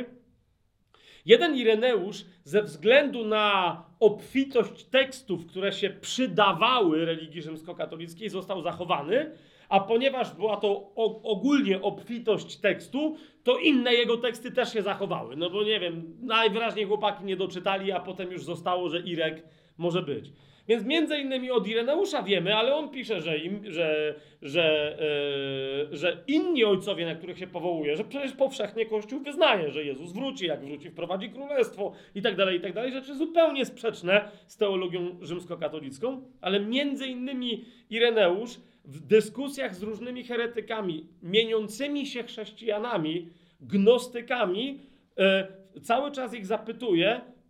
Speaker 1: Jeden Ireneusz ze względu na obfitość tekstów, które się przydawały religii rzymskokatolickiej, został zachowany, a ponieważ była to ogólnie obfitość tekstu, to inne jego teksty też się zachowały. No bo nie wiem, najwyraźniej chłopaki nie doczytali, a potem już zostało, że Irek może być. Więc między innymi od Ireneusza wiemy, ale on pisze, że, im, że, że, yy, że inni ojcowie, na których się powołuje, że przecież powszechnie Kościół wyznaje, że Jezus wróci, jak wróci, wprowadzi królestwo i tak dalej, i tak dalej. Rzeczy zupełnie sprzeczne z teologią rzymskokatolicką, ale między innymi Ireneusz w dyskusjach z różnymi heretykami, mieniącymi się chrześcijanami, gnostykami, yy, cały czas ich zapytuje,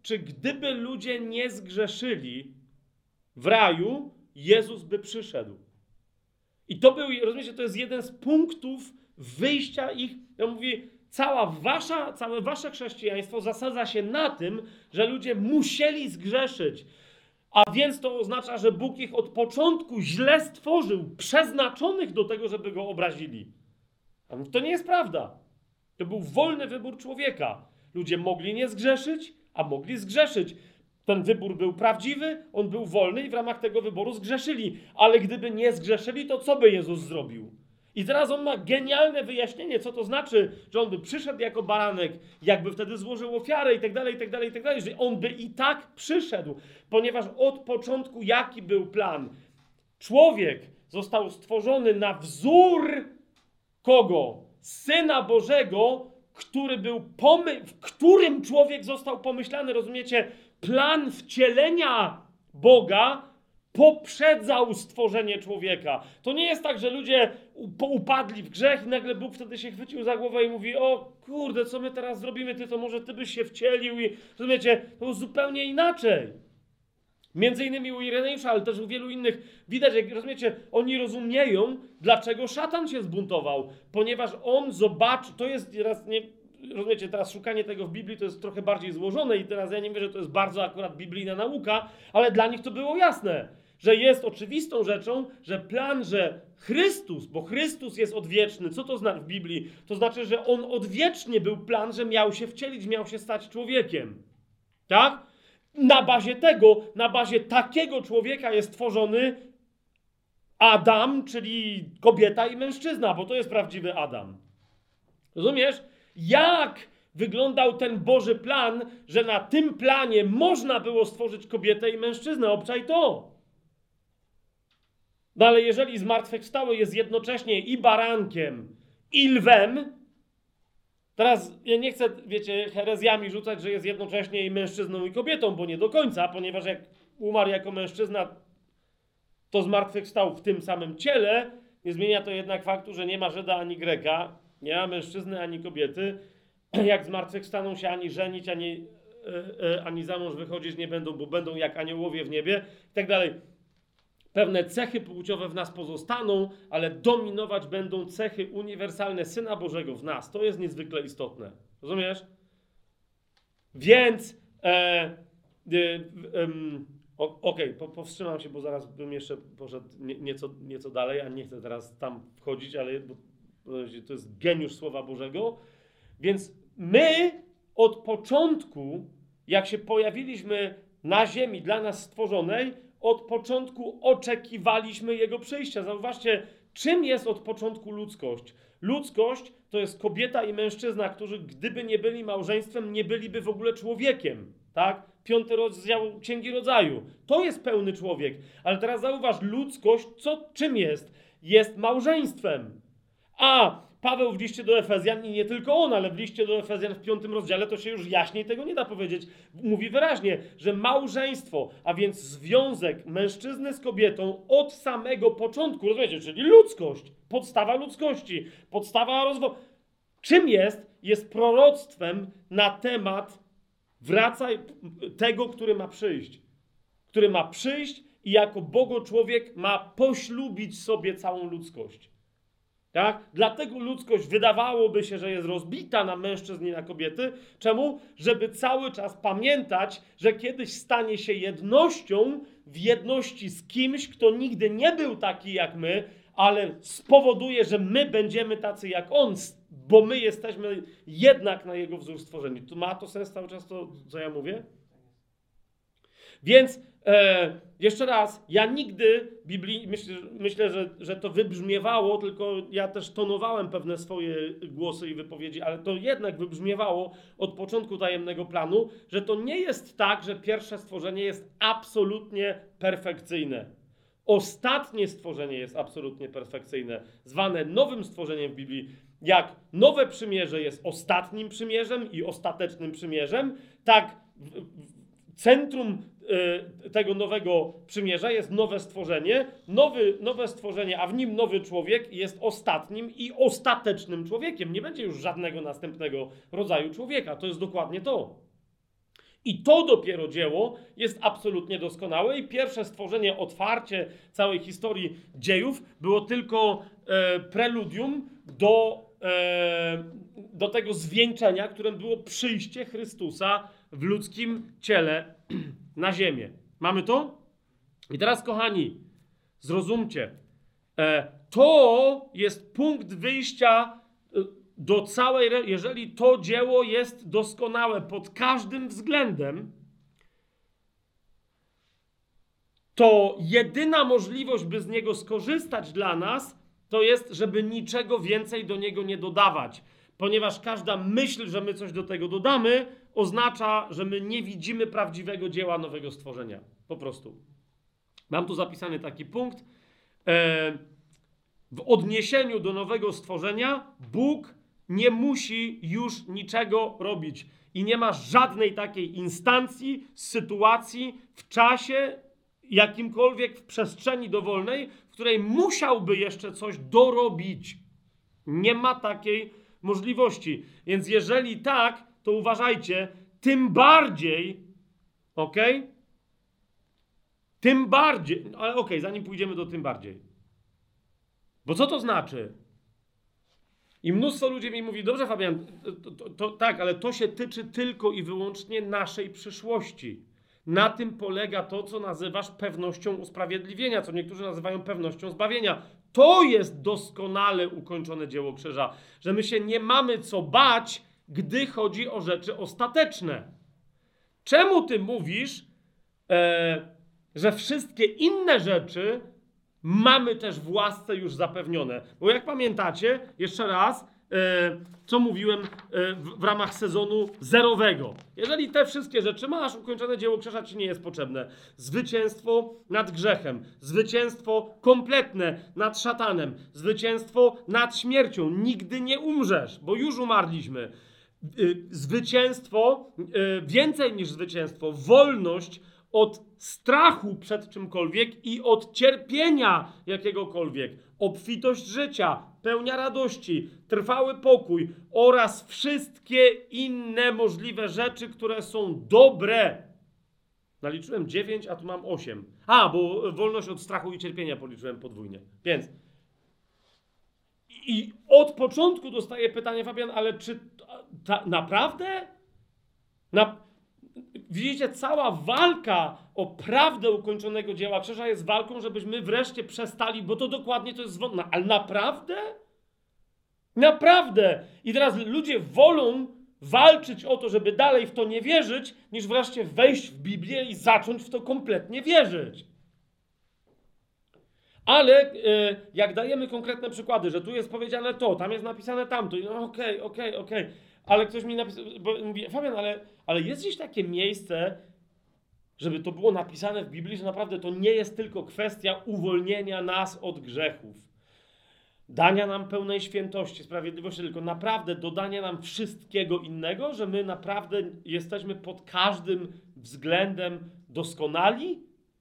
Speaker 1: czy gdyby ludzie nie zgrzeszyli w raju, Jezus by przyszedł. I to był, rozumiecie, to jest jeden z punktów wyjścia ich. Ja mówię, cała wasza, całe wasze chrześcijaństwo zasadza się na tym, że ludzie musieli zgrzeszyć. A więc to oznacza, że Bóg ich od początku źle stworzył, przeznaczonych do tego, żeby go obrazili. A to nie jest prawda. To był wolny wybór człowieka. Ludzie mogli nie zgrzeszyć, a mogli zgrzeszyć. Ten wybór był prawdziwy, on był wolny i w ramach tego wyboru zgrzeszyli. Ale gdyby nie zgrzeszyli, to co by Jezus zrobił? I teraz on ma genialne wyjaśnienie, co to znaczy, że on by przyszedł jako baranek, jakby wtedy złożył ofiarę i tak dalej, i tak dalej, i tak dalej, że on by i tak przyszedł, ponieważ od początku jaki był plan? Człowiek został stworzony na wzór kogo? Syna Bożego, który był pomy- w którym człowiek został pomyślany, rozumiecie? Plan wcielenia Boga poprzedzał stworzenie człowieka. To nie jest tak, że ludzie upadli w grzech i nagle Bóg wtedy się chwycił za głowę i mówi: o kurde, co my teraz zrobimy? Ty to może ty byś się wcielił i rozumiecie, to było zupełnie inaczej. Między innymi u Ireneusza, ale też u wielu innych widać, jak rozumiecie, oni rozumieją, dlaczego szatan się zbuntował. Ponieważ on zobaczył, to jest teraz, nie, rozumiecie, teraz szukanie tego w Biblii to jest trochę bardziej złożone i teraz ja nie wiem, że to jest bardzo akurat biblijna nauka, ale dla nich to było jasne, że jest oczywistą rzeczą, że plan, że Chrystus, bo Chrystus jest odwieczny, co to znaczy w Biblii? To znaczy, że on odwiecznie był plan, że miał się wcielić, miał się stać człowiekiem. Tak? Na bazie tego, na bazie takiego człowieka jest tworzony Adam, czyli kobieta i mężczyzna, bo to jest prawdziwy Adam. Rozumiesz? Jak wyglądał ten Boży plan, że na tym planie można było stworzyć kobietę i mężczyznę? Obczaj to. No ale jeżeli zmartwychwstały jest jednocześnie i barankiem, i lwem, teraz ja nie chcę, wiecie, herezjami rzucać, że jest jednocześnie i mężczyzną i kobietą, bo nie do końca, ponieważ jak umarł jako mężczyzna, to zmartwychwstał w tym samym ciele, nie zmienia to jednak faktu, że nie ma Żyda ani Greka, nie ma mężczyzny ani kobiety. Jak zmartwychwstaną się ani żenić, ani, e, e, ani za mąż wychodzić nie będą, bo będą jak aniołowie w niebie i tak dalej. Pewne cechy płciowe w nas pozostaną, ale dominować będą cechy uniwersalne Syna Bożego w nas. To jest niezwykle istotne. Rozumiesz? Więc e, e, e, okej, okay, powstrzymam się, bo zaraz bym jeszcze poszedł nie, nieco, nieco dalej, a nie chcę teraz tam wchodzić, ale bo, to jest geniusz Słowa Bożego. Więc my od początku, jak się pojawiliśmy na ziemi dla nas stworzonej, od początku oczekiwaliśmy Jego przyjścia. Zauważcie, czym jest od początku ludzkość? Ludzkość to jest kobieta i mężczyzna, którzy gdyby nie byli małżeństwem, nie byliby w ogóle człowiekiem. Tak? Piąty rozdział Księgi Rodzaju. To jest pełny człowiek. Ale teraz zauważ, ludzkość, co, czym jest? Jest małżeństwem. A Paweł w liście do Efezjan, i nie tylko on, ale w liście do Efezjan w piątym rozdziale, to się już jaśniej tego nie da powiedzieć, mówi wyraźnie, że małżeństwo, a więc związek mężczyzny z kobietą od samego początku, rozumiecie, czyli ludzkość, podstawa ludzkości, podstawa rozwoju. Czym jest? Jest proroctwem na temat wracaj tego, który ma przyjść. Który ma przyjść i jako Bogo człowiek ma poślubić sobie całą ludzkość. Tak? Dlatego ludzkość wydawałoby się, że jest rozbita na mężczyzn i na kobiety. Czemu? Żeby cały czas pamiętać, że kiedyś stanie się jednością, w jedności z kimś, kto nigdy nie był taki jak my, ale spowoduje, że my będziemy tacy jak on, bo my jesteśmy jednak na jego wzór stworzeni. Tu ma to sens cały czas to, co ja mówię? Więc e, jeszcze raz, ja nigdy Biblii, myślę, myślę że, że to wybrzmiewało, tylko ja też tonowałem pewne swoje głosy i wypowiedzi, ale to jednak wybrzmiewało od początku tajemnego planu, że to nie jest tak, że pierwsze stworzenie jest absolutnie perfekcyjne. Ostatnie stworzenie jest absolutnie perfekcyjne, zwane nowym stworzeniem w Biblii. Jak nowe przymierze jest ostatnim przymierzem i ostatecznym przymierzem, tak w, w, centrum y, tego nowego przymierza jest nowe stworzenie, nowy, nowe stworzenie, a w nim nowy człowiek jest ostatnim i ostatecznym człowiekiem. Nie będzie już żadnego następnego rodzaju człowieka. To jest dokładnie to. I to dopiero dzieło jest absolutnie doskonałe i pierwsze stworzenie, otwarcie całej historii dziejów było tylko e, preludium do, e, do tego zwieńczenia, którym było przyjście Chrystusa w ludzkim ciele na ziemię. Mamy to? I teraz, kochani, zrozumcie, e, to jest punkt wyjścia do całej, jeżeli to dzieło jest doskonałe pod każdym względem, to jedyna możliwość, by z niego skorzystać dla nas, to jest, żeby niczego więcej do niego nie dodawać. Ponieważ każda myśl, że my coś do tego dodamy, oznacza, że my nie widzimy prawdziwego dzieła nowego stworzenia. Po prostu. Mam tu zapisany taki punkt. E, w odniesieniu do nowego stworzenia Bóg nie musi już niczego robić. I nie ma żadnej takiej instancji, sytuacji, w czasie, jakimkolwiek w przestrzeni dowolnej, w której musiałby jeszcze coś dorobić. Nie ma takiej możliwości. Więc jeżeli tak, to uważajcie, tym bardziej, okej? Okay? Tym bardziej, ale okej, okay, zanim pójdziemy do tym bardziej. Bo co to znaczy? I mnóstwo ludzi mi mówi, dobrze Fabian, to, to, to, tak, ale to się tyczy tylko i wyłącznie naszej przyszłości. Na tym polega to, co nazywasz pewnością usprawiedliwienia, co niektórzy nazywają pewnością zbawienia. To jest doskonale ukończone dzieło krzyża, że my się nie mamy co bać, gdy chodzi o rzeczy ostateczne. Czemu ty mówisz, e, że wszystkie inne rzeczy mamy też w łasce już zapewnione? Bo jak pamiętacie, jeszcze raz, e, co mówiłem e, w, w ramach sezonu zerowego. Jeżeli te wszystkie rzeczy masz, ukończone dzieło krzyża ci nie jest potrzebne. Zwycięstwo nad grzechem, zwycięstwo kompletne nad szatanem, zwycięstwo nad śmiercią. Nigdy nie umrzesz, bo już umarliśmy. Zwycięstwo, więcej niż zwycięstwo, wolność od strachu przed czymkolwiek i od cierpienia jakiegokolwiek, obfitość życia, pełnia radości, trwały pokój oraz wszystkie inne możliwe rzeczy, które są dobre. Naliczyłem dziewięć, a tu mam osiem. A, bo wolność od strachu i cierpienia policzyłem podwójnie. Więc i od początku dostaję pytanie, Fabian, ale czy ta, naprawdę? Na, widzicie, cała walka o prawdę ukończonego dzieła krzyża jest walką, żebyśmy wreszcie przestali, bo to dokładnie to jest zwodna. Ale naprawdę? Naprawdę! I teraz ludzie wolą walczyć o to, żeby dalej w to nie wierzyć, niż wreszcie wejść w Biblię i zacząć w to kompletnie wierzyć. Ale e, jak dajemy konkretne przykłady, że tu jest powiedziane to, tam jest napisane tamto, no okej, okej, okej, ale ktoś mi napisał, bo mówi, Fabian, ale, ale jest gdzieś takie miejsce, żeby to było napisane w Biblii, że naprawdę to nie jest tylko kwestia uwolnienia nas od grzechów, dania nam pełnej świętości, sprawiedliwości, tylko naprawdę dodania nam wszystkiego innego, że my naprawdę jesteśmy pod każdym względem doskonali?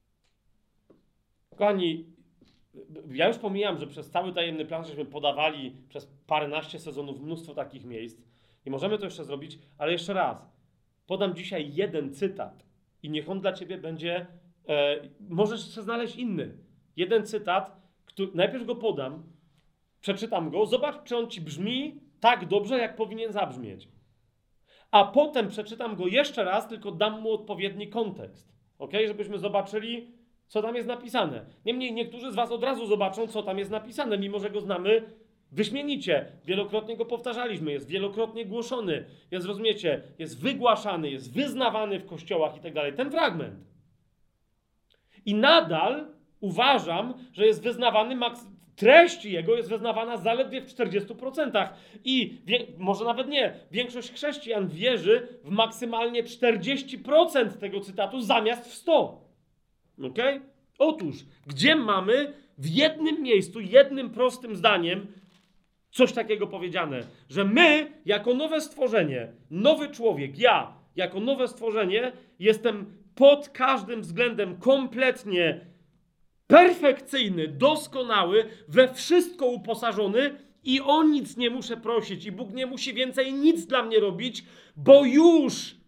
Speaker 1: Kochani, ja już pomijam, że przez cały tajemny plan żeśmy podawali przez paręnaście sezonów mnóstwo takich miejsc i możemy to jeszcze zrobić, ale jeszcze raz, podam dzisiaj jeden cytat i niech on dla ciebie będzie, e, możesz jeszcze znaleźć inny. Jeden cytat, który, najpierw go podam, przeczytam go, zobacz, czy on ci brzmi tak dobrze, jak powinien zabrzmieć. A potem przeczytam go jeszcze raz, tylko dam mu odpowiedni kontekst, okej, żebyśmy zobaczyli, co tam jest napisane. Niemniej niektórzy z was od razu zobaczą, co tam jest napisane, mimo że go znamy wyśmienicie. Wielokrotnie go powtarzaliśmy, jest wielokrotnie głoszony, jest, rozumiecie, jest wygłaszany, jest wyznawany w kościołach i tak dalej. Ten fragment. I nadal uważam, że jest wyznawany, maks- treść jego jest wyznawana zaledwie w czterdziestu procentach. I wie- może nawet nie, większość chrześcijan wierzy w maksymalnie czterdzieści procent tego cytatu zamiast w sto procent. Okej? Okay? Otóż, gdzie mamy w jednym miejscu, jednym prostym zdaniem coś takiego powiedziane, że my, jako nowe stworzenie, nowy człowiek, ja, jako nowe stworzenie, jestem pod każdym względem kompletnie perfekcyjny, doskonały, we wszystko uposażony i o nic nie muszę prosić i Bóg nie musi więcej nic dla mnie robić, bo już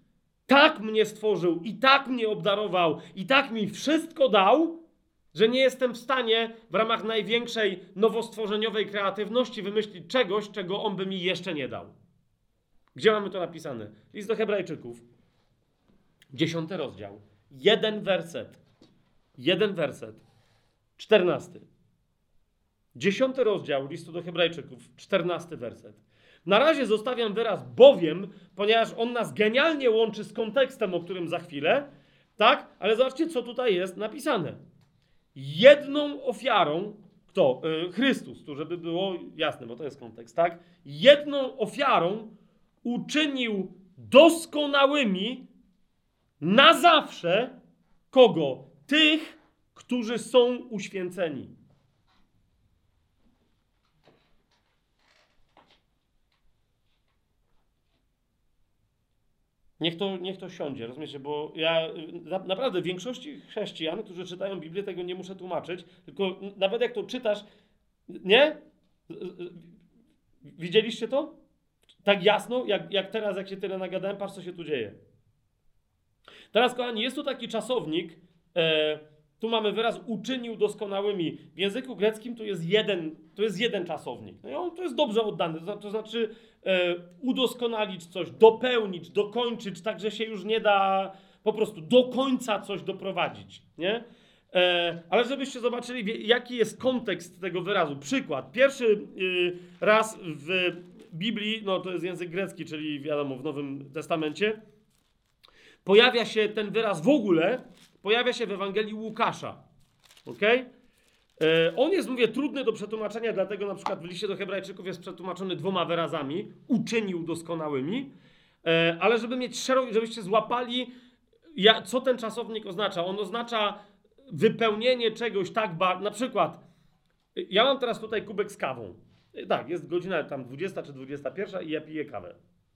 Speaker 1: tak mnie stworzył i tak mnie obdarował i tak mi wszystko dał, że nie jestem w stanie w ramach największej nowostworzeniowej kreatywności wymyślić czegoś, czego on by mi jeszcze nie dał. Gdzie mamy to napisane? List do Hebrajczyków. Dziesiąty rozdział. Jeden werset. Jeden werset. Czternasty. Dziesiąty rozdział listu do Hebrajczyków. Czternasty werset. Na razie zostawiam wyraz bowiem, ponieważ on nas genialnie łączy z kontekstem, o którym za chwilę, tak? Ale zobaczcie, co tutaj jest napisane. Jedną ofiarą, kto? Yy, Chrystus, tu żeby było jasne, bo to jest kontekst, tak? Jedną ofiarą uczynił doskonałymi na zawsze kogo? Tych, którzy są uświęceni. Niech to, niech to siądzie, rozumiecie, bo ja na, naprawdę większości chrześcijan, którzy czytają Biblię, tego nie muszę tłumaczyć, tylko nawet jak to czytasz, nie? Widzieliście to? Tak jasno, jak, jak teraz, jak się tyle nagadałem, patrz, co się tu dzieje. Teraz, kochani, jest tu taki czasownik, e, tu mamy wyraz uczynił doskonałymi. W języku greckim to jest jeden, to jest jeden czasownik. No i on to jest dobrze oddany, to, to znaczy e, udoskonalić coś, dopełnić, dokończyć, tak, że się już nie da po prostu do końca coś doprowadzić, nie? E, ale żebyście zobaczyli, jaki jest kontekst tego wyrazu. Przykład. Pierwszy y, raz w Biblii, no to jest język grecki, czyli wiadomo, w Nowym Testamencie, pojawia się ten wyraz w ogóle, pojawia się w Ewangelii Łukasza. Okay? E, on jest, mówię, trudny do przetłumaczenia, dlatego na przykład w liście do Hebrajczyków jest przetłumaczony dwoma wyrazami. Uczynił doskonałymi. E, ale żeby mieć szerokość, żebyście złapali, ja, co ten czasownik oznacza. On oznacza wypełnienie czegoś tak bardzo. Na przykład, ja mam teraz tutaj kubek z kawą. E, tak, jest godzina tam dwudziesta czy dwudziesta pierwsza i ja piję kawę.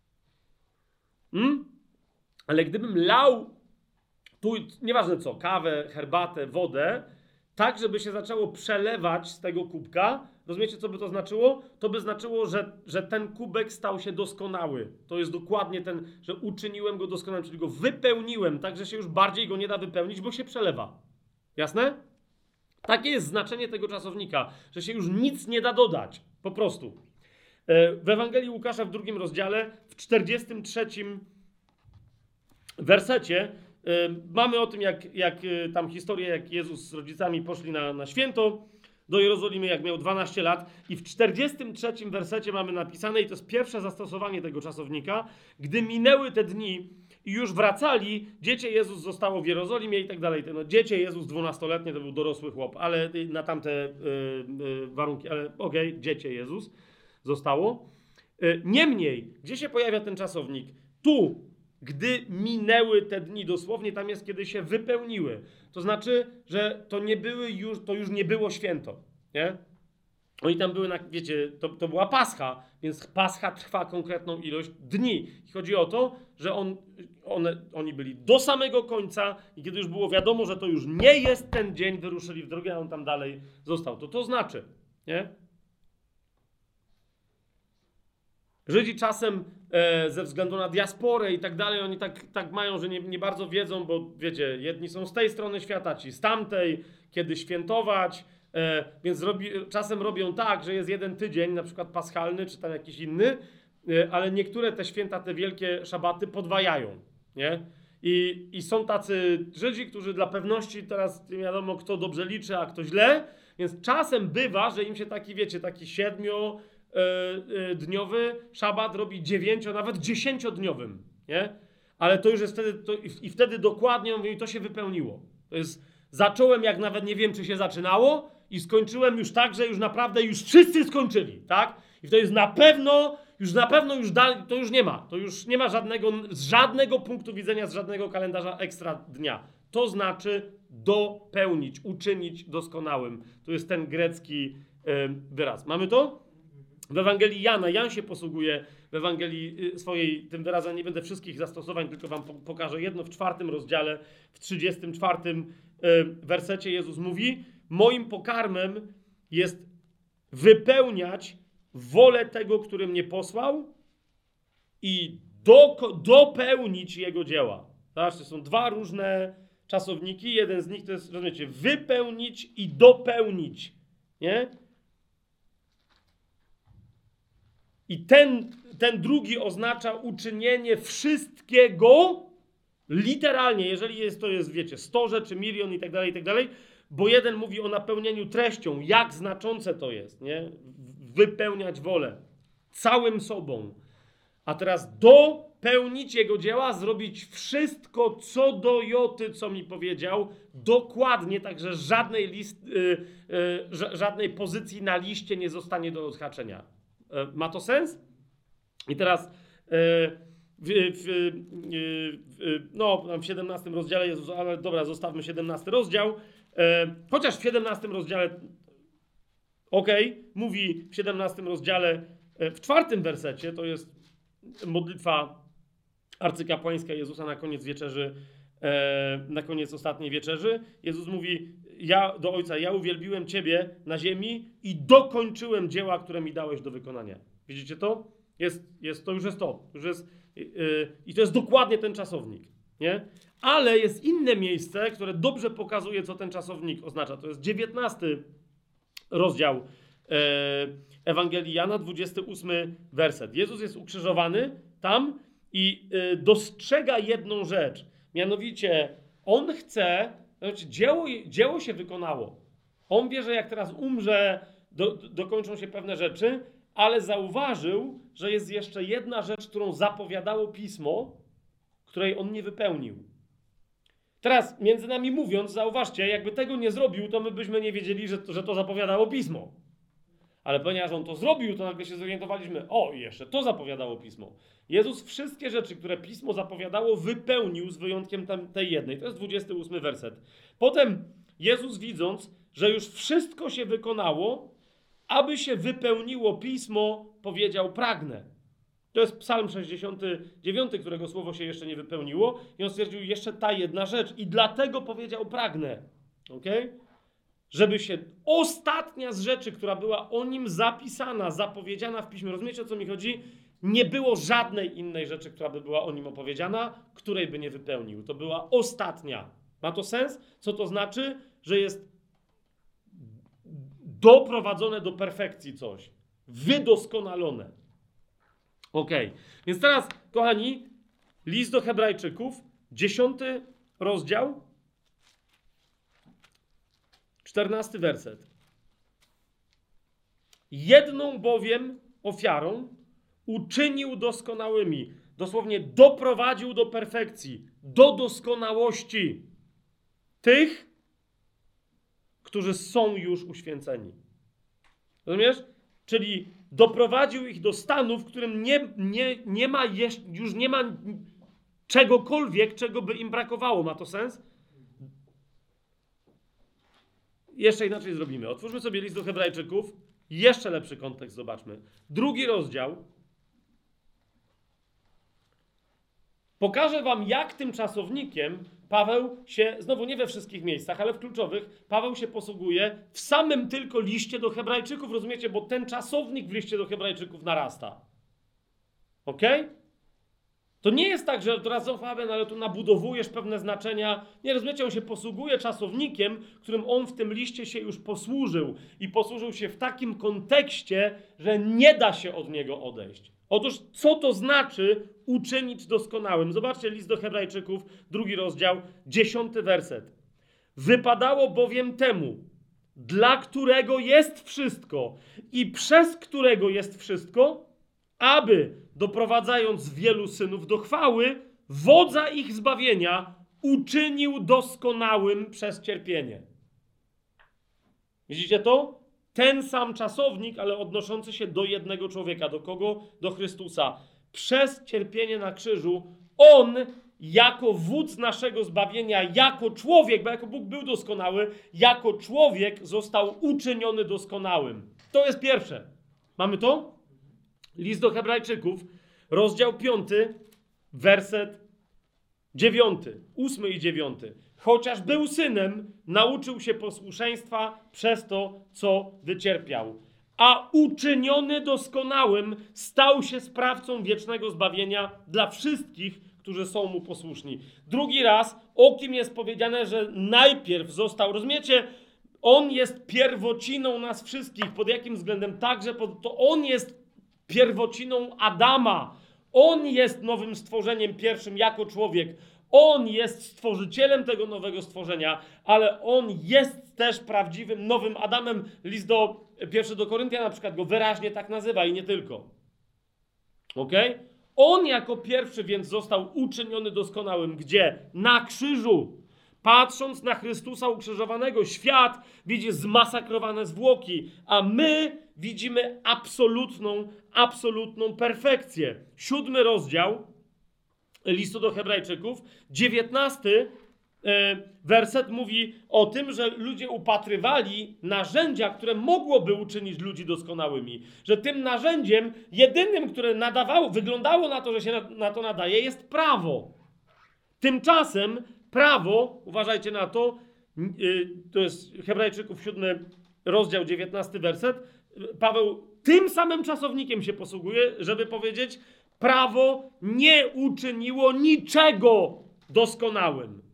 Speaker 1: Hmm? Ale gdybym lał tu, nieważne co, kawę, herbatę, wodę, tak, żeby się zaczęło przelewać z tego kubka, rozumiecie, co by to znaczyło? To by znaczyło, że, że ten kubek stał się doskonały. To jest dokładnie ten, że uczyniłem go doskonałym, czyli go wypełniłem, tak, że się już bardziej go nie da wypełnić, bo się przelewa. Jasne? Takie jest znaczenie tego czasownika, że się już nic nie da dodać. Po prostu. W Ewangelii Łukasza w drugim rozdziale, w czterdziestym trzecim wersecie yy, mamy o tym, jak, jak yy, tam historię, jak Jezus z rodzicami poszli na, na święto do Jerozolimy, jak miał dwanaście lat, i w czterdziestym trzecim wersecie mamy napisane, i to jest pierwsze zastosowanie tego czasownika, gdy minęły te dni i już wracali, dziecię Jezus zostało w Jerozolimie i tak dalej. No, dziecię Jezus dwunastoletnie to był dorosły chłop, ale na tamte yy, yy, warunki, ale okej, okay, dziecię Jezus zostało. Yy, niemniej, gdzie się pojawia ten czasownik? Tu, gdy minęły te dni, dosłownie tam jest, kiedy się wypełniły. To znaczy, że to nie były już, to już nie było święto, nie? Oni tam były, na, wiecie, to, to była Pascha, więc Pascha trwa konkretną ilość dni. I chodzi o to, że on, one, oni byli do samego końca i kiedy już było wiadomo, że to już nie jest ten dzień, wyruszyli w drogę, a on tam dalej został. To to znaczy, nie? Żydzi czasem e, ze względu na diasporę i tak dalej, oni tak, tak mają, że nie, nie bardzo wiedzą, bo wiecie, jedni są z tej strony świata, ci z tamtej, kiedy świętować, e, więc robi, czasem robią tak, że jest jeden tydzień, na przykład paschalny, czy tam jakiś inny, e, ale niektóre te święta, te wielkie szabaty podwajają, nie? I, I są tacy Żydzi, którzy dla pewności teraz nie wiadomo, kto dobrze liczy, a kto źle, więc czasem bywa, że im się taki, wiecie, taki siedmiu dniowy szabat robi dziewięcio, nawet dziesięciodniowym, nie? Ale to już jest wtedy, to, i, i wtedy dokładnie, mówię, to się wypełniło. To jest, zacząłem jak nawet nie wiem, czy się zaczynało i skończyłem już tak, że już naprawdę już wszyscy skończyli, tak? I to jest na pewno, już na pewno już da, to już nie ma, to już nie ma żadnego, z żadnego punktu widzenia, z żadnego kalendarza ekstra dnia. To znaczy dopełnić, uczynić doskonałym. To jest ten grecki yy, wyraz. Mamy to? W Ewangelii Jana, Jan się posługuje w Ewangelii swojej tym wyrazem, nie będę wszystkich zastosowań, tylko wam pokażę jedno w czwartym rozdziale, w trzydziestym czwartym wersecie Jezus mówi: moim pokarmem jest wypełniać wolę tego, który mnie posłał i do, dopełnić Jego dzieła. Zobaczcie, są dwa różne czasowniki. Jeden z nich to jest, rozumiecie, wypełnić i dopełnić. Nie? I ten, ten drugi oznacza uczynienie wszystkiego literalnie, jeżeli jest, to jest, wiecie, sto rzeczy, milion i tak dalej, i tak dalej, bo jeden mówi o napełnieniu treścią, jak znaczące to jest, nie? Wypełniać wolę całym sobą. A teraz dopełnić Jego dzieła, zrobić wszystko co do joty, co mi powiedział, dokładnie, także żadnej, list, yy, yy, żadnej pozycji na liście nie zostanie do odhaczenia. Yy, ma to sens? I teraz yy, w, w, yy, w, no, w siedemnastym rozdziale Jezus, ale dobra, zostawmy siedemnasty rozdział, yy, chociaż w siedemnastym rozdziale okej, okay, mówi w siedemnastym rozdziale, yy, w czwartym wersecie, to jest modlitwa arcykapłańska Jezusa na koniec wieczerzy, e, na koniec ostatniej wieczerzy. Jezus mówi ja, do Ojca, ja uwielbiłem Ciebie na ziemi i dokończyłem dzieła, które mi dałeś do wykonania. Widzicie to? Jest, jest, to już jest to. Już jest, yy, I to jest dokładnie ten czasownik. Nie? Ale jest inne miejsce, które dobrze pokazuje, co ten czasownik oznacza. To jest dziewiętnasty rozdział Ewangelii Jana, dwudziesty ósmy werset. Jezus jest ukrzyżowany tam i dostrzega jedną rzecz. Mianowicie on chce, znaczy dzieło, dzieło się wykonało. On wie, że jak teraz umrze, do, dokończą się pewne rzeczy, ale zauważył, że jest jeszcze jedna rzecz, którą zapowiadało Pismo, której on nie wypełnił. Teraz, między nami mówiąc, zauważcie, jakby tego nie zrobił, to my byśmy nie wiedzieli, że to, że to zapowiadało Pismo. Ale ponieważ on to zrobił, to nagle się zorientowaliśmy, o, jeszcze to zapowiadało Pismo. Jezus wszystkie rzeczy, które Pismo zapowiadało, wypełnił z wyjątkiem tam, tej jednej. To jest dwudziesty ósmy werset. Potem Jezus, widząc, że już wszystko się wykonało, aby się wypełniło Pismo, powiedział, pragnę. To jest Psalm sześćdziesiąty dziewiąty, którego słowo się jeszcze nie wypełniło. I on stwierdził, jeszcze ta jedna rzecz. I dlatego powiedział, pragnę. Okej? Okay? Żeby się ostatnia z rzeczy, która była o nim zapisana, zapowiedziana w Piśmie, rozumiecie, o co mi chodzi? Nie było żadnej innej rzeczy, która by była o nim opowiedziana, której by nie wypełnił. To była ostatnia. Ma to sens? Co to znaczy? Że jest doprowadzone do perfekcji coś. Wydoskonalone. Okej. Okay. Więc teraz, kochani, list do Hebrajczyków, dziesiąty rozdział, czternasty werset. Jedną bowiem ofiarą uczynił doskonałymi. Dosłownie doprowadził do perfekcji, do doskonałości tych, którzy są już uświęceni. Rozumiesz? Czyli doprowadził ich do stanu, w którym nie, nie, nie ma jeszcze, już nie ma czegokolwiek, czego by im brakowało. Ma to sens? Jeszcze inaczej zrobimy. Otwórzmy sobie list do Hebrajczyków. Jeszcze lepszy kontekst zobaczmy. Drugi rozdział. Pokażę wam, jak tym czasownikiem Paweł się, znowu nie we wszystkich miejscach, ale w kluczowych, Paweł się posługuje w samym tylko liście do Hebrajczyków, rozumiecie? Bo ten czasownik w liście do Hebrajczyków narasta. Okej? Okay? To nie jest tak, że teraz o Fabian, ale tu nabudowujesz pewne znaczenia. Nie, rozumiecie, on się posługuje czasownikiem, którym on w tym liście się już posłużył. I posłużył się w takim kontekście, że nie da się od niego odejść. Otóż, co to znaczy uczynić doskonałym? Zobaczcie list do Hebrajczyków, drugi rozdział, dziesiąty werset. Wypadało bowiem temu, dla którego jest wszystko i przez którego jest wszystko, aby, doprowadzając wielu synów do chwały, wodza ich zbawienia uczynił doskonałym przez cierpienie. Widzicie to? Ten sam czasownik, ale odnoszący się do jednego człowieka. Do kogo? Do Chrystusa. Przez cierpienie na krzyżu On, jako wódz naszego zbawienia, jako człowiek, bo jako Bóg był doskonały, jako człowiek został uczyniony doskonałym. To jest pierwsze. Mamy to? List do Hebrajczyków, rozdział piąty, werset dziewiąty, ósmy i dziewiąty. Chociaż był synem, nauczył się posłuszeństwa przez to, co wycierpiał. a uczyniony doskonałym stał się sprawcą wiecznego zbawienia dla wszystkich, którzy są mu posłuszni. Drugi raz, o kim jest powiedziane, że najpierw został, rozumiecie, on jest pierwociną nas wszystkich. Pod jakim względem? Także pod, to on jest pierwociną Adama. On jest nowym stworzeniem pierwszym jako człowiek. On jest stworzycielem tego nowego stworzenia, ale on jest też prawdziwym nowym Adamem. List do pierwszy do Koryntian na przykład go wyraźnie tak nazywa i nie tylko. Okej? On jako pierwszy więc został uczyniony doskonałym. Gdzie? Na krzyżu. Patrząc na Chrystusa ukrzyżowanego, świat widzi zmasakrowane zwłoki, a my widzimy absolutną, absolutną perfekcję. Siódmy rozdział listu do Hebrajczyków, dziewiętnasty e, werset mówi o tym, że ludzie upatrywali narzędzia, które mogłoby uczynić ludzi doskonałymi. Że tym narzędziem jedynym, które nadawało, wyglądało na to, że się na, na to nadaje, jest prawo. Tymczasem prawo, uważajcie na to, yy, to jest Hebrajczyków siódmy rozdział, dziewiętnasty werset, Paweł tym samym czasownikiem się posługuje, żeby powiedzieć, prawo nie uczyniło niczego doskonałym.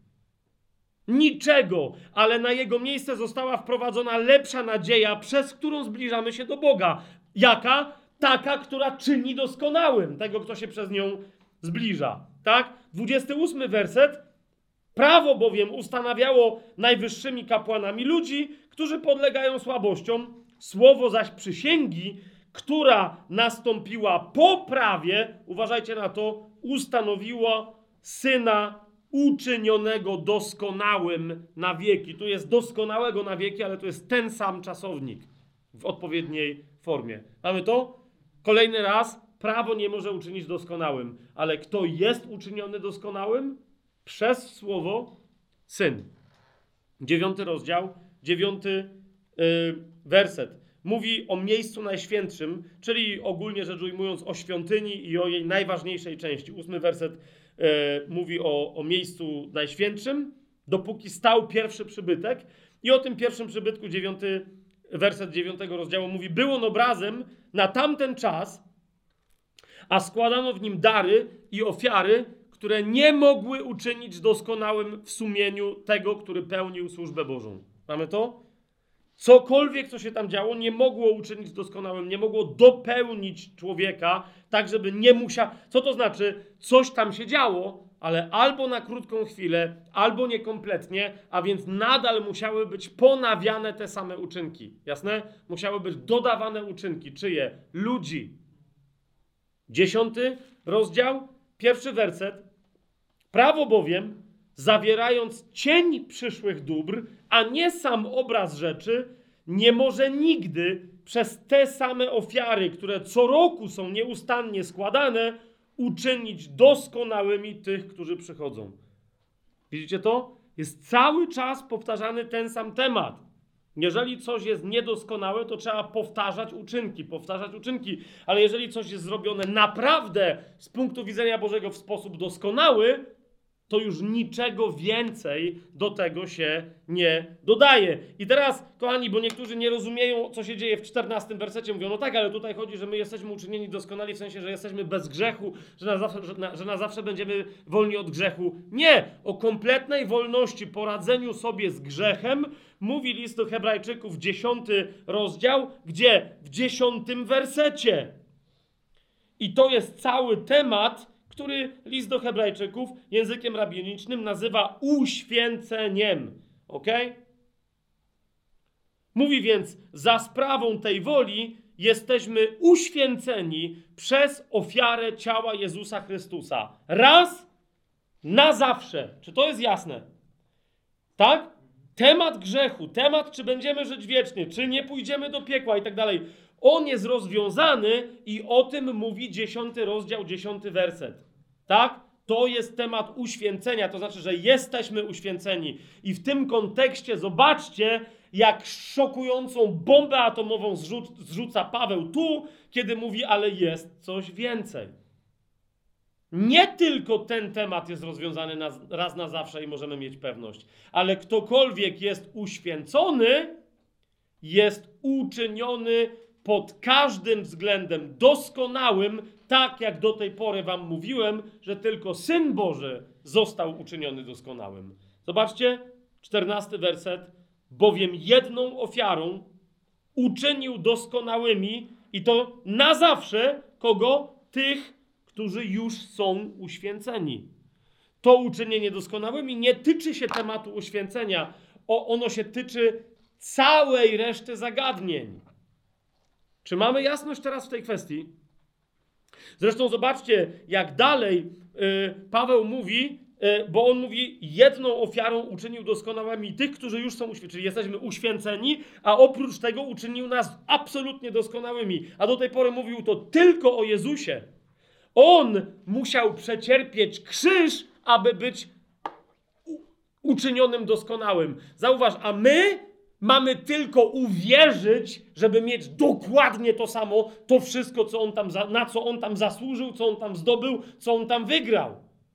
Speaker 1: Niczego, ale na jego miejsce została wprowadzona lepsza nadzieja, przez którą zbliżamy się do Boga. Jaka? Taka, która czyni doskonałym tego, kto się przez nią zbliża. Tak? dwudziesty ósmy werset. Prawo bowiem ustanawiało najwyższymi kapłanami ludzi, którzy podlegają słabościom. Słowo zaś przysięgi, która nastąpiła po prawie, uważajcie na to, ustanowiło syna uczynionego doskonałym na wieki. Tu jest doskonałego na wieki, ale to jest ten sam czasownik w odpowiedniej formie. Mamy to? Kolejny raz. Prawo nie może uczynić doskonałym, ale kto jest uczyniony doskonałym? Przez słowo Syn. Dziewiąty rozdział, dziewiąty yy, werset. Mówi o miejscu najświętszym, czyli ogólnie rzecz ujmując o świątyni i o jej najważniejszej części. Ósmy werset yy, mówi o, o miejscu najświętszym, dopóki stał pierwszy przybytek. I o tym pierwszym przybytku, dziewiąty werset dziewiątego rozdziału mówi, był on obrazem na tamten czas, a składano w nim dary i ofiary, które nie mogły uczynić doskonałym w sumieniu tego, który pełnił służbę Bożą. Mamy to? Cokolwiek, co się tam działo, nie mogło uczynić doskonałym, nie mogło dopełnić człowieka, tak żeby nie musiał... Co to znaczy? Coś tam się działo, ale albo na krótką chwilę, albo niekompletnie, a więc nadal musiały być ponawiane te same uczynki. Jasne? Musiały być dodawane uczynki. Czyje? Ludzi. Dziesiąty rozdział, pierwszy werset. Prawo bowiem, zawierając cień przyszłych dóbr, a nie sam obraz rzeczy, nie może nigdy przez te same ofiary, które co roku są nieustannie składane, uczynić doskonałymi tych, którzy przychodzą. Widzicie to? Jest cały czas powtarzany ten sam temat. Jeżeli coś jest niedoskonałe, to trzeba powtarzać uczynki, powtarzać uczynki. Ale jeżeli coś jest zrobione naprawdę z punktu widzenia Bożego w sposób doskonały, to już niczego więcej do tego się nie dodaje. I teraz, kochani, bo niektórzy nie rozumieją, co się dzieje w czternastym wersecie, mówią, no tak, ale tutaj chodzi, że my jesteśmy uczynieni doskonali, w sensie, że jesteśmy bez grzechu, że na zawsze, że na, że na zawsze będziemy wolni od grzechu. Nie! O kompletnej wolności, poradzeniu sobie z grzechem mówi list do Hebrajczyków, dziesiąty rozdział, gdzie? W dziesiątym wersecie. I to jest cały temat, który list do Hebrajczyków językiem rabinicznym nazywa uświęceniem. Ok? Mówi więc, za sprawą tej woli jesteśmy uświęceni przez ofiarę ciała Jezusa Chrystusa. Raz na zawsze. Czy to jest jasne? Tak? Temat grzechu, temat, czy będziemy żyć wiecznie, czy nie pójdziemy do piekła i tak dalej. On jest rozwiązany i o tym mówi dziesiąty rozdział, dziesiąty werset. Tak? To jest temat uświęcenia, to znaczy, że jesteśmy uświęceni. I w tym kontekście zobaczcie, jak szokującą bombę atomową zrzu- zrzuca Paweł tu, kiedy mówi, ale jest coś więcej. Nie tylko ten temat jest rozwiązany na, raz na zawsze i możemy mieć pewność, ale ktokolwiek jest uświęcony, jest uczyniony pod każdym względem doskonałym, tak jak do tej pory wam mówiłem, że tylko Syn Boży został uczyniony doskonałym. Zobaczcie, czternasty werset. Bowiem jedną ofiarą uczynił doskonałymi i to na zawsze kogo? Tych, którzy już są uświęceni. To uczynienie doskonałymi nie tyczy się tematu uświęcenia. O, ono się tyczy całej reszty zagadnień. Czy mamy jasność teraz w tej kwestii? Zresztą zobaczcie, jak dalej yy, Paweł mówi, yy, bo on mówi, jedną ofiarą uczynił doskonałymi tych, którzy już są uświęceni. Czyli jesteśmy uświęceni, a oprócz tego uczynił nas absolutnie doskonałymi. A do tej pory mówił to tylko o Jezusie. On musiał przecierpieć krzyż, aby być uczynionym doskonałym. Zauważ, a my mamy tylko uwierzyć, żeby mieć dokładnie to samo, to wszystko, co on tam za, na co on tam zasłużył, co on tam zdobył, co on tam wygrał.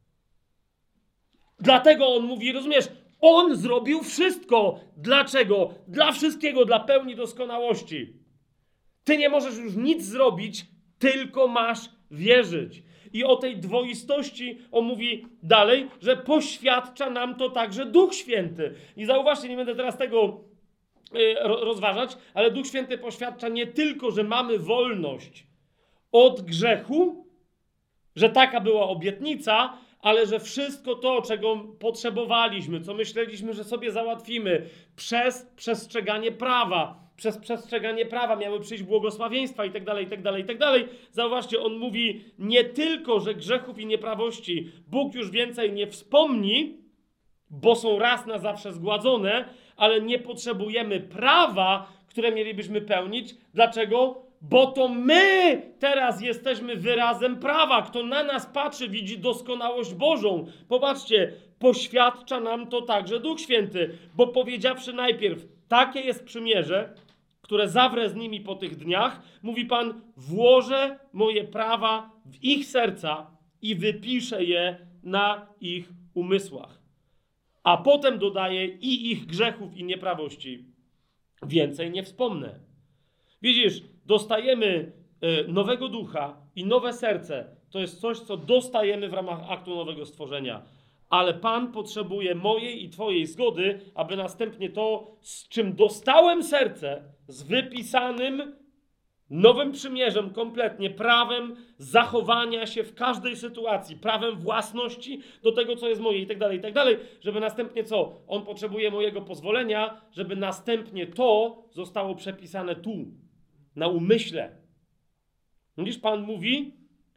Speaker 1: Dlatego on mówi, rozumiesz, on zrobił wszystko. Dlaczego? Dla wszystkiego, dla pełni doskonałości. Ty nie możesz już nic zrobić, tylko masz wierzyć. I o tej dwoistości on mówi dalej, że poświadcza nam to także Duch Święty. I zauważcie, nie będę teraz tego yy, rozważać, ale Duch Święty poświadcza nie tylko, że mamy wolność od grzechu, że taka była obietnica, ale że wszystko to, czego potrzebowaliśmy, co myśleliśmy, że sobie załatwimy przez przestrzeganie prawa, przez przestrzeganie prawa miały przyjść błogosławieństwa i tak dalej, i tak dalej, i tak dalej. Zauważcie, on mówi nie tylko, że grzechów i nieprawości Bóg już więcej nie wspomni, bo są raz na zawsze zgładzone, ale nie potrzebujemy prawa, które mielibyśmy pełnić. Dlaczego? Bo to my teraz jesteśmy wyrazem prawa. Kto na nas patrzy, widzi doskonałość Bożą. Popatrzcie, poświadcza nam to także Duch Święty, bo powiedziawszy najpierw, takie jest przymierze, które zawrę z nimi po tych dniach, mówi Pan, włożę moje prawa w ich serca i wypiszę je na ich umysłach. A potem dodaje i ich grzechów i nieprawości więcej nie wspomnę. Widzisz, dostajemy y, nowego ducha i nowe serce. To jest coś, co dostajemy w ramach aktu nowego stworzenia. Ale Pan potrzebuje mojej i twojej zgody, aby następnie to, z czym dostałem serce, z wypisanym nowym przymierzem kompletnie, prawem zachowania się w każdej sytuacji, prawem własności do tego, co jest moje i tak dalej, i tak dalej, żeby następnie co? On potrzebuje mojego pozwolenia, żeby następnie to zostało przepisane tu, na umyśle. Widzisz, Pan mówi,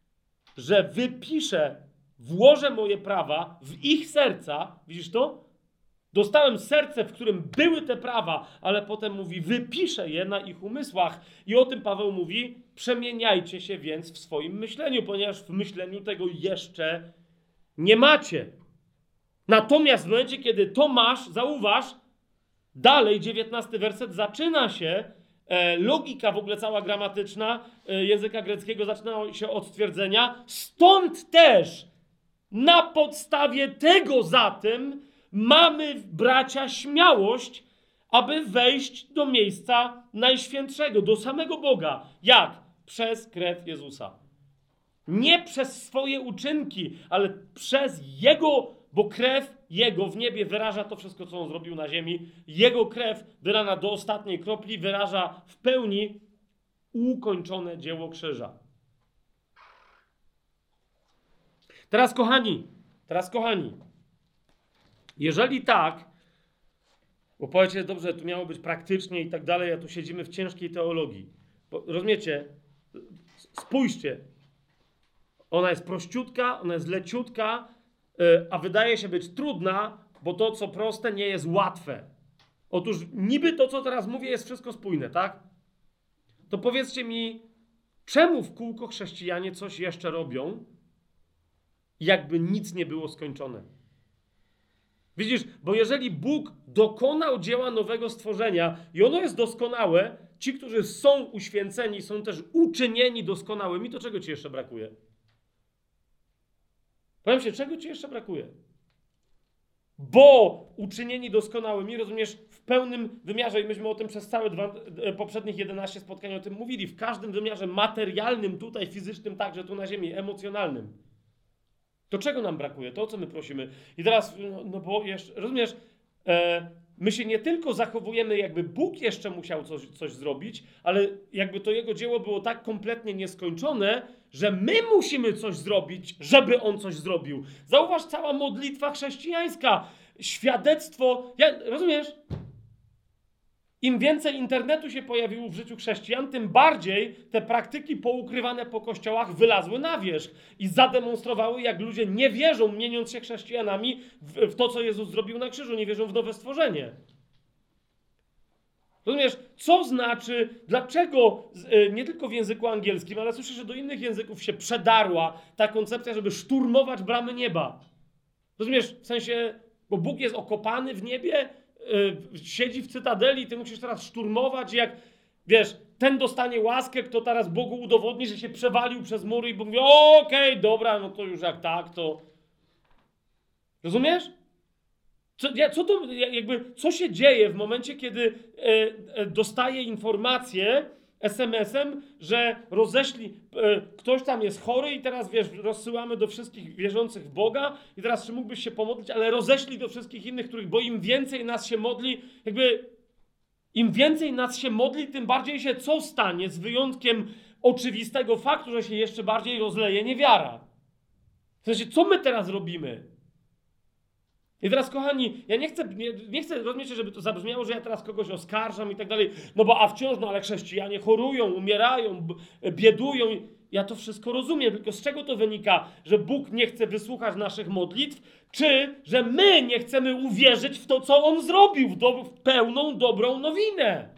Speaker 1: że wypiszę, włożę moje prawa w ich serca, widzisz to? Dostałem serce, w którym były te prawa, ale potem mówi, wypiszę je na ich umysłach. I o tym Paweł mówi, przemieniajcie się więc w swoim myśleniu, ponieważ w myśleniu tego jeszcze nie macie. Natomiast w momencie, kiedy to masz, zauważ, dalej dziewiętnasty werset zaczyna się, e, logika w ogóle cała gramatyczna e, języka greckiego zaczyna się od stwierdzenia, stąd też na podstawie tego zatem mamy, bracia, śmiałość, aby wejść do miejsca najświętszego, do samego Boga. Jak? Przez krew Jezusa. Nie przez swoje uczynki, ale przez Jego, bo krew Jego w niebie wyraża to wszystko, co On zrobił na ziemi. Jego krew, wylana do ostatniej kropli, wyraża w pełni ukończone dzieło krzyża. Teraz, kochani, teraz, kochani, jeżeli tak, bo powiecie, dobrze, tu miało być praktycznie i tak dalej, a tu siedzimy w ciężkiej teologii. Bo, rozumiecie? Spójrzcie. Ona jest prościutka, ona jest leciutka, yy, a wydaje się być trudna, bo to, co proste, nie jest łatwe. Otóż niby to, co teraz mówię, jest wszystko spójne, tak? To powiedzcie mi, czemu w kółko chrześcijanie coś jeszcze robią, jakby nic nie było skończone? Widzisz, bo jeżeli Bóg dokonał dzieła nowego stworzenia i ono jest doskonałe, ci, którzy są uświęceni, są też uczynieni doskonałymi, to czego ci jeszcze brakuje? Powiem się, czego ci jeszcze brakuje? Bo uczynieni doskonałymi, rozumiesz, w pełnym wymiarze, i myśmy o tym przez całe dwa, poprzednich jedenaście spotkań o tym mówili, w każdym wymiarze materialnym, tutaj fizycznym, także tu na ziemi, emocjonalnym. To czego nam brakuje? To, o co my prosimy. I teraz, no, no bo jeszcze, rozumiesz, e, my się nie tylko zachowujemy, jakby Bóg jeszcze musiał coś, coś zrobić, ale jakby to Jego dzieło było tak kompletnie nieskończone, że my musimy coś zrobić, żeby On coś zrobił. Zauważ, cała modlitwa chrześcijańska, świadectwo, ja, rozumiesz? Im więcej internetu się pojawiło w życiu chrześcijan, tym bardziej te praktyki poukrywane po kościołach wylazły na wierzch i zademonstrowały, jak ludzie nie wierzą, mieniąc się chrześcijanami, w, w to, co Jezus zrobił na krzyżu, nie wierzą w nowe stworzenie. Rozumiesz, co znaczy, dlaczego nie tylko w języku angielskim, ale słyszę, że do innych języków się przedarła ta koncepcja, żeby szturmować bramy nieba. Rozumiesz, w sensie, bo Bóg jest okopany w niebie, Yy, siedzi w cytadeli, ty musisz teraz szturmować, jak, wiesz, ten dostanie łaskę, kto teraz Bogu udowodni, że się przewalił przez mury i Bóg mówi, okej, okay, dobra, no to już jak tak, to... Rozumiesz? Co, co to, jakby, co się dzieje w momencie, kiedy e, e, dostaje informację es em esem, że roześli, e, ktoś tam jest chory i teraz, wiesz, rozsyłamy do wszystkich wierzących w Boga i teraz czy mógłbyś się pomodlić, ale roześlij do wszystkich innych, których, bo im więcej nas się modli, jakby im więcej nas się modli, tym bardziej się co stanie, z wyjątkiem oczywistego faktu, że się jeszcze bardziej rozleje niewiara. W sensie, co my teraz robimy? I teraz, kochani, ja nie chcę, nie, nie chcę, rozumiecie, żeby to zabrzmiało, że ja teraz kogoś oskarżam i tak dalej, no bo a wciąż, no ale chrześcijanie chorują, umierają, biedują. Ja to wszystko rozumiem, tylko z czego to wynika? Że Bóg nie chce wysłuchać naszych modlitw, czy że my nie chcemy uwierzyć w to, co On zrobił, w, do, w pełną, dobrą nowinę?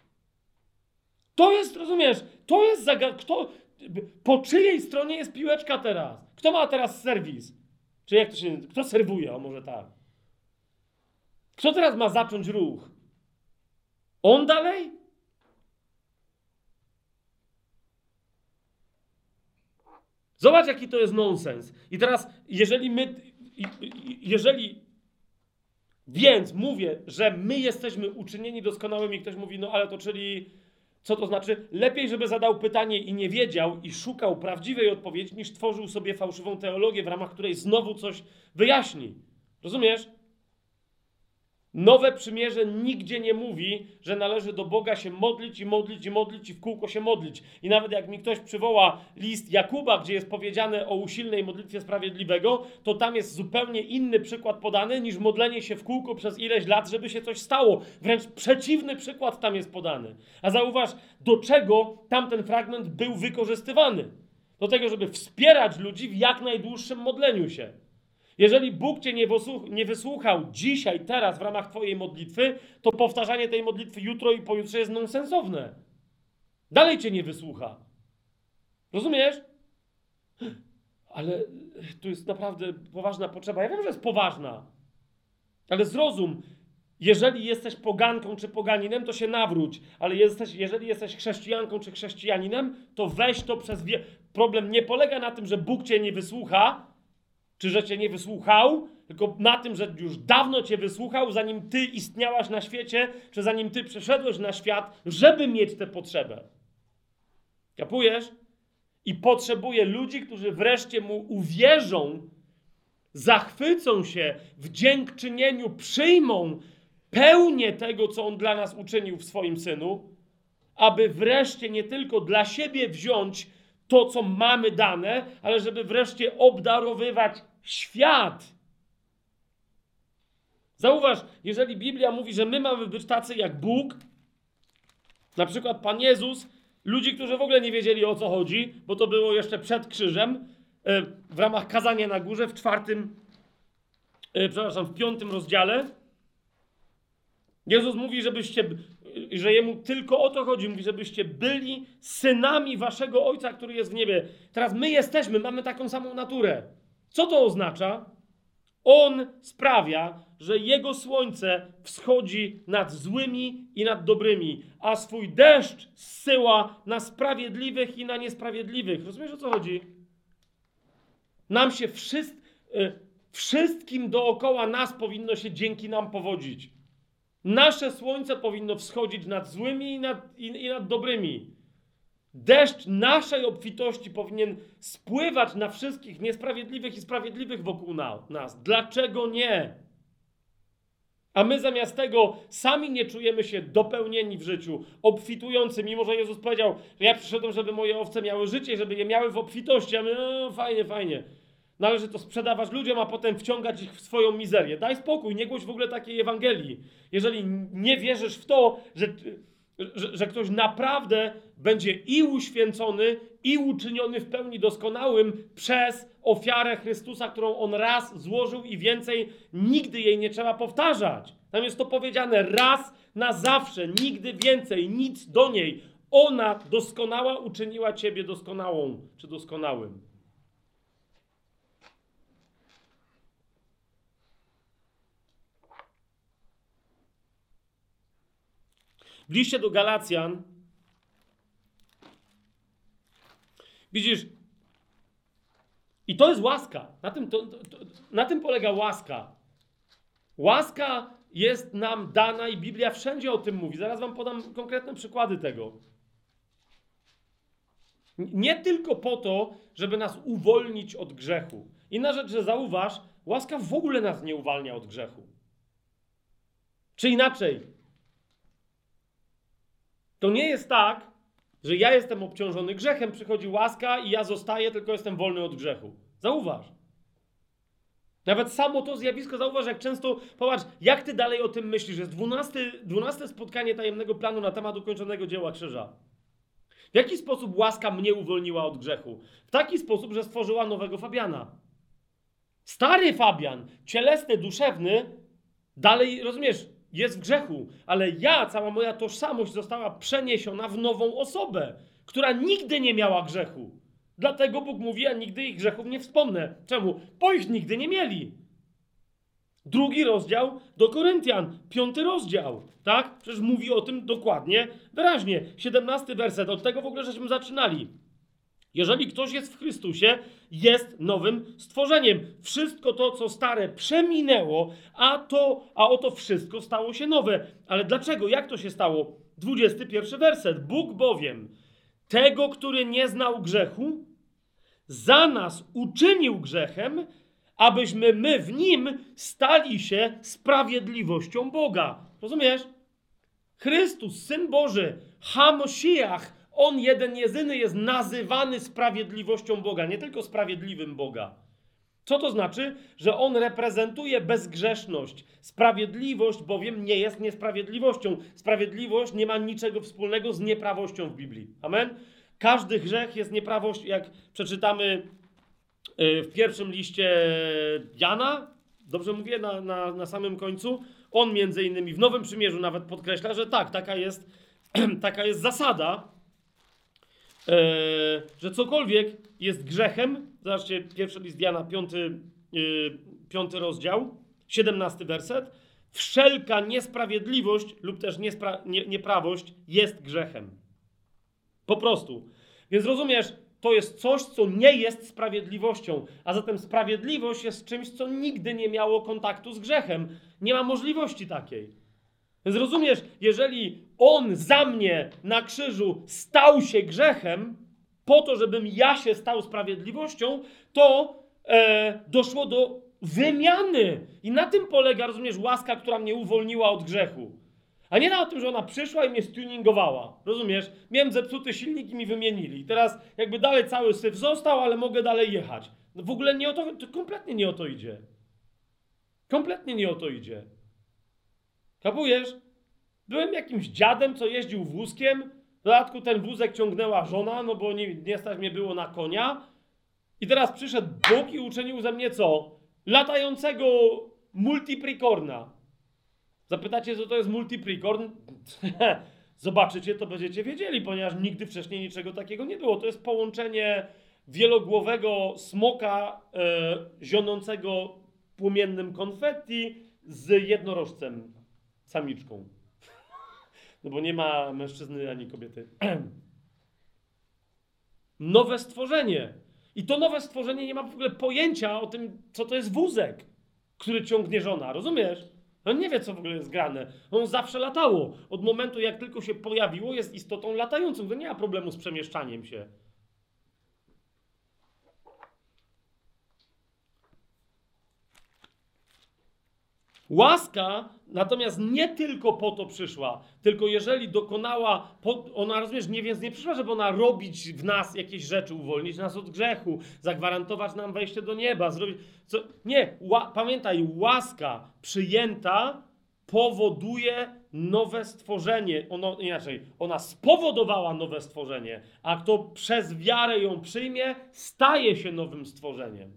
Speaker 1: To jest, rozumiesz, to jest zagadka, kto, po czyjej stronie jest piłeczka teraz? Kto ma teraz serwis? Czy jak to się, kto serwuje? O, może tak. Kto teraz ma zacząć ruch? On dalej? Zobacz, jaki to jest nonsens. I teraz, jeżeli my, jeżeli, więc mówię, że my jesteśmy uczynieni doskonałymi, ktoś mówi, no ale to czyli, co to znaczy? Lepiej, żeby zadał pytanie i nie wiedział i szukał prawdziwej odpowiedzi, niż tworzył sobie fałszywą teologię, w ramach której znowu coś wyjaśni. Rozumiesz? Nowe przymierze nigdzie nie mówi, że należy do Boga się modlić i modlić i modlić i w kółko się modlić. I nawet jak mi ktoś przywoła list Jakuba, gdzie jest powiedziane o usilnej modlitwie sprawiedliwego, to tam jest zupełnie inny przykład podany niż modlenie się w kółko przez ileś lat, żeby się coś stało. Wręcz przeciwny przykład tam jest podany. A zauważ, do czego tamten fragment był wykorzystywany. Do tego, żeby wspierać ludzi w jak najdłuższym modleniu się. Jeżeli Bóg cię nie, wysłuch- nie wysłuchał dzisiaj, teraz w ramach twojej modlitwy, to powtarzanie tej modlitwy jutro i pojutrze jest nonsensowne. Dalej cię nie wysłucha. Rozumiesz? Ale tu jest naprawdę poważna potrzeba. Ja wiem, że jest poważna. Ale zrozum, jeżeli jesteś poganką czy poganinem, to się nawróć. Ale jesteś, jeżeli jesteś chrześcijanką czy chrześcijaninem, to weź to przez... Wie- Problem nie polega na tym, że Bóg cię nie wysłucha, czy że cię nie wysłuchał, tylko na tym, że już dawno cię wysłuchał, zanim ty istniałaś na świecie, czy zanim ty przeszedłeś na świat, żeby mieć tę potrzebę. Kapujesz? I potrzebuje ludzi, którzy wreszcie mu uwierzą, zachwycą się w dziękczynieniu, przyjmą pełnię tego, co on dla nas uczynił w swoim Synu, aby wreszcie nie tylko dla siebie wziąć to, co mamy dane, ale żeby wreszcie obdarowywać świat. Zauważ, jeżeli Biblia mówi, że my mamy być tacy jak Bóg, na przykład Pan Jezus, ludzi, którzy w ogóle nie wiedzieli, o co chodzi, bo to było jeszcze przed krzyżem, w ramach kazania na górze, w czwartym, przepraszam, w piątym rozdziale, Jezus mówi, żebyście, że jemu tylko o to chodzi, mówi, żebyście byli synami waszego Ojca, który jest w niebie. Teraz my jesteśmy, mamy taką samą naturę. Co to oznacza? On sprawia, że jego słońce wschodzi nad złymi i nad dobrymi, a swój deszcz zsyła na sprawiedliwych i na niesprawiedliwych. Rozumiesz, o co chodzi? Nam się wszyst- wszystkim dookoła nas powinno się dzięki nam powodzić. Nasze słońce powinno wschodzić nad złymi i nad, i, i nad dobrymi. Deszcz naszej obfitości powinien spływać na wszystkich niesprawiedliwych i sprawiedliwych wokół nas. Dlaczego nie? A my zamiast tego sami nie czujemy się dopełnieni w życiu, obfitujący, mimo że Jezus powiedział, że ja przyszedłem, żeby moje owce miały życie, żeby je miały w obfitości, a my, no fajnie, fajnie. Należy to sprzedawać ludziom, a potem wciągać ich w swoją mizerię. Daj spokój, nie głoś w ogóle takiej Ewangelii. Jeżeli nie wierzysz w to, że, że, że ktoś naprawdę będzie i uświęcony, i uczyniony w pełni doskonałym przez ofiarę Chrystusa, którą On raz złożył i więcej nigdy jej nie trzeba powtarzać. Tam jest to powiedziane raz na zawsze, nigdy więcej, nic do niej. Ona doskonała uczyniła ciebie doskonałą czy doskonałym. W liście do Galacjan widzisz, i to jest łaska. Na tym, to, to, to, na tym polega łaska. Łaska jest nam dana i Biblia wszędzie o tym mówi. Zaraz wam podam konkretne przykłady tego. Nie tylko po to, żeby nas uwolnić od grzechu. Inna rzecz, że zauważ, łaska w ogóle nas nie uwalnia od grzechu. Czy inaczej, to nie jest tak, że ja jestem obciążony grzechem, przychodzi łaska i ja zostaję, tylko jestem wolny od grzechu. Zauważ. Nawet samo to zjawisko, zauważ, jak często, popatrz, jak ty dalej o tym myślisz. Jest dwunaste, dwunaste spotkanie tajemnego planu na temat ukończonego dzieła krzyża. W jaki sposób łaska mnie uwolniła od grzechu? W taki sposób, że stworzyła nowego Fabiana. Stary Fabian, cielesny, duszewny, dalej, rozumiesz, jest w grzechu, ale ja, cała moja tożsamość została przeniesiona w nową osobę, która nigdy nie miała grzechu. Dlatego Bóg mówi, ja nigdy ich grzechów nie wspomnę. Czemu? Bo ich nigdy nie mieli. Drugi rozdział do Koryntian, piąty rozdział, tak? Przecież mówi o tym dokładnie, wyraźnie. Siedemnasty werset, od tego w ogóle żeśmy zaczynali. Jeżeli ktoś jest w Chrystusie, jest nowym stworzeniem. Wszystko to, co stare, przeminęło, a to, a oto wszystko stało się nowe. Ale dlaczego? Jak to się stało? Dwudziesty pierwszy werset. Bóg bowiem tego, który nie znał grzechu, za nas uczynił grzechem, abyśmy my w nim stali się sprawiedliwością Boga. Rozumiesz? Chrystus, Syn Boży, HaMoshiach, On jeden, jedyny jest nazywany sprawiedliwością Boga, nie tylko sprawiedliwym Boga. Co to znaczy? Że On reprezentuje bezgrzeszność. Sprawiedliwość bowiem nie jest niesprawiedliwością. Sprawiedliwość nie ma niczego wspólnego z nieprawością w Biblii. Amen? Każdy grzech jest nieprawością, jak przeczytamy w pierwszym liście Jana, dobrze mówię, na, na, na samym końcu, on między innymi w Nowym Przymierzu nawet podkreśla, że tak, taka jest, taka jest zasada, e, że cokolwiek jest grzechem, zobaczcie, pierwszy list Jana, piąty, e, piąty rozdział, siedemnasty werset, wszelka niesprawiedliwość lub też niespra- nie, nieprawość jest grzechem. Po prostu. Więc rozumiesz, to jest coś, co nie jest sprawiedliwością, a zatem sprawiedliwość jest czymś, co nigdy nie miało kontaktu z grzechem. Nie ma możliwości takiej. Więc rozumiesz, jeżeli On za mnie na krzyżu stał się grzechem, po to, żebym ja się stał sprawiedliwością, to e, doszło do wymiany. I na tym polega, rozumiesz, łaska, która mnie uwolniła od grzechu. A nie na tym, że ona przyszła i mnie stuningowała. Rozumiesz? Miałem zepsuty silnik i mi wymienili. I teraz jakby dalej cały syf został, ale mogę dalej jechać. No w ogóle nie o to, to kompletnie nie o to idzie. Kompletnie nie o to idzie. Kapujesz? Byłem jakimś dziadem, co jeździł wózkiem. W dodatku ten wózek ciągnęła żona, no bo nie, nie stać mnie było na konia. I teraz przyszedł Bóg i uczynił ze mnie co? Latającego multiprikorna. Zapytacie, co to jest multiprikorn? Zobaczycie, to będziecie wiedzieli, ponieważ nigdy wcześniej niczego takiego nie było. To jest połączenie wielogłowego smoka e, zionącego płomiennym konfetti z jednorożcem, samiczką. No bo nie ma mężczyzny ani kobiety. Nowe stworzenie. I to nowe stworzenie nie ma w ogóle pojęcia o tym, co to jest wózek, który ciągnie żona. Rozumiesz? On nie wie, co w ogóle jest grane. On zawsze latało. Od momentu, jak tylko się pojawiło, jest istotą latającą. To nie ma problemu z przemieszczaniem się. Łaska natomiast nie tylko po to przyszła, tylko jeżeli dokonała, ona, rozumiesz, nie, więc nie przyszła, żeby ona robić w nas jakieś rzeczy, uwolnić nas od grzechu, zagwarantować nam wejście do nieba, zrobić, co, nie, ła, pamiętaj, łaska przyjęta powoduje nowe stworzenie, ono, inaczej, ona spowodowała nowe stworzenie, a kto przez wiarę ją przyjmie, staje się nowym stworzeniem.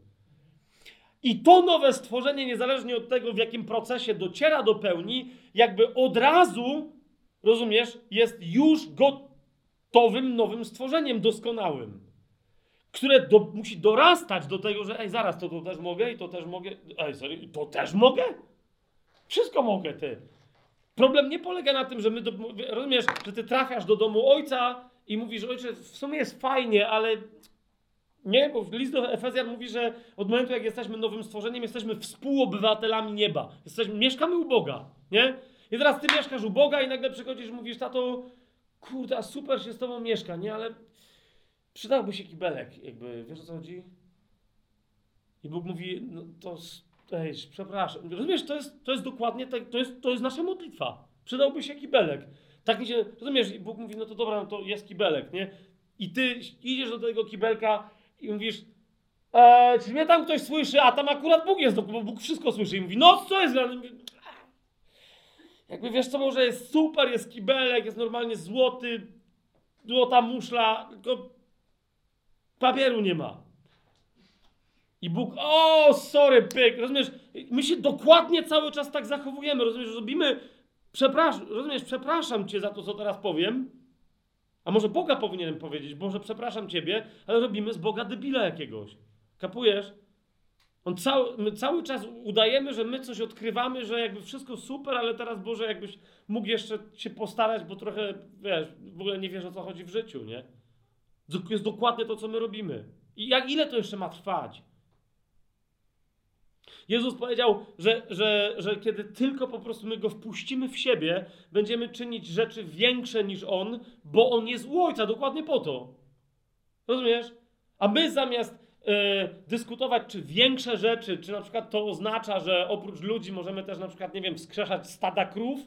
Speaker 1: I to nowe stworzenie, niezależnie od tego, w jakim procesie dociera do pełni, jakby od razu, rozumiesz, jest już gotowym nowym stworzeniem doskonałym, które do, musi dorastać do tego, że ej, zaraz, to, to też mogę i to też mogę. Ej, sorry, to też mogę? Wszystko mogę, ty. Problem nie polega na tym, że my, do, rozumiesz, że ty trafiasz do domu ojca i mówisz, ojcze, w sumie jest fajnie, ale... Nie, bo list do Efezjan mówi, że od momentu, jak jesteśmy nowym stworzeniem, jesteśmy współobywatelami nieba. Jesteśmy, mieszkamy u Boga, nie? I teraz ty mieszkasz u Boga i nagle przychodzisz i mówisz, tato, kurde, super się z tobą mieszka, nie? Ale przydałby się kibelek, jakby, wiesz o co chodzi? I Bóg mówi, no to, ej, przepraszam. Rozumiesz, to jest, to jest dokładnie, tak, to jest, to jest nasza modlitwa. Przydałby się kibelek. Tak mi się, rozumiesz, i Bóg mówi, no to dobra, no to jest kibelek, nie? I ty idziesz do tego kibelka i mówisz, eee, czy mnie tam ktoś słyszy, a tam akurat Bóg jest, bo Bóg wszystko słyszy. I mówi, no co jest grane? Jakby wiesz co, może jest super, jest kibelek, jest normalnie złoty, złota muszla, tylko papieru nie ma. I Bóg, o, sorry, pyk, rozumiesz? My się dokładnie cały czas tak zachowujemy, rozumiesz? Robimy, przepraszam, rozumiesz, przepraszam cię za to, co teraz powiem. A może Boga powinienem powiedzieć, Boże, przepraszam ciebie, ale robimy z Boga debila jakiegoś. Kapujesz? On cały, my cały czas udajemy, że my coś odkrywamy, że jakby wszystko super, ale teraz, Boże, jakbyś mógł jeszcze się postarać, bo trochę, wiesz, w ogóle nie wiesz, o co chodzi w życiu, nie? To jest dokładnie to, co my robimy. I jak ile to jeszcze ma trwać? Jezus powiedział, że, że, że kiedy tylko po prostu my Go wpuścimy w siebie, będziemy czynić rzeczy większe niż On, bo On jest u Ojca, dokładnie po to. Rozumiesz? A my zamiast e, dyskutować, czy większe rzeczy, czy na przykład to oznacza, że oprócz ludzi możemy też na przykład, nie wiem, wskrzeszać stada krów,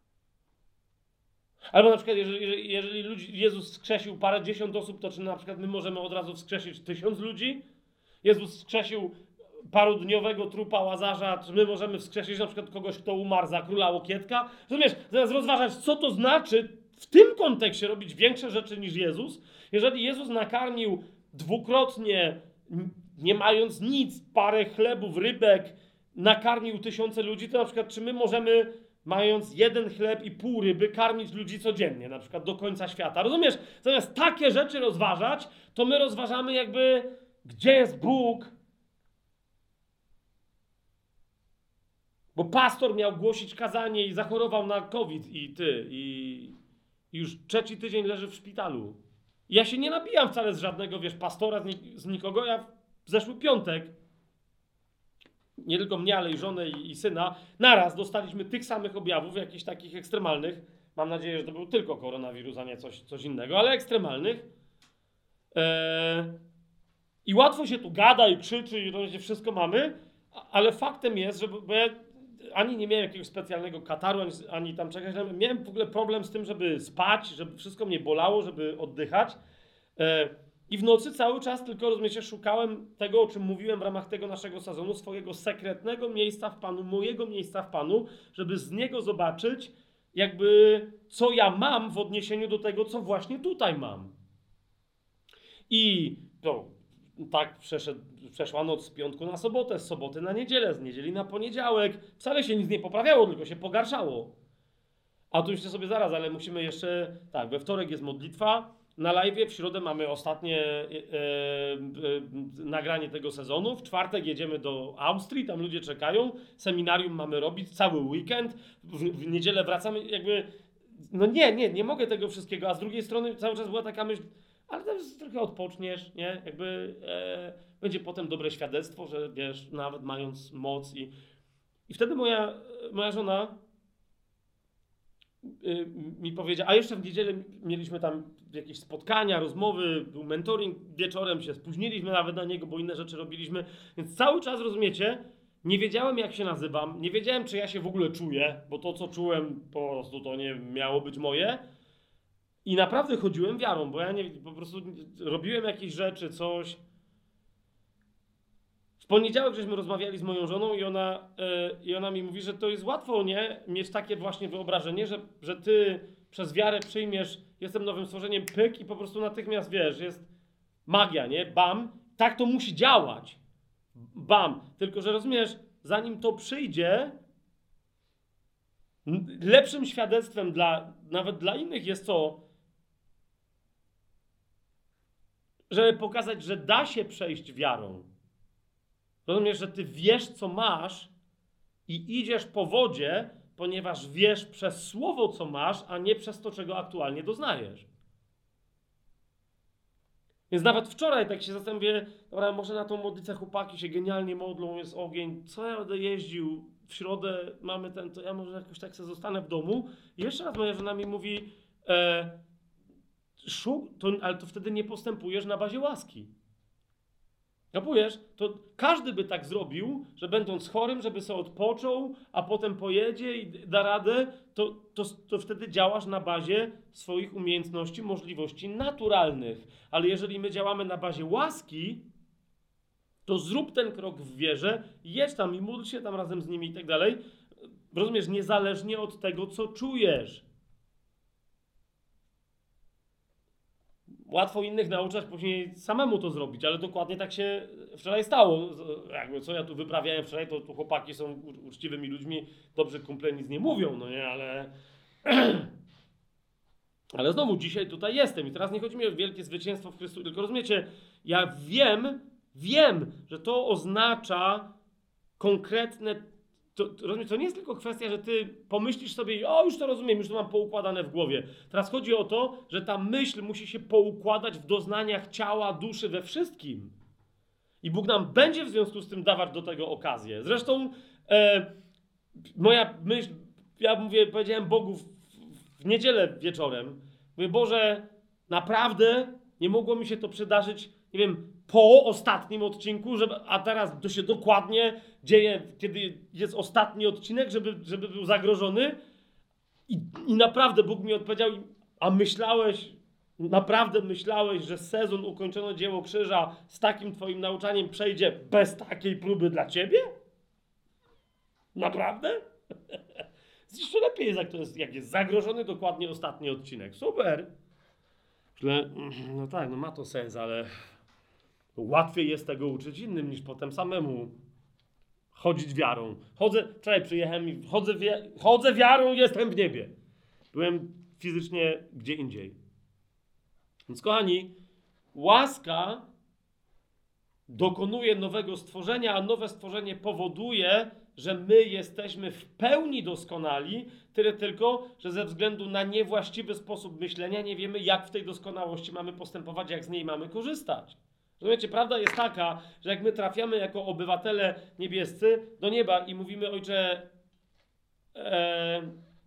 Speaker 1: albo na przykład jeżeli, jeżeli, jeżeli ludzi, Jezus wskrzesił parę dziesiąt osób, to czy na przykład my możemy od razu wskrzesić tysiąc ludzi? Jezus wskrzesił parudniowego trupa Łazarza, czy my możemy wskrzesić na przykład kogoś, kto umarł za króla Łokietka? Rozumiesz, zamiast rozważać, co to znaczy w tym kontekście robić większe rzeczy niż Jezus, jeżeli Jezus nakarmił dwukrotnie, nie mając nic, parę chlebów, rybek, nakarmił tysiące ludzi, to na przykład czy my możemy, mając jeden chleb i pół ryby, karmić ludzi codziennie, na przykład do końca świata? Rozumiesz, zamiast takie rzeczy rozważać, to my rozważamy jakby, gdzie jest Bóg. Bo pastor miał głosić kazanie i zachorował na COVID i ty, i, i już trzeci tydzień leży w szpitalu. I ja się nie nabijam wcale z żadnego, wiesz, pastora, z, nik- z nikogo. Ja w zeszły piątek, nie tylko mnie, ale i żonę i, i syna, naraz dostaliśmy tych samych objawów, jakichś takich ekstremalnych. Mam nadzieję, że to był tylko koronawirus, a nie coś, coś innego, ale ekstremalnych. Eee, I łatwo się tu gada i krzyczy i rozumiecie, wszystko mamy, ale faktem jest, że bo ja ani nie miałem jakiegoś specjalnego kataru, ani, ani tam czegoś. Miałem w ogóle problem z tym, żeby spać, żeby wszystko mnie bolało, żeby oddychać. E, I w nocy cały czas tylko, rozumiecie, szukałem tego, o czym mówiłem w ramach tego naszego sezonu, swojego sekretnego miejsca w Panu, mojego miejsca w Panu, żeby z niego zobaczyć, jakby co ja mam w odniesieniu do tego, co właśnie tutaj mam. I to tak przeszedł, przeszła noc z piątku na sobotę, z soboty na niedzielę, z niedzieli na poniedziałek. Wcale się nic nie poprawiało, tylko się pogarszało. A tu myślę sobie zaraz, ale musimy jeszcze... Tak, we wtorek jest modlitwa na live'ie, w środę mamy ostatnie e, e, e, nagranie tego sezonu, w czwartek jedziemy do Austrii, tam ludzie czekają, seminarium mamy robić cały weekend, w, w niedzielę wracamy, jakby... No nie, nie, nie mogę tego wszystkiego, a z drugiej strony cały czas była taka myśl, ale tam trochę odpoczniesz, nie? Jakby e, będzie potem dobre świadectwo, że wiesz, nawet mając moc i... I wtedy moja, moja żona yy, mi powiedziała, a jeszcze w niedzielę mieliśmy tam jakieś spotkania, rozmowy, był mentoring wieczorem, się spóźniliśmy nawet na niego, bo inne rzeczy robiliśmy, więc cały czas, rozumiecie, nie wiedziałem jak się nazywam, nie wiedziałem czy ja się w ogóle czuję, bo to co czułem po prostu to nie miało być moje i naprawdę chodziłem wiarą, bo ja nie, po prostu robiłem jakieś rzeczy, coś. W poniedziałek żeśmy rozmawiali z moją żoną i ona, yy, i ona mi mówi, że to jest łatwo, nie? Mieć takie właśnie wyobrażenie, że, że ty przez wiarę przyjmiesz, jestem nowym stworzeniem, pyk i po prostu natychmiast wiesz, jest magia, nie? Bam. Tak to musi działać. Bam. Tylko, że rozumiesz, zanim to przyjdzie, lepszym świadectwem dla, nawet dla innych jest to, żeby pokazać, że da się przejść wiarą. Rozumiesz, że ty wiesz, co masz i idziesz po wodzie, ponieważ wiesz przez słowo, co masz, a nie przez to, czego aktualnie doznajesz. Więc nawet wczoraj tak się zastanowię, dobra, może na tą modlicę chłopaki się genialnie modlą, jest ogień, co ja będę jeździł, w środę mamy ten, to ja może jakoś tak sobie zostanę w domu. I jeszcze raz moja żona mi mówi, e, szuk, to, ale to wtedy nie postępujesz na bazie łaski. Kapujesz? To każdy by tak zrobił, że będąc chorym, żeby sobie odpoczął, a potem pojedzie i da radę, to, to, to wtedy działasz na bazie swoich umiejętności, możliwości naturalnych. Ale jeżeli my działamy na bazie łaski, to zrób ten krok w wierze, jedź tam i módl się tam razem z nimi i tak dalej. Rozumiesz? Niezależnie od tego, co czujesz. Łatwo innych nauczać, później samemu to zrobić, ale dokładnie tak się wczoraj stało. Jakby co ja tu wyprawiałem wczoraj, to, to chłopaki są u, uczciwymi ludźmi, dobrze kumple nic nie mówią, no nie, ale... ale znowu dzisiaj tutaj jestem i teraz nie chodzi mi o wielkie zwycięstwo w Chrystusie, tylko rozumiecie, ja wiem, wiem, że to oznacza konkretne... To, to, rozumiesz, to nie jest tylko kwestia, że ty pomyślisz sobie, o już to rozumiem, już to mam poukładane w głowie. Teraz chodzi o to, że ta myśl musi się poukładać w doznaniach ciała, duszy, we wszystkim. I Bóg nam będzie w związku z tym dawać do tego okazję. Zresztą e, moja myśl, ja mówię, powiedziałem Bogu w, w niedzielę wieczorem, mówię, Boże, naprawdę nie mogło mi się to przydarzyć, nie wiem, po ostatnim odcinku, żeby, a teraz to się dokładnie dzieje, kiedy jest ostatni odcinek, żeby, żeby był zagrożony. I, I naprawdę Bóg mi odpowiedział, a myślałeś, naprawdę myślałeś, że sezon Ukończono Dzieło Krzyża z takim twoim nauczaniem przejdzie bez takiej próby dla ciebie? Naprawdę? Jeszcze lepiej jest, jak, to jest, jak jest zagrożony dokładnie ostatni odcinek. Super! Źle, no tak, no ma to sens, ale... łatwiej jest tego uczyć innym, niż potem samemu chodzić wiarą. Chodzę, wczoraj przyjechałem i chodzę, wi- chodzę wiarą, jestem w niebie. Byłem fizycznie gdzie indziej. Więc kochani, łaska dokonuje nowego stworzenia, a nowe stworzenie powoduje, że my jesteśmy w pełni doskonali, tyle tylko, że ze względu na niewłaściwy sposób myślenia nie wiemy, jak w tej doskonałości mamy postępować, jak z niej mamy korzystać. Rozumiecie, prawda jest taka, że jak my trafiamy jako obywatele niebiescy do nieba i mówimy, Ojcze, e,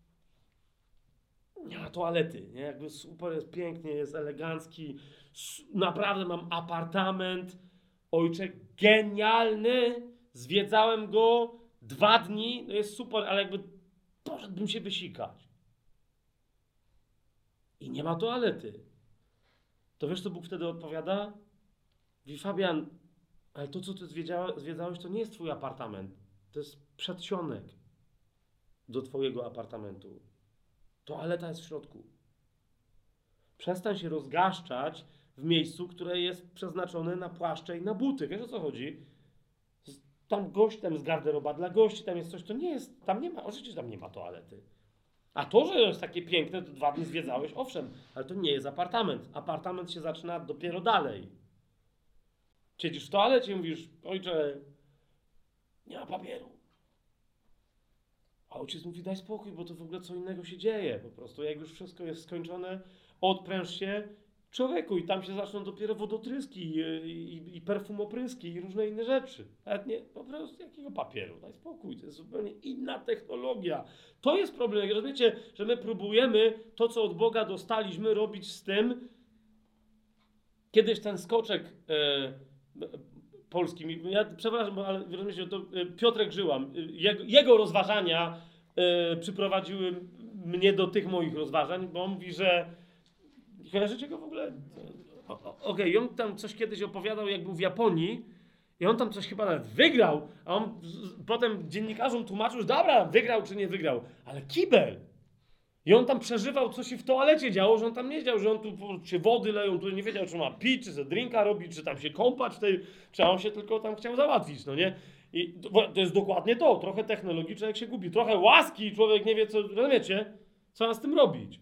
Speaker 1: nie ma toalety, nie? Jakby super, jest pięknie, jest elegancki, naprawdę mam apartament, Ojcze, genialny, zwiedzałem go dwa dni, no jest super, ale jakby poszedłbym się wysikać. I nie ma toalety. To wiesz, co Bóg wtedy odpowiada? Mówi, Fabian, ale to, co ty zwiedzałeś, to nie jest twój apartament. To jest przedsionek do twojego apartamentu. Toaleta jest w środku. Przestań się rozgaszczać w miejscu, które jest przeznaczone na płaszcze i na buty. Wiesz, o co chodzi? Tam gość, tam jest garderoba dla gości, tam jest coś, to nie jest, tam nie ma, oczywiście tam nie ma toalety. A to, że jest takie piękne, to dwa dni zwiedzałeś, owszem, ale to nie jest apartament. Apartament się zaczyna dopiero dalej. Siedzisz w toalecie i mówisz, Ojcze, nie ma papieru. A ojciec mówi, daj spokój, bo to w ogóle co innego się dzieje. Po prostu jak już wszystko jest skończone, odpręż się, Człowieku, i tam się zaczną dopiero wodotryski i, i, i perfumopryski i różne inne rzeczy. Nawet nie, po prostu jakiego papieru, daj spokój, to jest zupełnie inna technologia. To jest problem, jak rozumiecie, że my próbujemy to, co od Boga dostaliśmy, robić z tym. Kiedyś ten skoczek e, polski, ja przepraszam, ale rozumiecie, to e, Piotrek Żyłam, e, jego, jego rozważania e, przyprowadziły mnie do tych moich rozważań, bo on mówi, że kojarzycie go w ogóle? Okej, okay, i on tam coś kiedyś opowiadał, jak był w Japonii i on tam coś chyba nawet wygrał, a on z, potem dziennikarzom tłumaczył, że dobra, wygrał czy nie wygrał, ale kibel. I on tam przeżywał, co się w toalecie działo, że on tam nie wiedział, że on tu się wody leją, tu nie wiedział, czy ma pić, czy ze drinka robić, czy tam się kąpać, tej, czy on się tylko tam chciał załatwić, no nie? I to, to jest dokładnie to, trochę technologii, człowiek się gubi, trochę łaski, człowiek nie wie, co, rozumiecie, co ma z tym robić.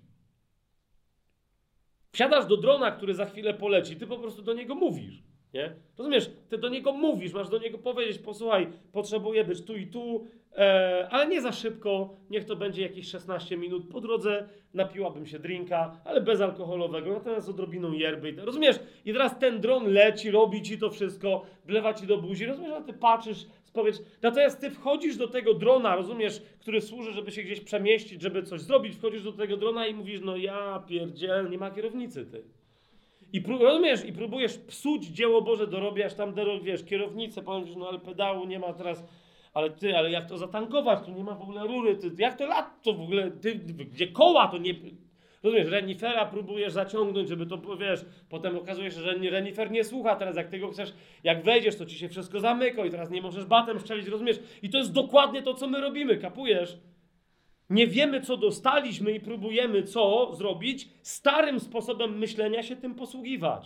Speaker 1: Wsiadasz do drona, który za chwilę poleci, ty po prostu do niego mówisz, nie? Rozumiesz? Ty do niego mówisz, masz do niego powiedzieć, posłuchaj, potrzebuję być tu i tu, e, ale nie za szybko, niech to będzie jakieś szesnaście minut, po drodze napiłabym się drinka, ale bezalkoholowego, natomiast z odrobiną yerby. Rozumiesz? I teraz ten dron leci, robi ci to wszystko, wlewa ci do buzi, rozumiesz, a ty patrzysz, powiedz, natomiast ty wchodzisz do tego drona, rozumiesz, który służy, żeby się gdzieś przemieścić, żeby coś zrobić, wchodzisz do tego drona i mówisz, no ja pierdziel, nie ma kierownicy, ty. I pró- rozumiesz, i próbujesz psuć dzieło Boże, dorobiasz tam, wiesz, kierownicę, powiesz, no ale pedału nie ma teraz, ale ty, ale jak to zatankować, tu nie ma w ogóle rury, ty, jak to lat, to w ogóle, ty, gdzie koła, to nie... Rozumiesz, renifera próbujesz zaciągnąć, żeby to, wiesz, potem okazuje się, że renifer nie słucha, teraz jak tego chcesz, jak wejdziesz, to ci się wszystko zamyka i teraz nie możesz batem strzelić, rozumiesz? I to jest dokładnie to, co my robimy, kapujesz? Nie wiemy, co dostaliśmy i próbujemy co zrobić, starym sposobem myślenia się tym posługiwać.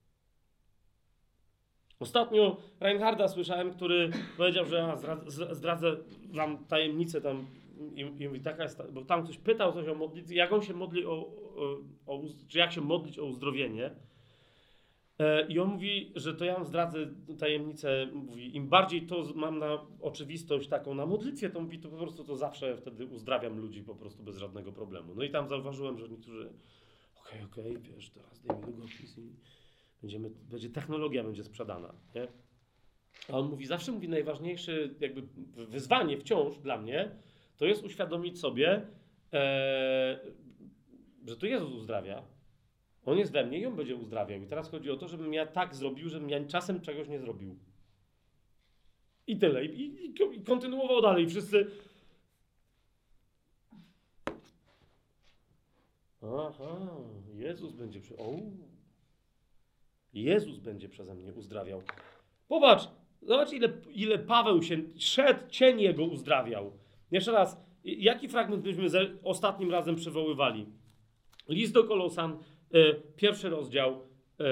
Speaker 1: Ostatnio Reinharda słyszałem, który powiedział, że ja zdradzę, zdradzę wam tajemnicę tam i, i mówi, taka jest, bo tam ktoś pytał coś o modlitwie, jak on się modli o, o, o czy jak się modlić o uzdrowienie. E, I on mówi, że to ja wam zdradzę tajemnicę, mówi, im bardziej to mam na oczywistość taką na modlitwie, to mówi, to po prostu to zawsze wtedy uzdrawiam ludzi po prostu bez żadnego problemu. No i tam zauważyłem, że niektórzy, okej, okay, okej, okay, wiesz, teraz daj mi długopis i będziemy, będzie technologia będzie sprzedana, nie? A on mówi, zawsze mówi, najważniejsze jakby wyzwanie wciąż dla mnie, to jest uświadomić sobie, e, że to Jezus uzdrawia. On jest we mnie i On będzie uzdrawiał. I teraz chodzi o to, żebym ja tak zrobił, żebym ja czasem czegoś nie zrobił. I tyle. I, i, i kontynuował dalej. Wszyscy... Aha, Jezus będzie... Przy... O, Jezus będzie przeze mnie uzdrawiał. Popatrz, zobacz ile, ile Paweł się szedł, cień jego uzdrawiał. Jeszcze raz, jaki fragment byśmy ze, ostatnim razem przywoływali? List do Kolosan, y, pierwszy rozdział, y,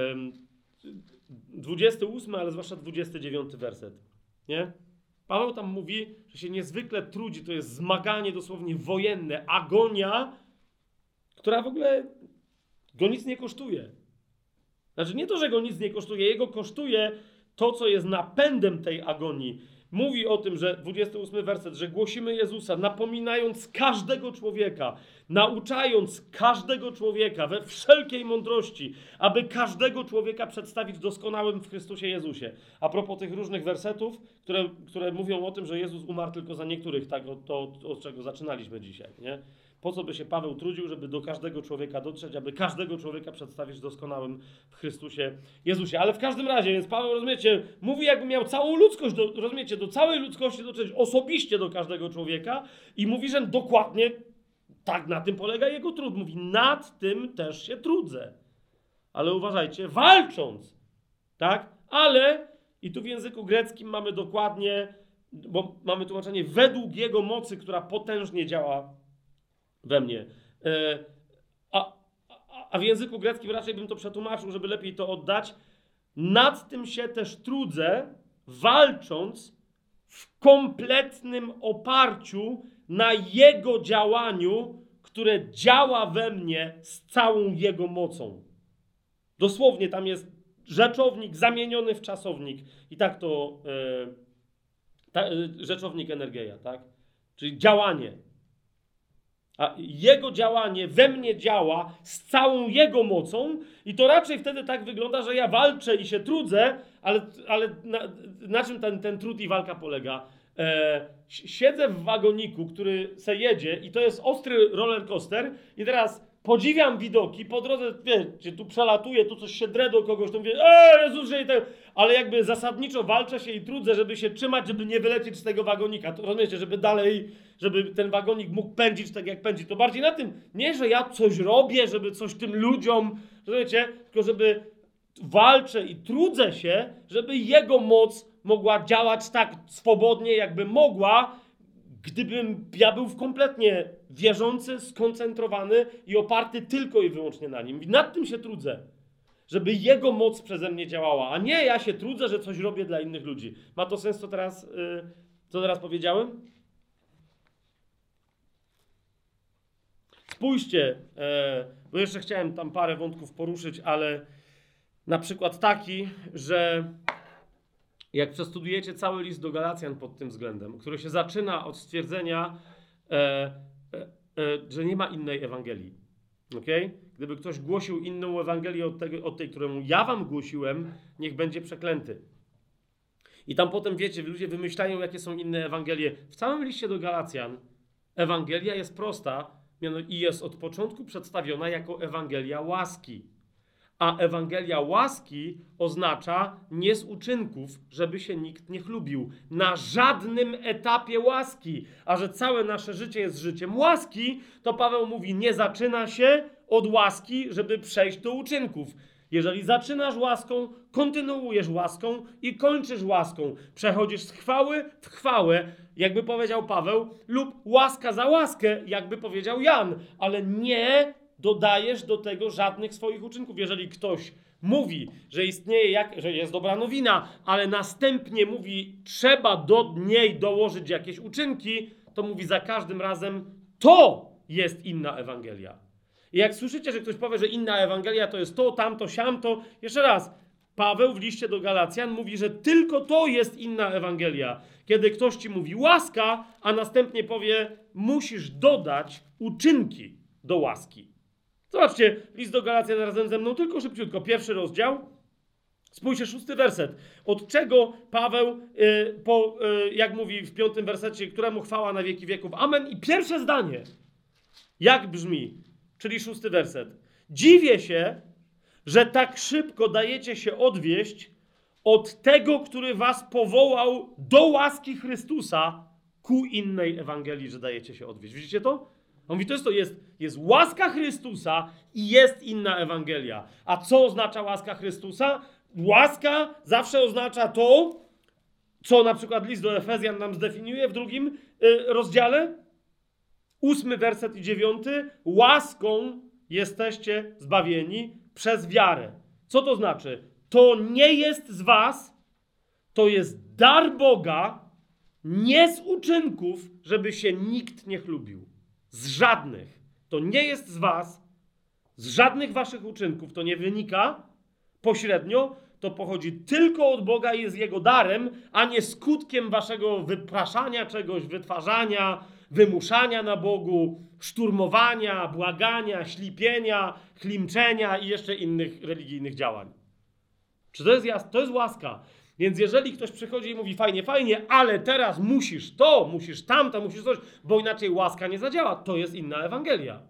Speaker 1: dwudziesty ósmy, ale zwłaszcza dwudziesty dziewiąty werset. Nie? Paweł tam mówi, że się niezwykle trudzi, to jest zmaganie dosłownie wojenne, agonia, która w ogóle go nic nie kosztuje. Znaczy nie to, że go nic nie kosztuje, jego kosztuje to, co jest napędem tej agonii. Mówi o tym, że dwudziesty ósmy werset, że głosimy Jezusa, napominając każdego człowieka, nauczając każdego człowieka we wszelkiej mądrości, aby każdego człowieka przedstawić doskonałym w Chrystusie Jezusie. A propos tych różnych wersetów, które, które mówią o tym, że Jezus umarł tylko za niektórych, tak, to, to od czego zaczynaliśmy dzisiaj, nie? Po co by się Paweł trudził, żeby do każdego człowieka dotrzeć, aby każdego człowieka przedstawić doskonałym w Chrystusie Jezusie. Ale w każdym razie, więc Paweł, rozumiecie, mówi jakby miał całą ludzkość, do, rozumiecie, do całej ludzkości dotrzeć osobiście do każdego człowieka i mówi, że dokładnie tak na tym polega jego trud. Mówi, nad tym też się trudzę. Ale uważajcie, walcząc, tak? Ale, i tu w języku greckim mamy dokładnie, bo mamy tłumaczenie według jego mocy, która potężnie działa we mnie. E, a, a, a w języku greckim raczej bym to przetłumaczył, żeby lepiej to oddać. Nad tym się też trudzę, walcząc w kompletnym oparciu na Jego działaniu, które działa we mnie z całą Jego mocą. Dosłownie tam jest rzeczownik zamieniony w czasownik. I tak to e, ta, e, rzeczownik energeia, tak? Czyli działanie. A Jego działanie we mnie działa z całą Jego mocą i to raczej wtedy tak wygląda, że ja walczę i się trudzę, ale, ale na, na czym ten, ten trud i walka polega? E, siedzę w wagoniku, który se jedzie i to jest ostry roller coaster i teraz podziwiam widoki, po drodze, wiecie, tu przelatuje, tu coś się drę do kogoś, to mówię, eee, Jezus, że i tak, ale jakby zasadniczo walczę się i trudzę, żeby się trzymać, żeby nie wylecieć z tego wagonika, to rozumiecie, żeby dalej, żeby ten wagonik mógł pędzić tak jak pędzi, to bardziej na tym, nie, że ja coś robię, żeby coś tym ludziom, rozumiecie, tylko żeby walczę i trudzę się, żeby Jego moc mogła działać tak swobodnie, jakby mogła, gdybym ja był kompletnie wierzący, skoncentrowany i oparty tylko i wyłącznie na Nim. I nad tym się trudzę, żeby Jego moc przeze mnie działała, a nie ja się trudzę, że coś robię dla innych ludzi. Ma to sens, co teraz, yy, co teraz powiedziałem? Spójrzcie, yy, bo jeszcze chciałem tam parę wątków poruszyć, ale na przykład taki, że jak przestudujecie cały list do Galacjan pod tym względem, który się zaczyna od stwierdzenia, e, e, e, że nie ma innej Ewangelii. Okay? Gdyby ktoś głosił inną Ewangelię od, tego, od tej, którą ja wam głosiłem, niech będzie przeklęty. I tam potem, wiecie, ludzie wymyślają, jakie są inne Ewangelie. W całym liście do Galacjan Ewangelia jest prosta i jest od początku przedstawiona jako Ewangelia łaski. A Ewangelia łaski oznacza nie z uczynków, żeby się nikt nie chlubił. Na żadnym etapie łaski. A że całe nasze życie jest życiem łaski, to Paweł mówi, nie zaczyna się od łaski, żeby przejść do uczynków. Jeżeli zaczynasz łaską, kontynuujesz łaską i kończysz łaską. Przechodzisz z chwały w chwałę, jakby powiedział Paweł, lub łaska za łaskę, jakby powiedział Jan. Ale nie dodajesz do tego żadnych swoich uczynków. Jeżeli ktoś mówi, że istnieje, jak, że jest dobra nowina, ale następnie mówi, trzeba do niej dołożyć jakieś uczynki, to mówi za każdym razem, to jest inna Ewangelia. I jak słyszycie, że ktoś powie, że inna Ewangelia to jest to, tamto, siamto, jeszcze raz, Paweł w liście do Galacjan mówi, że tylko to jest inna Ewangelia. Kiedy ktoś ci mówi łaska, a następnie powie, musisz dodać uczynki do łaski. Zobaczcie, list do Galacjan razem ze mną, tylko szybciutko. Pierwszy rozdział. Spójrzcie, szósty werset. Od czego Paweł, yy, po, yy, jak mówi w piątym wersecie, któremu chwała na wieki wieków. Amen. I pierwsze zdanie. Jak brzmi? Czyli szósty werset. Dziwię się, że tak szybko dajecie się odwieść od tego, który was powołał do łaski Chrystusa ku innej Ewangelii, że dajecie się odwieść. Widzicie to? On mówi, to jest to, jest, jest łaska Chrystusa i jest inna Ewangelia. A co oznacza łaska Chrystusa? Łaska zawsze oznacza to, co na przykład list do Efezjan nam zdefiniuje w drugim y, rozdziale. Ósmy werset i dziewiąty. Łaską jesteście zbawieni przez wiarę. Co to znaczy? To nie jest z was, to jest dar Boga, nie z uczynków, żeby się nikt nie chlubił. Z żadnych. To nie jest z was, z żadnych waszych uczynków, to nie wynika pośrednio, to pochodzi tylko od Boga i jest Jego darem, a nie skutkiem waszego wypraszania czegoś, wytwarzania, wymuszania na Bogu, szturmowania, błagania, ślipienia, klimczenia i jeszcze innych religijnych działań. Czy to jest jasne? To jest łaska. Więc jeżeli ktoś przychodzi i mówi fajnie, fajnie, ale teraz musisz to, musisz tamto, musisz coś, bo inaczej łaska nie zadziała, to jest inna Ewangelia.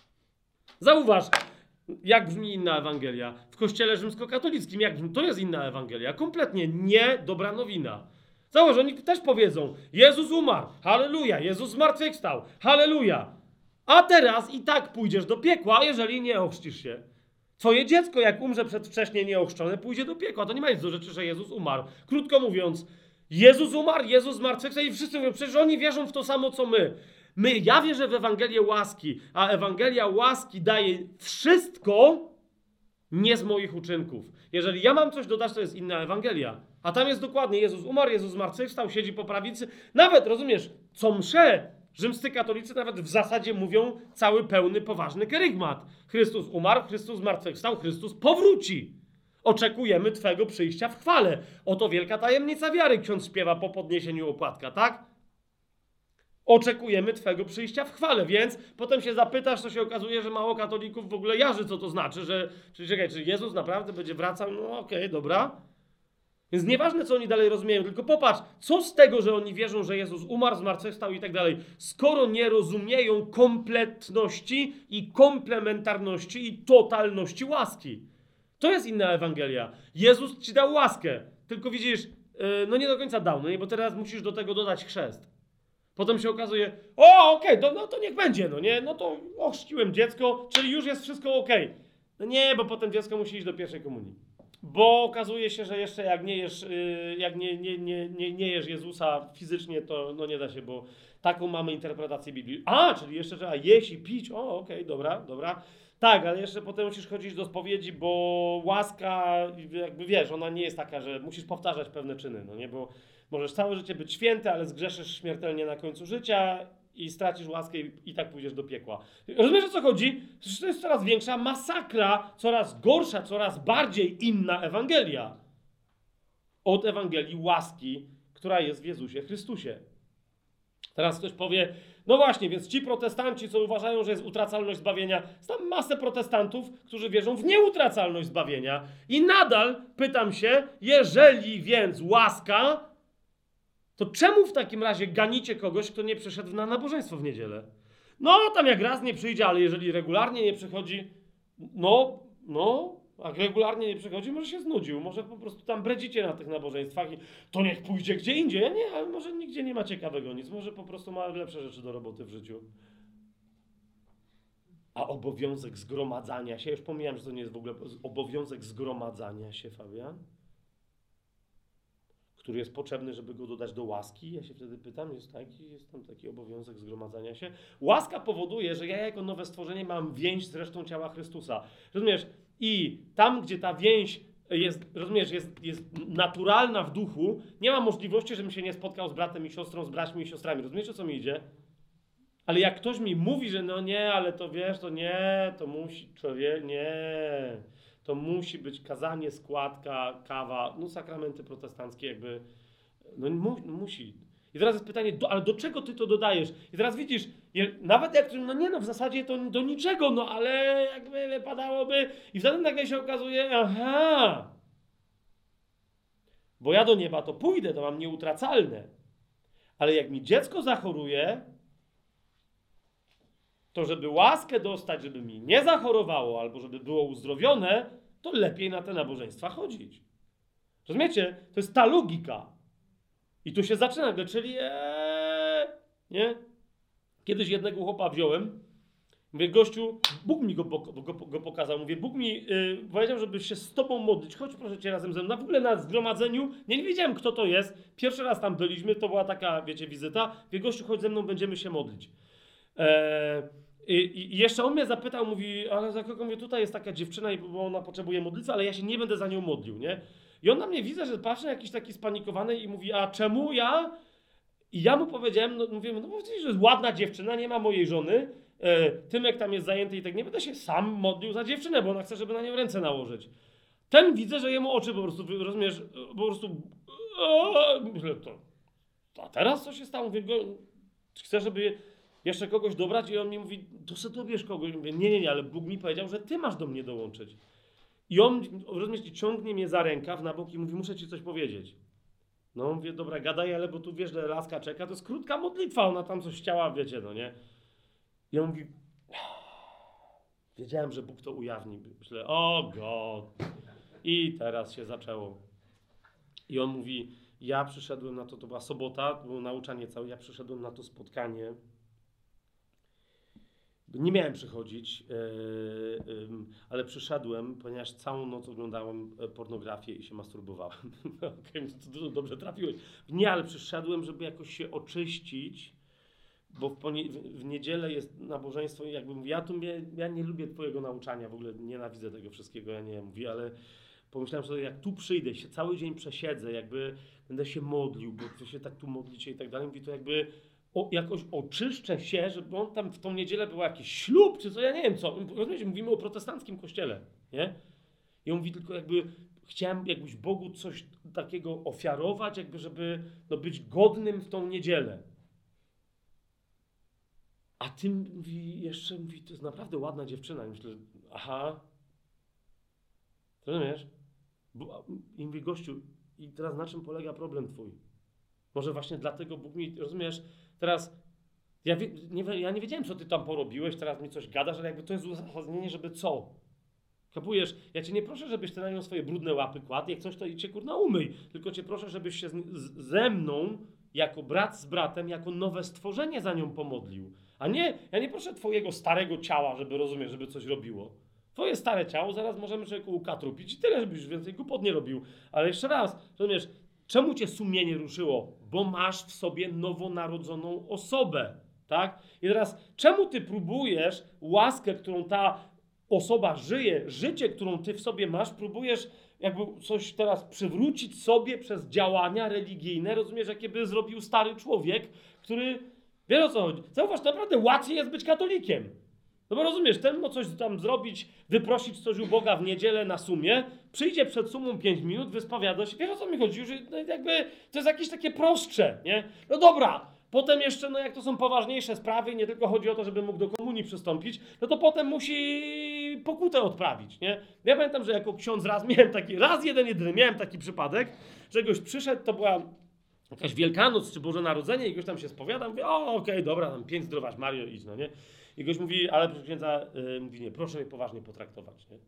Speaker 1: Zauważ, jak brzmi inna Ewangelia. W kościele rzymskokatolickim, jak brzmi, to jest inna Ewangelia. Kompletnie nie dobra nowina. Zauważ, oni też powiedzą, Jezus umarł, halleluja, Jezus zmartwychwstał, halleluja. A teraz i tak pójdziesz do piekła, jeżeli nie ochrzcisz się. Twoje dziecko, jak umrze przedwcześnie nieochrzczone, pójdzie do piekła. To nie ma nic do rzeczy, że Jezus umarł. Krótko mówiąc, Jezus umarł, Jezus zmartwychwstał i wszyscy mówią, przecież oni wierzą w to samo, co my. My, ja wierzę w Ewangelię łaski, a Ewangelia łaski daje wszystko nie z moich uczynków. Jeżeli ja mam coś dodać, to jest inna Ewangelia. A tam jest dokładnie, Jezus umarł, Jezus zmartwychwstał, siedzi po prawicy. Nawet, rozumiesz, co msze, rzymscy katolicy nawet w zasadzie mówią cały pełny, poważny kerygmat. Chrystus umarł, Chrystus zmartwychwstał, Chrystus powróci. Oczekujemy Twego przyjścia w chwale. Oto wielka tajemnica wiary, ksiądz śpiewa po podniesieniu opłatka, tak? oczekujemy Twego przyjścia w chwale, więc potem się zapytasz, to się okazuje, że mało katolików w ogóle jarzy, co to znaczy, że, czy czekaj, czy Jezus naprawdę będzie wracał? No okej, okay, dobra. Więc nieważne, co oni dalej rozumieją, tylko popatrz, co z tego, że oni wierzą, że Jezus umarł, zmartwychwstał i tak dalej, skoro nie rozumieją kompletności i komplementarności i totalności łaski. To jest inna Ewangelia. Jezus ci dał łaskę, tylko widzisz, yy, no nie do końca dał, no nie, bo teraz musisz do tego dodać chrzest. Potem się okazuje, o okej, okay, no to niech będzie, no nie, no to ochrzciłem dziecko, czyli już jest wszystko okej. Okay. No nie, bo potem dziecko musi iść do pierwszej komunii. Bo okazuje się, że jeszcze jak nie jesz, yy, jak nie, nie, nie, nie, nie jesz Jezusa fizycznie, to no nie da się, bo taką mamy interpretację Biblii. A, czyli jeszcze trzeba jeść i pić, o okej, okay, dobra, dobra. Tak, ale jeszcze potem musisz chodzić do spowiedzi, bo łaska, jakby wiesz, ona nie jest taka, że musisz powtarzać pewne czyny, no nie, bo możesz całe życie być święty, ale zgrzeszysz śmiertelnie na końcu życia i stracisz łaskę i, i tak pójdziesz do piekła. Rozumiesz, o co chodzi? Przecież to jest coraz większa masakra, coraz gorsza, coraz bardziej inna Ewangelia od Ewangelii łaski, która jest w Jezusie Chrystusie. Teraz ktoś powie, no właśnie, więc ci protestanci, co uważają, że jest utracalność zbawienia, znam masę protestantów, którzy wierzą w nieutracalność zbawienia i nadal pytam się, jeżeli więc łaska, to czemu w takim razie ganicie kogoś, kto nie przyszedł na nabożeństwo w niedzielę? No, tam jak raz nie przyjdzie, ale jeżeli regularnie nie przychodzi, no, no, a regularnie nie przychodzi, może się znudził, może po prostu tam bredzicie na tych nabożeństwach i to niech pójdzie gdzie indziej. Ja nie, ale może nigdzie nie ma ciekawego nic, może po prostu ma lepsze rzeczy do roboty w życiu. A obowiązek zgromadzania się, już pomijam, że to nie jest w ogóle obowiązek zgromadzania się, Fabian, który jest potrzebny, żeby go dodać do łaski. Ja się wtedy pytam, jest taki, jest tam taki obowiązek zgromadzania się. Łaska powoduje, że ja jako nowe stworzenie mam więź z resztą ciała Chrystusa. Rozumiesz? I tam, gdzie ta więź jest, rozumiesz, jest, jest naturalna w duchu, nie ma możliwości, żebym się nie spotkał z bratem i siostrą, z braćmi i siostrami. Rozumiesz, o co mi idzie? Ale jak ktoś mi mówi, że no nie, ale to wiesz, to nie, to musi, człowiek, nie... To musi być kazanie, składka, kawa, no sakramenty protestanckie jakby, no, mu, no musi. I teraz jest pytanie, do, ale do czego ty to dodajesz? I teraz widzisz, je, nawet jak, no nie no, w zasadzie to do niczego, no ale jakby wypadałoby. I wtedy nagle się okazuje, aha, bo ja do nieba to pójdę, to mam nieutracalne. Ale jak mi dziecko zachoruje, to żeby łaskę dostać, żeby mi nie zachorowało, albo żeby było uzdrowione, to lepiej na te nabożeństwa chodzić. Rozumiecie? To jest ta logika. I tu się zaczyna, czyli ee, nie? Kiedyś jednego chłopa wziąłem, mówię, gościu, Bóg mi go, go, go, go pokazał, mówię, Bóg mi yy, powiedział, żeby się z tobą modlić, chodź proszę cię razem ze mną. W ogóle na zgromadzeniu, nie, nie wiedziałem kto to jest, pierwszy raz tam byliśmy, to była taka, wiecie, wizyta, mówię, gościu, chodź ze mną, będziemy się modlić. Eee, i, I jeszcze on mnie zapytał, mówi, ale za kogo? Mówię, tutaj jest taka dziewczyna, bo ona potrzebuje modlitwy, ale ja się nie będę za nią modlił, nie? I on na mnie widzę, że patrzy jakiś taki spanikowany i mówi, a czemu ja? I ja mu powiedziałem, no mówię, no bo widzisz, że jest ładna dziewczyna, nie ma mojej żony, e, Tymek tam jest zajęty i tak nie będę się sam modlił za dziewczynę, bo ona chce, żeby na nią ręce nałożyć. Ten widzę, że jemu oczy po prostu, rozumiesz, po prostu, o, myślę, to, a teraz co się stało? Mówię, go, chcę, żeby jeszcze kogoś dobrać i on mi mówi, to se dobierz kogoś. Mówię, nie, nie, nie, ale Bóg mi powiedział, że ty masz do mnie dołączyć. I on, rozumiesz, ciągnie mnie za rękaw na bok i mówi, muszę ci coś powiedzieć. No, mówię, dobra, gadaj, ale bo tu wiesz, że laska czeka, to jest krótka modlitwa, ona tam coś chciała, wiecie, no nie? I on mówi, wiedziałem, że Bóg to ujawni. Myślę, o God. I teraz się zaczęło. I on mówi, ja przyszedłem na to, to była sobota, to było nauczanie całe, ja przyszedłem na to spotkanie. Nie miałem przychodzić, yy, yy, ale przyszedłem, ponieważ całą noc oglądałem pornografię i się masturbowałem. Okej, okay, to dobrze trafiłeś. Nie, ale przyszedłem, żeby jakoś się oczyścić, bo w, ponie- w niedzielę jest nabożeństwo i jakby mówię, ja tu mnie, ja nie lubię twojego nauczania, w ogóle nienawidzę tego wszystkiego, ja nie mówię, ale pomyślałem sobie, jak tu przyjdę, się cały dzień przesiedzę, jakby będę się modlił, bo wy się tak tu modlicie i tak dalej, mówię, to jakby O, jakoś oczyszczę się, żeby on tam w tą niedzielę był jakiś ślub, czy co, ja nie wiem co. Rozumiecie, mówimy o protestanckim kościele, nie? I on mówi tylko jakby, chciałem jakbyś Bogu coś takiego ofiarować, jakby żeby no, być godnym w tą niedzielę. A ty mówi, jeszcze mówi, to jest naprawdę ładna dziewczyna. I myślę, aha. Rozumiesz? Bo, i mówi, gościu, i teraz na czym polega problem twój? Może właśnie dlatego Bóg mi, rozumiesz, teraz ja, wie, nie, ja nie wiedziałem, co ty tam porobiłeś, teraz mi coś gadasz, ale jakby to jest uzasadnienie, żeby co? Kapujesz? Ja cię nie proszę, żebyś ty na nią swoje brudne łapy kładł, jak coś to idź cię kurna umyj, tylko cię proszę, żebyś się z, z, ze mną, jako brat z bratem, jako nowe stworzenie za nią pomodlił. A nie, ja nie proszę twojego starego ciała, żeby rozumieć, żeby coś robiło. Twoje stare ciało zaraz możemy człowieku ukatrupić i tyle, żebyś więcej głupot nie robił. Ale jeszcze raz, rozumiesz, czemu cię sumienie ruszyło? Bo masz w sobie nowonarodzoną osobę, tak? I teraz, czemu ty próbujesz łaskę, którą ta osoba żyje, życie, którą ty w sobie masz, próbujesz jakby coś teraz przywrócić sobie przez działania religijne, rozumiesz, jakie by zrobił stary człowiek, który, wiesz o co chodzi, zauważ, naprawdę łatwiej jest być katolikiem. No bo rozumiesz, ten ma coś tam zrobić, wyprosić coś u Boga w niedzielę na sumie, przyjdzie przed sumą pięć minut, wyspowiada się, wiesz o co mi chodzi, że no jakby to jest jakieś takie prostsze, nie? No dobra, potem jeszcze, no jak to są poważniejsze sprawy, nie tylko chodzi o to, żeby mógł do komunii przystąpić, no to potem musi pokutę odprawić, nie? Ja pamiętam, że jako ksiądz raz miałem taki, raz jeden jedyny miałem taki przypadek, że goś przyszedł, to była jakaś Wielkanoc czy Boże Narodzenie i goś tam się spowiada, mówię, o okej, okay, dobra, tam pięć zdrowaś Mario, idź, no nie? I goś mówi, ale proszę księdza, yy, mówi, nie, proszę mnie poważnie potraktować, nie?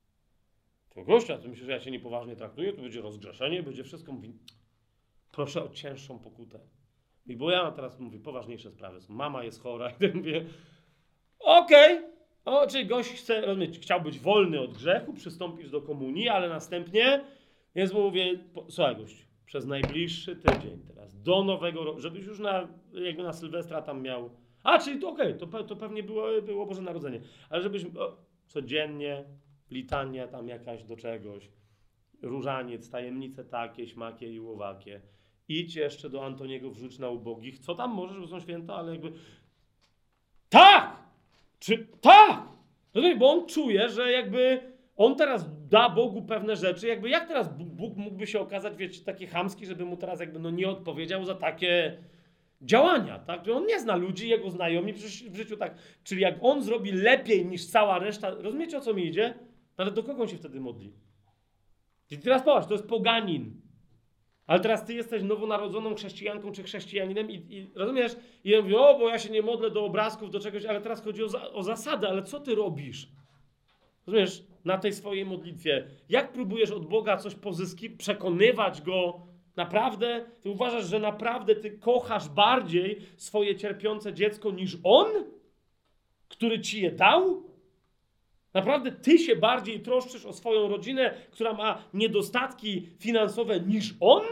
Speaker 1: To gościa, to myślisz, że ja cię niepoważnie traktuję, to będzie rozgrzeszenie, będzie wszystko, mówi, proszę o cięższą pokutę. I bo ja teraz mówię, poważniejsze sprawy są, mama jest chora, i tak mówię, okej, okay. O, czyli gość chce, rozumieć, chciał być wolny od grzechu, przystąpić do komunii, ale następnie, więc mu mówię, po, słuchaj gość, przez najbliższy tydzień teraz, do nowego roku, żebyś już na, jakby na Sylwestra tam miał, a, czyli to okej, okay, to, to pewnie było, było Boże Narodzenie, ale żebyś o, codziennie, litania tam jakaś do czegoś, różaniec, tajemnice takie, śmakie i łowakie, idź jeszcze do Antoniego wrzuć na ubogich, co tam możesz, bo są święta, ale jakby, tak! Czy tak? Bo on czuje, że jakby on teraz da Bogu pewne rzeczy, jakby jak teraz Bóg mógłby się okazać, wiecie, taki chamski, żeby mu teraz jakby no nie odpowiedział za takie działania, tak? Że on nie zna ludzi, jego znajomi w życiu tak. Czyli jak on zrobi lepiej niż cała reszta, rozumiecie o co mi idzie? Ale do kogo on się wtedy modli? I teraz popatrz, to jest poganin. Ale teraz ty jesteś nowonarodzoną chrześcijanką czy chrześcijaninem i, i rozumiesz? I ja mówię, o, bo ja się nie modlę do obrazków, do czegoś, ale teraz chodzi o, za, o zasady, ale co ty robisz? Rozumiesz? Na tej swojej modlitwie. Jak próbujesz od Boga coś pozyskiwać, przekonywać Go? Naprawdę? Ty uważasz, że naprawdę ty kochasz bardziej swoje cierpiące dziecko niż On? Który ci je dał? Naprawdę ty się bardziej troszczysz o swoją rodzinę, która ma niedostatki finansowe niż on?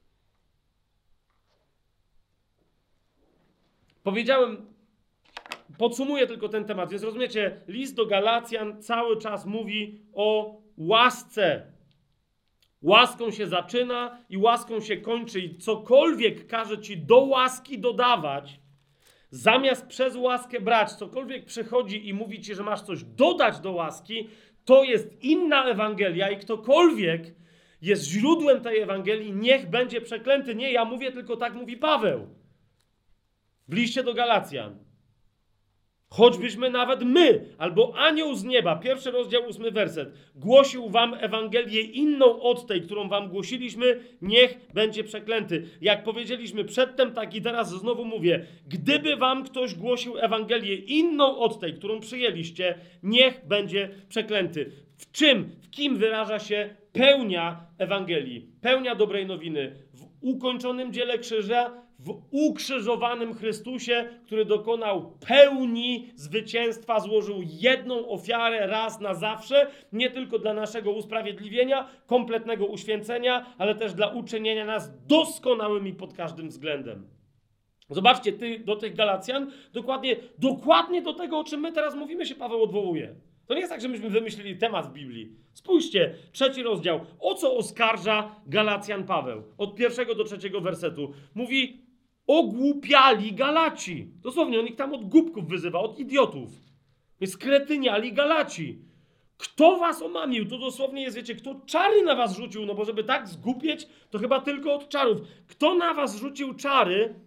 Speaker 1: Powiedziałem, podsumuję tylko ten temat, więc rozumiecie, list do Galacjan cały czas mówi o łasce. Łaską się zaczyna i łaską się kończy i cokolwiek każe ci do łaski dodawać, zamiast przez łaskę brać, cokolwiek przychodzi i mówi ci, że masz coś dodać do łaski, to jest inna Ewangelia i ktokolwiek jest źródłem tej Ewangelii, niech będzie przeklęty. Nie, ja mówię, tylko tak mówi Paweł. W liście do Galacjan. Choćbyśmy nawet my, albo anioł z nieba, pierwszy rozdział, ósmy werset, głosił wam Ewangelię inną od tej, którą wam głosiliśmy, niech będzie przeklęty. Jak powiedzieliśmy przedtem, tak i teraz znowu mówię, gdyby wam ktoś głosił Ewangelię inną od tej, którą przyjęliście, niech będzie przeklęty. W czym, w kim wyraża się pełnia Ewangelii, pełnia dobrej nowiny? W ukończonym dziele krzyża, w ukrzyżowanym Chrystusie, który dokonał pełni zwycięstwa, złożył jedną ofiarę raz na zawsze, nie tylko dla naszego usprawiedliwienia, kompletnego uświęcenia, ale też dla uczynienia nas doskonałymi pod każdym względem. Zobaczcie, ty do tych Galacjan dokładnie, dokładnie do tego, o czym my teraz mówimy, się Paweł odwołuje. To nie jest tak, że myśmy wymyślili temat w Biblii. Spójrzcie, trzeci rozdział. O co oskarża Galacjan Paweł? Od pierwszego do trzeciego wersetu. Mówi, ogłupiali Galaci. Dosłownie, on ich tam od głupków wyzywa, od idiotów. Jest kretyniali Galaci. Kto was omamił? To dosłownie jest, wiecie, kto czary na was rzucił? No bo żeby tak zgłupieć, to chyba tylko od czarów. Kto na was rzucił czary,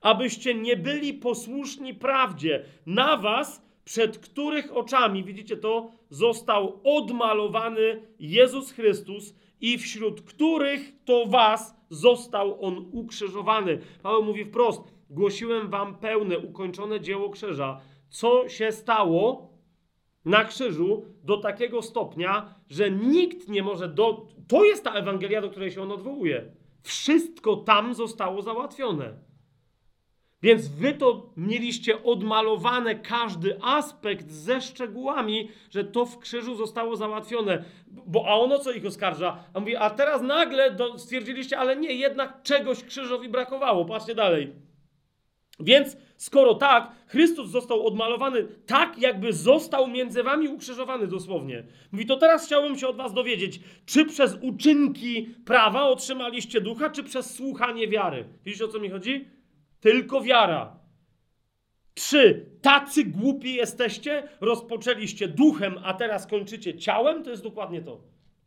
Speaker 1: abyście nie byli posłuszni prawdzie, na was, przed których oczami, widzicie to, został odmalowany Jezus Chrystus i wśród których to was został On ukrzyżowany. Paweł mówi wprost, głosiłem wam pełne, ukończone dzieło krzyża, co się stało na krzyżu do takiego stopnia, że nikt nie może do... To jest ta Ewangelia, do której się on odwołuje. Wszystko tam zostało załatwione. Więc wy to mieliście odmalowane, każdy aspekt ze szczegółami, że to w krzyżu zostało załatwione. Bo, a on o co ich oskarża? A mówi, a teraz nagle do, stwierdziliście, ale nie, jednak czegoś krzyżowi brakowało. Patrzcie dalej. Więc skoro tak, Chrystus został odmalowany tak, jakby został między wami ukrzyżowany dosłownie. Mówi, to teraz chciałbym się od was dowiedzieć, czy przez uczynki prawa otrzymaliście ducha, czy przez słuchanie wiary. Widzicie, o co mi chodzi? Tylko wiara. Trzy. Tacy głupi jesteście, rozpoczęliście duchem, a teraz kończycie ciałem? To jest dokładnie to.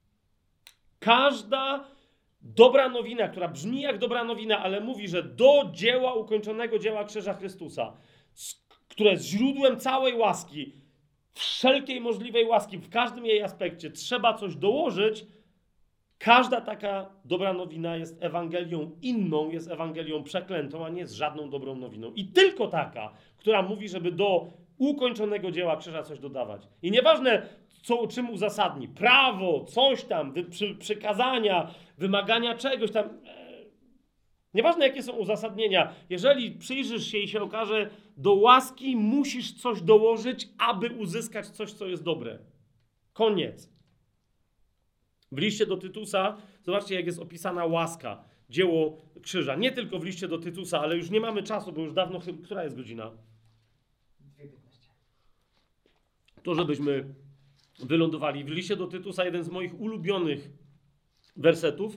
Speaker 1: Każda dobra nowina, która brzmi jak dobra nowina, ale mówi, że do dzieła ukończonego dzieła krzyża Chrystusa, które jest źródłem całej łaski, wszelkiej możliwej łaski, w każdym jej aspekcie trzeba coś dołożyć. Każda taka dobra nowina jest Ewangelią inną, jest Ewangelią przeklętą, a nie jest żadną dobrą nowiną. I tylko taka, która mówi, żeby do ukończonego dzieła krzyża coś dodawać. I nieważne, co, czym uzasadni, prawo, coś tam, wy, przy, przykazania, wymagania czegoś tam. E, nieważne, jakie są uzasadnienia. Jeżeli przyjrzysz się i się okaże, do łaski musisz coś dołożyć, aby uzyskać coś, co jest dobre. Koniec. W liście do Tytusa, zobaczcie, jak jest opisana łaska, dzieło krzyża. Nie tylko w liście do Tytusa, ale już nie mamy czasu, bo już dawno... Która jest godzina?
Speaker 2: dwie piętnaście.
Speaker 1: To, żebyśmy wylądowali. W liście do Tytusa jeden z moich ulubionych wersetów.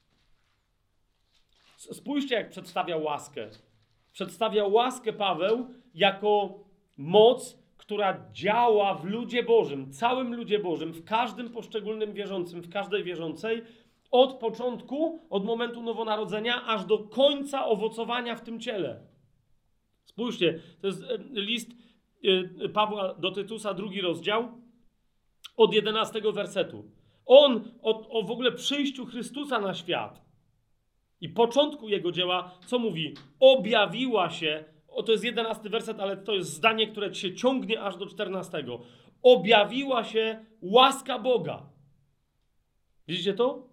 Speaker 1: Spójrzcie, jak przedstawia łaskę. Przedstawia łaskę Paweł jako moc, która działa w ludzie Bożym, całym ludzie Bożym, w każdym poszczególnym wierzącym, w każdej wierzącej, od początku, od momentu nowonarodzenia, aż do końca owocowania w tym ciele. Spójrzcie, to jest list Pawła do Tytusa, drugi rozdział, od jedenastego wersetu. On o, o w ogóle przyjściu Chrystusa na świat i początku Jego dzieła, co mówi? Objawiła się, o, to jest jedenasty werset, ale to jest zdanie, które ci się ciągnie aż do czternastego. Objawiła się łaska Boga. Widzicie to?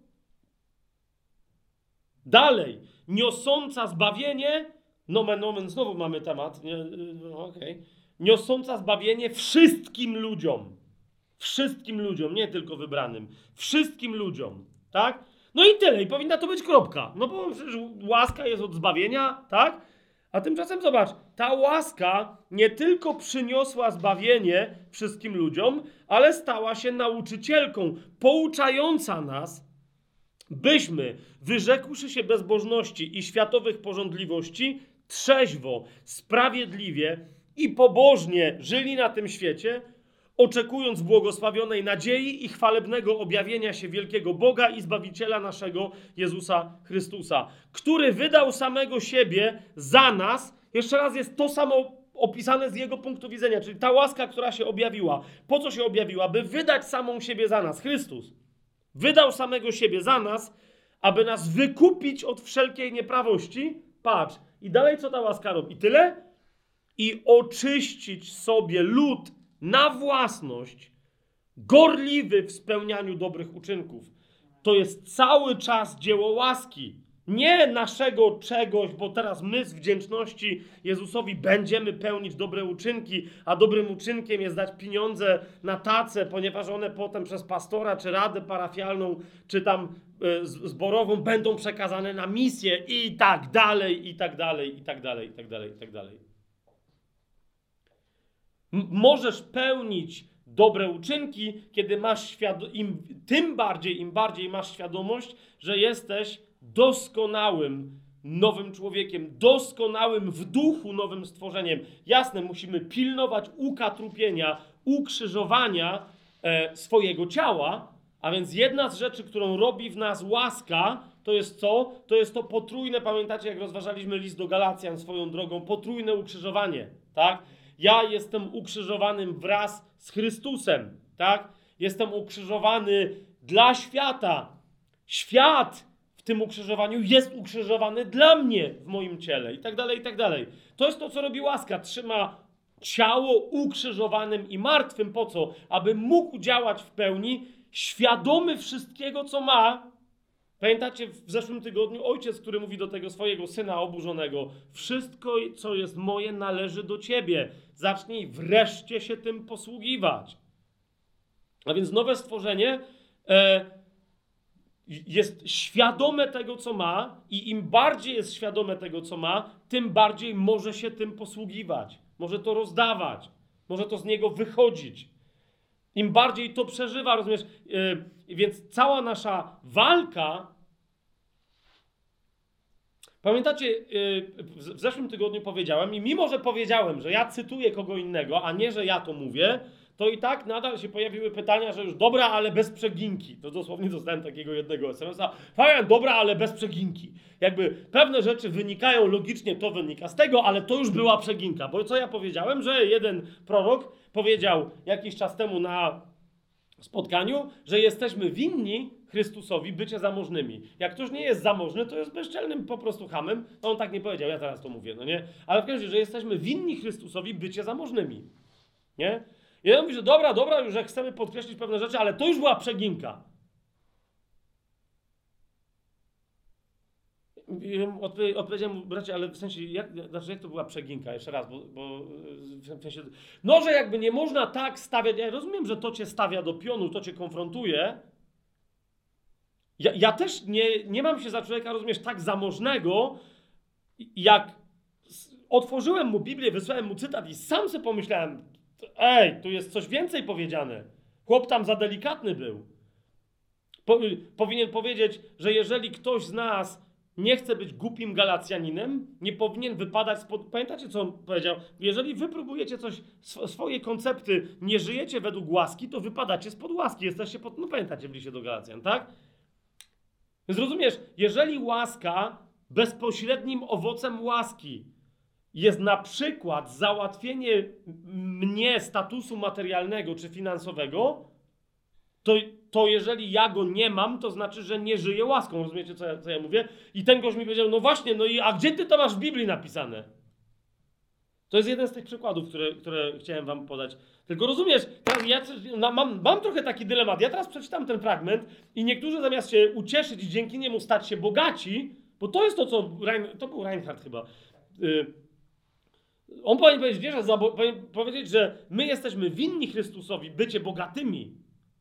Speaker 1: Dalej, niosąca zbawienie, nomen omen, znowu mamy temat, nie, no, okay. Niosąca zbawienie wszystkim ludziom. Wszystkim ludziom, nie tylko wybranym. Wszystkim ludziom, tak? No i tyle, i powinna to być kropka. No bo przecież łaska jest od zbawienia, tak? A tymczasem zobacz, ta łaska nie tylko przyniosła zbawienie wszystkim ludziom, ale stała się nauczycielką, pouczająca nas, byśmy, wyrzekłszy się bezbożności i światowych porządliwości, trzeźwo, sprawiedliwie i pobożnie żyli na tym świecie, oczekując błogosławionej nadziei i chwalebnego objawienia się wielkiego Boga i Zbawiciela naszego Jezusa Chrystusa, który wydał samego siebie za nas. Jeszcze raz jest to samo opisane z jego punktu widzenia, czyli ta łaska, która się objawiła. Po co się objawiła? By wydać samą siebie za nas. Chrystus wydał samego siebie za nas, aby nas wykupić od wszelkiej nieprawości. Patrz, i dalej co ta łaska robi? I tyle? I oczyścić sobie lud na własność, gorliwy w spełnianiu dobrych uczynków. To jest cały czas dzieło łaski. Nie naszego czegoś, bo teraz my z wdzięczności Jezusowi będziemy pełnić dobre uczynki, a dobrym uczynkiem jest dać pieniądze na tacę, ponieważ one potem przez pastora, czy radę parafialną, czy tam y, zborową będą przekazane na misję i tak dalej, i tak dalej, i tak dalej, i tak dalej, i tak dalej. M- możesz pełnić dobre uczynki, kiedy masz świadomość, tym bardziej, im bardziej masz świadomość, że jesteś doskonałym nowym człowiekiem, doskonałym w duchu nowym stworzeniem. Jasne, musimy pilnować ukatrupienia, ukrzyżowania e, swojego ciała, a więc jedna z rzeczy, którą robi w nas łaska, to jest co? To jest to potrójne, pamiętacie, jak rozważaliśmy list do Galacjan swoją drogą, potrójne ukrzyżowanie, tak? Ja jestem ukrzyżowanym wraz z Chrystusem, tak? Jestem ukrzyżowany dla świata. Świat w tym ukrzyżowaniu jest ukrzyżowany dla mnie w moim ciele i tak dalej, i tak dalej. To jest to, co robi łaska. Trzyma ciało ukrzyżowanym i martwym. Po co? Aby mógł działać w pełni, świadomy wszystkiego, co ma. Pamiętacie w zeszłym tygodniu ojciec, który mówi do tego swojego syna oburzonego: wszystko, co jest moje, należy do ciebie. Zacznij wreszcie się tym posługiwać. A więc nowe stworzenie e, jest świadome tego, co ma, i im bardziej jest świadome tego, co ma, tym bardziej może się tym posługiwać. Może to rozdawać. Może to z niego wychodzić. Im bardziej to przeżywa, rozumiesz? Yy, więc cała nasza walka... Pamiętacie, yy, w zeszłym tygodniu powiedziałem, i mimo, że powiedziałem, że ja cytuję kogo innego, a nie, że ja to mówię, to i tak nadal się pojawiły pytania, że już dobra, ale bez przeginki. To dosłownie dostałem takiego jednego es em es a. Fabian, dobra, ale bez przeginki. Jakby pewne rzeczy wynikają logicznie, to wynika z tego, ale to już była przeginka. Bo co ja powiedziałem? Że jeden prorok powiedział jakiś czas temu na spotkaniu, że jesteśmy winni Chrystusowi bycie zamożnymi. Jak ktoś nie jest zamożny, to jest bezczelnym po prostu chamem. No on tak nie powiedział, ja teraz to mówię, no nie? Ale w każdym razie, że jesteśmy winni Chrystusowi bycie zamożnymi. Nie? I ja mówię, że dobra, dobra, już jak chcemy podkreślić pewne rzeczy, ale to już była przeginka. Odpo- odpowiedziałem mu, bracie, ale w sensie, jak, znaczy jak to była przeginka? Jeszcze raz, bo, bo w sensie, no, że jakby nie można tak stawiać, ja rozumiem, że to cię stawia do pionu, to cię konfrontuje. Ja, ja też nie, nie mam się za człowieka, rozumiesz, tak zamożnego, jak otworzyłem mu Biblię, wysłałem mu cytat i sam sobie pomyślałem, ej, tu jest coś więcej powiedziane. Chłop tam za delikatny był. Po, powinien powiedzieć, że jeżeli ktoś z nas nie chce być głupim Galacjaninem, nie powinien wypadać spod... Pamiętacie, co on powiedział? Jeżeli wy próbujecie coś, sw- swoje koncepty, nie żyjecie według łaski, to wypadacie spod łaski. Jesteście pod... No pamiętacie w liście do Galacjan, tak? Więc rozumiesz, jeżeli łaska, bezpośrednim owocem łaski jest na przykład załatwienie mnie statusu materialnego czy finansowego, to, to jeżeli ja go nie mam, to znaczy, że nie żyję łaską. Rozumiecie, co ja, co ja mówię? I ten gość mi powiedział, no właśnie, no i a gdzie ty to masz w Biblii napisane? To jest jeden z tych przykładów, które, które chciałem wam podać. Tylko rozumiesz, teraz ja no, mam, mam trochę taki dylemat. Ja teraz przeczytam ten fragment i niektórzy zamiast się ucieszyć i dzięki niemu stać się bogaci, bo to jest to, co... Rein, to był Reinhardt chyba. Yy, on powinien powiedzieć, wiesz, że powinien powiedzieć, że my jesteśmy winni Chrystusowi bycie bogatymi.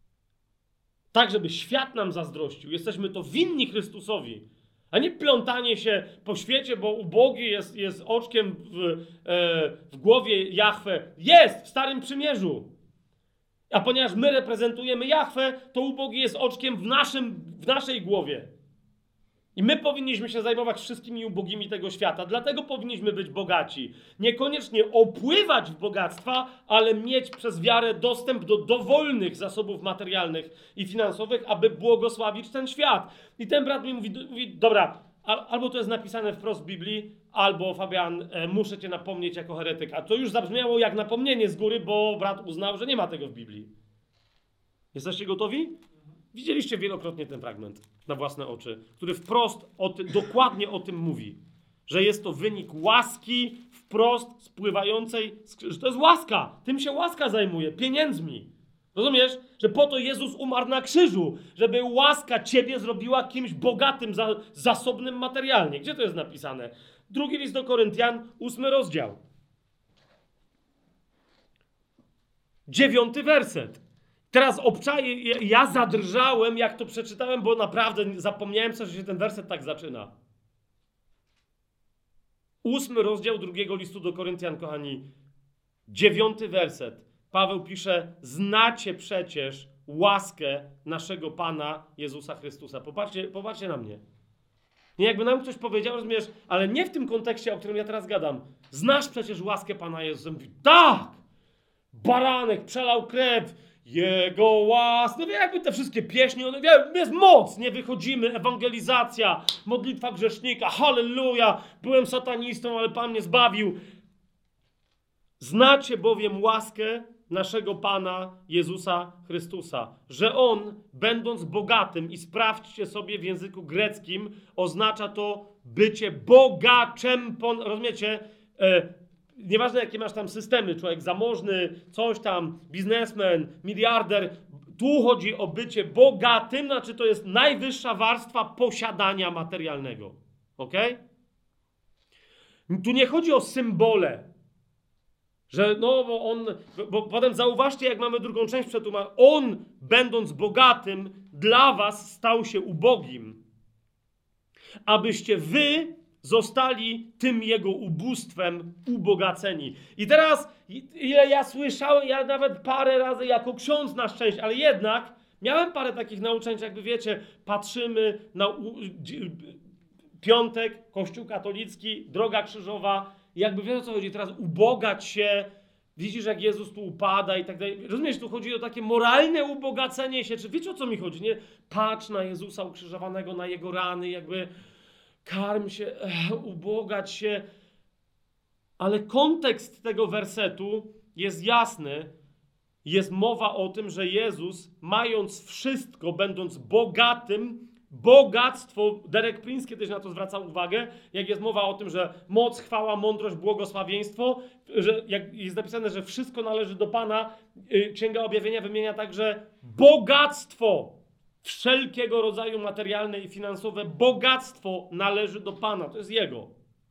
Speaker 1: Tak, żeby świat nam zazdrościł. Jesteśmy to winni Chrystusowi. A nie plątanie się po świecie, bo ubogi jest, jest oczkiem w, e, w głowie Jahwe. Jest w Starym Przymierzu. A ponieważ my reprezentujemy Jahwe, to ubogi jest oczkiem w, naszym, w naszej głowie. I my powinniśmy się zajmować wszystkimi ubogimi tego świata. Dlatego powinniśmy być bogaci. Niekoniecznie opływać w bogactwa, ale mieć przez wiarę dostęp do dowolnych zasobów materialnych i finansowych, aby błogosławić ten świat. I ten brat mi mówi, mówi dobra, albo to jest napisane wprost w Biblii, albo Fabian, e, muszę cię napomnieć jako heretyka. To już zabrzmiało jak napomnienie z góry, bo brat uznał, że nie ma tego w Biblii. Jesteście gotowi? Widzieliście wielokrotnie ten fragment na własne oczy, który wprost o ty, dokładnie o tym mówi. Że jest to wynik łaski wprost spływającej, że to jest łaska. Tym się łaska zajmuje, pieniędzmi. Rozumiesz? Że po to Jezus umarł na krzyżu, żeby łaska ciebie zrobiła kimś bogatym, za, zasobnym materialnie. Gdzie to jest napisane? Drugi list do Koryntian, ósmy rozdział. Dziewiąty werset. Teraz obczaję, ja zadrżałem, jak to przeczytałem, bo naprawdę zapomniałem, co się ten werset tak zaczyna. Ósmy rozdział drugiego listu do Koryntian, kochani. Dziewiąty werset. Paweł pisze, znacie przecież łaskę naszego Pana Jezusa Chrystusa. Popatrzcie, popatrzcie na mnie. Nie jakby nam ktoś powiedział, rozumiesz, ale nie w tym kontekście, o którym ja teraz gadam. Znasz przecież łaskę Pana Jezusa. Mówi, tak! Baranek przelał krew. Jego łaska, no wie, jakby te wszystkie pieśni, one wie, jest moc, nie wychodzimy, ewangelizacja, modlitwa grzesznika, halleluja, byłem satanistą, ale Pan mnie zbawił. Znacie bowiem łaskę naszego Pana Jezusa Chrystusa, że On, będąc bogatym, i sprawdźcie sobie w języku greckim, oznacza to bycie bogaczem, pon, rozumiecie, e, nieważne jakie masz tam systemy, człowiek zamożny, coś tam, biznesmen, miliarder, tu chodzi o bycie bogatym, znaczy to jest najwyższa warstwa posiadania materialnego, okej? Tu nie chodzi o symbole, że no, bo on, bo potem zauważcie, jak mamy drugą część przetłumaczenia. On, będąc bogatym, dla was stał się ubogim, abyście wy zostali tym jego ubóstwem ubogaceni. I teraz, ile ja słyszałem, ja nawet parę razy jako ksiądz na szczęście, ale jednak miałem parę takich nauczeń, jakby wiecie, patrzymy na u, piątek, Kościół katolicki, droga krzyżowa, jakby wiesz o co chodzi, teraz ubogać się, widzisz jak Jezus tu upada i tak dalej. Rozumiesz, tu chodzi o takie moralne ubogacenie się, czy wiecie o co mi chodzi, nie? Patrz na Jezusa ukrzyżowanego, na Jego rany, jakby karm się, ech, ubogać się. Ale kontekst tego wersetu jest jasny. Jest mowa o tym, że Jezus, mając wszystko, będąc bogatym, bogactwo, Derek Prince kiedyś na to zwracał uwagę, jak jest mowa o tym, że moc, chwała, mądrość, błogosławieństwo, że jak jest napisane, że wszystko należy do Pana, Księga Objawienia wymienia także bogactwo, wszelkiego rodzaju materialne i finansowe, bogactwo należy do Pana, to jest Jego.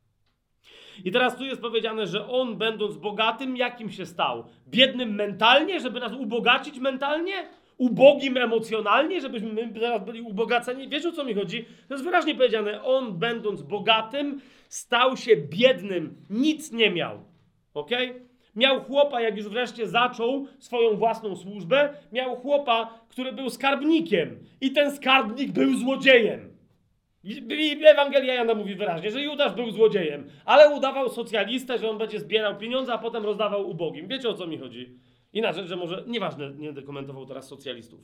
Speaker 1: I teraz tu jest powiedziane, że On, będąc bogatym, jakim się stał? Biednym mentalnie, żeby nas ubogacić mentalnie? Ubogim emocjonalnie, żebyśmy my teraz byli ubogaceni? Wiecie, o co mi chodzi? To jest wyraźnie powiedziane. On, będąc bogatym, stał się biednym. Nic nie miał. Okej? Okay? Miał chłopa, jak już wreszcie zaczął swoją własną służbę, miał chłopa, który był skarbnikiem. I ten skarbnik był złodziejem. I Ewangelia Jana mówi wyraźnie, że Judasz był złodziejem, ale udawał socjalistę, że on będzie zbierał pieniądze, a potem rozdawał ubogim. Wiecie, o co mi chodzi? Inaczej, że może, nieważne, nie będę komentował teraz socjalistów.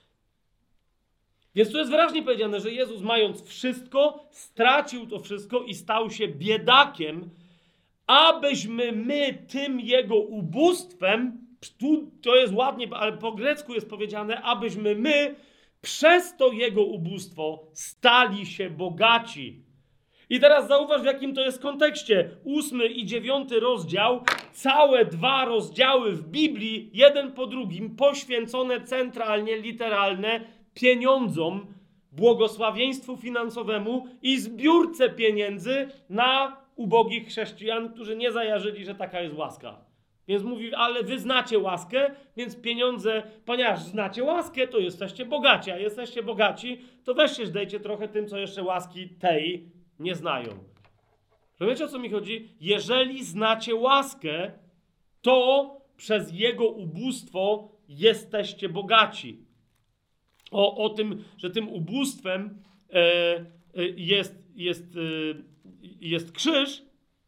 Speaker 1: Więc tu jest wyraźnie powiedziane, że Jezus, mając wszystko, stracił to wszystko i stał się biedakiem, abyśmy my tym Jego ubóstwem, tu to jest ładnie, ale po grecku jest powiedziane, abyśmy my przez to Jego ubóstwo stali się bogaci. I teraz zauważ, w jakim to jest kontekście. Ósmy i dziewiąty rozdział, całe dwa rozdziały w Biblii, jeden po drugim, poświęcone centralnie, literalne pieniądzom, błogosławieństwu finansowemu i zbiórce pieniędzy na ubogich chrześcijan, którzy nie zajarzyli, że taka jest łaska. Więc mówi, ale wy znacie łaskę, więc pieniądze, ponieważ znacie łaskę, to jesteście bogaci, a jesteście bogaci, to weźcie, dajcie trochę tym, co jeszcze łaski tej nie znają. Rozumiecie, o co mi chodzi? Jeżeli znacie łaskę, to przez Jego ubóstwo jesteście bogaci. O, o tym, że tym ubóstwem e, e, jest, jest, e, jest krzyż,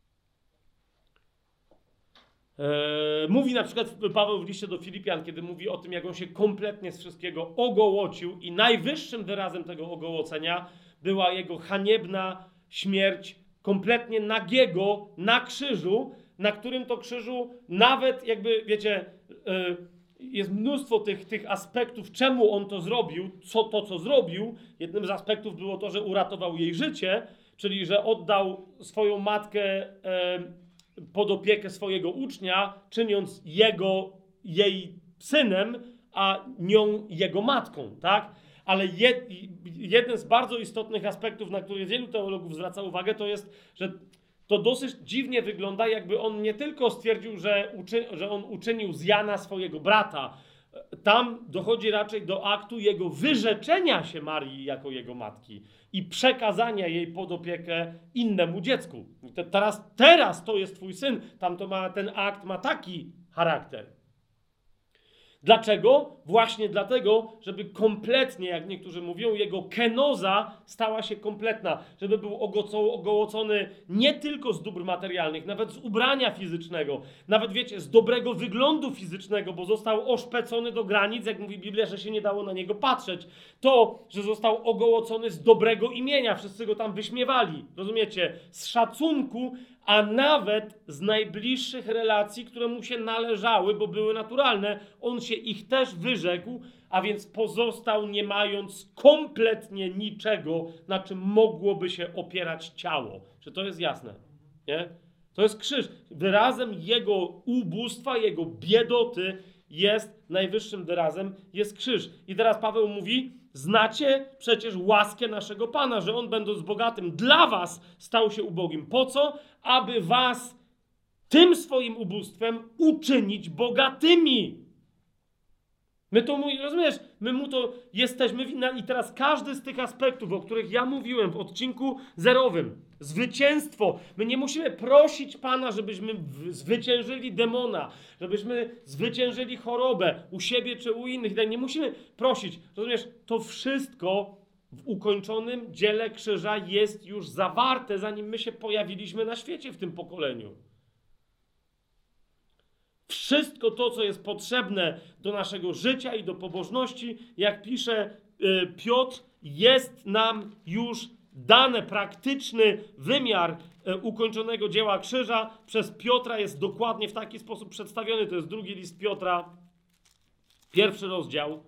Speaker 1: e, mówi na przykład Paweł w liście do Filipian, kiedy mówi o tym, jak on się kompletnie z wszystkiego ogołocił i najwyższym wyrazem tego ogołocenia była jego haniebna śmierć kompletnie nagiego na krzyżu, na którym to krzyżu nawet jakby, wiecie, jest mnóstwo tych, tych aspektów, czemu on to zrobił, co to, co zrobił. Jednym z aspektów było to, że uratował jej życie, czyli że oddał swoją matkę pod opiekę swojego ucznia, czyniąc jego, jej synem, a nią jego matką, tak? Ale jed, jeden z bardzo istotnych aspektów, na który wielu teologów zwraca uwagę, to jest, że to dosyć dziwnie wygląda, jakby on nie tylko stwierdził, że, uczy, że on uczynił z Jana swojego brata. Tam dochodzi raczej do aktu jego wyrzeczenia się Marii jako jego matki i przekazania jej pod opiekę innemu dziecku. Te, teraz, teraz to jest twój syn, tam to ma, ten akt ma taki charakter. Dlaczego? Właśnie dlatego, żeby kompletnie, jak niektórzy mówią, jego kenoza stała się kompletna. Żeby był ogoco- ogołocony nie tylko z dóbr materialnych, nawet z ubrania fizycznego, nawet wiecie, z dobrego wyglądu fizycznego, bo został oszpecony do granic, jak mówi Biblia, że się nie dało na niego patrzeć. To, że został ogołocony z dobrego imienia, wszyscy go tam wyśmiewali, rozumiecie? Z szacunku, a nawet z najbliższych relacji, które mu się należały, bo były naturalne, on się ich też wyrzekł, a więc pozostał nie mając kompletnie niczego, na czym mogłoby się opierać ciało. Czy to jest jasne? Nie? To jest krzyż. Wyrazem jego ubóstwa, jego biedoty jest, najwyższym wyrazem jest krzyż. I teraz Paweł mówi, znacie przecież łaskę naszego Pana, że On, będąc bogatym, dla was stał się ubogim. Po co? Aby was tym swoim ubóstwem uczynić bogatymi. My to, mój, rozumiesz, my mu to jesteśmy winni. I teraz każdy z tych aspektów, o których ja mówiłem w odcinku zerowym, zwycięstwo. My nie musimy prosić Pana, żebyśmy zwyciężyli demona, żebyśmy zwyciężyli chorobę u siebie czy u innych. Nie musimy prosić. Rozumiesz, to wszystko w ukończonym dziele krzyża jest już zawarte, zanim my się pojawiliśmy na świecie w tym pokoleniu. Wszystko to, co jest potrzebne do naszego życia i do pobożności, jak pisze y, Piotr, jest nam już dane. Praktyczny wymiar y, ukończonego dzieła krzyża przez Piotra jest dokładnie w taki sposób przedstawiony. To jest drugi list Piotra, pierwszy rozdział,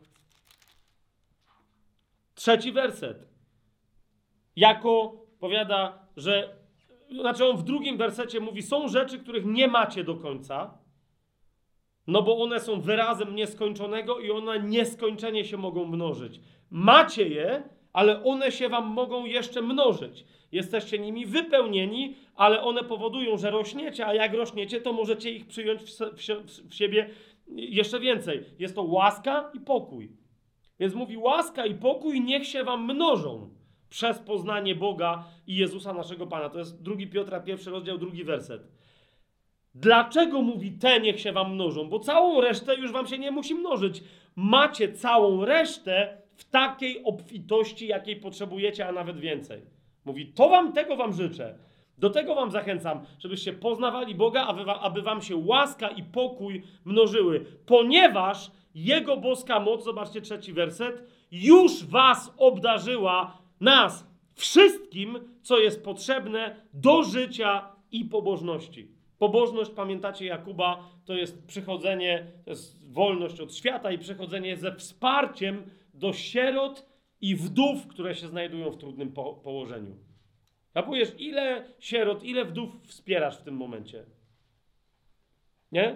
Speaker 1: trzeci werset. Jako powiada, że, znaczy on w drugim wersecie mówi, są rzeczy, których nie macie do końca, no bo one są wyrazem nieskończonego i one nieskończenie się mogą mnożyć. Macie je, ale one się wam mogą jeszcze mnożyć. Jesteście nimi wypełnieni, ale one powodują, że rośniecie, a jak rośniecie, to możecie ich przyjąć w, se, w, w siebie jeszcze więcej. Jest to łaska i pokój. Więc mówi, łaska i pokój niech się wam mnożą przez poznanie Boga i Jezusa naszego Pana. To jest drugi Piotra, pierwszy rozdział, drugi werset. Dlaczego mówi te niech się wam mnożą? Bo całą resztę już wam się nie musi mnożyć. Macie całą resztę w takiej obfitości, jakiej potrzebujecie, a nawet więcej. Mówi, to wam, tego wam życzę. Do tego wam zachęcam, żebyście poznawali Boga, aby, aby wam się łaska i pokój mnożyły. Ponieważ Jego boska moc, zobaczcie trzeci werset, już was obdarzyła, nas, wszystkim, co jest potrzebne do życia i pobożności. Pobożność, pamiętacie Jakuba, to jest przychodzenie, to jest wolność od świata i przychodzenie ze wsparciem do sierot i wdów, które się znajdują w trudnym po- położeniu. A powiesz, ile sierot, ile wdów wspierasz w tym momencie? Nie?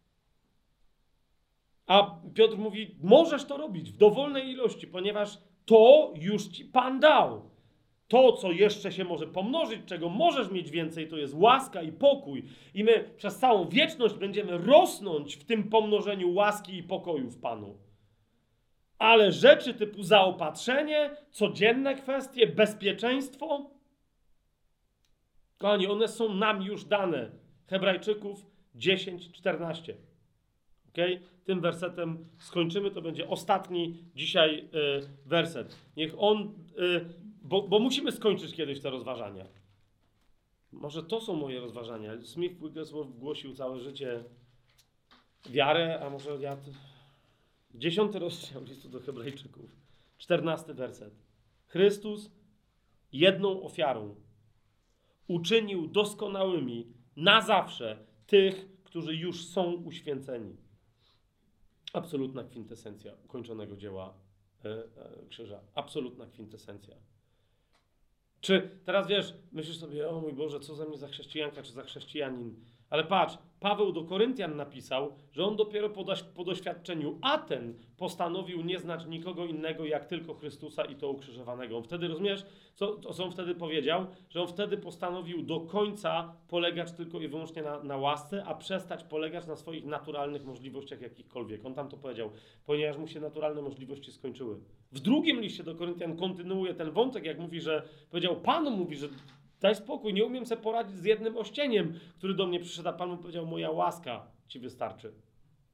Speaker 1: A Piotr mówi, możesz to robić w dowolnej ilości, ponieważ to już ci Pan dał. To, co jeszcze się może pomnożyć, czego możesz mieć więcej, to jest łaska i pokój. I my przez całą wieczność będziemy rosnąć w tym pomnożeniu łaski i pokoju w Panu. Ale rzeczy typu zaopatrzenie, codzienne kwestie, bezpieczeństwo, kochani, one są nam już dane. Hebrajczyków dziesięć czternaście. Okay? Tym wersetem skończymy, to będzie ostatni dzisiaj y, werset. Niech on... Y, Bo, bo musimy skończyć kiedyś te rozważania. Może to są moje rozważania. Smith Wigglesworth głosił całe życie wiarę, a może ja... Dziesiąty rozdział listu do Hebrajczyków. Czternasty werset. Chrystus jedną ofiarą uczynił doskonałymi na zawsze tych, którzy już są uświęceni. Absolutna kwintesencja ukończonego dzieła e, e, krzyża. Absolutna kwintesencja. Czy teraz wiesz, myślisz sobie, o mój Boże, co ze mnie za chrześcijanka, czy za chrześcijanin? Ale patrz, Paweł do Koryntian napisał, że on dopiero po, doś- po doświadczeniu Aten postanowił nie znać nikogo innego jak tylko Chrystusa i to ukrzyżowanego. On wtedy, rozumiesz, co, co on wtedy powiedział? Że on wtedy postanowił do końca polegać tylko i wyłącznie na, na łasce, a przestać polegać na swoich naturalnych możliwościach jakichkolwiek. On tam to powiedział, ponieważ mu się naturalne możliwości skończyły. W drugim liście do Koryntian kontynuuje ten wątek, jak mówi, że powiedział, Pan mówi, że daj spokój, nie umiem sobie poradzić z jednym ościeniem, który do mnie przyszedł, a Pan mu powiedział, moja łaska ci wystarczy.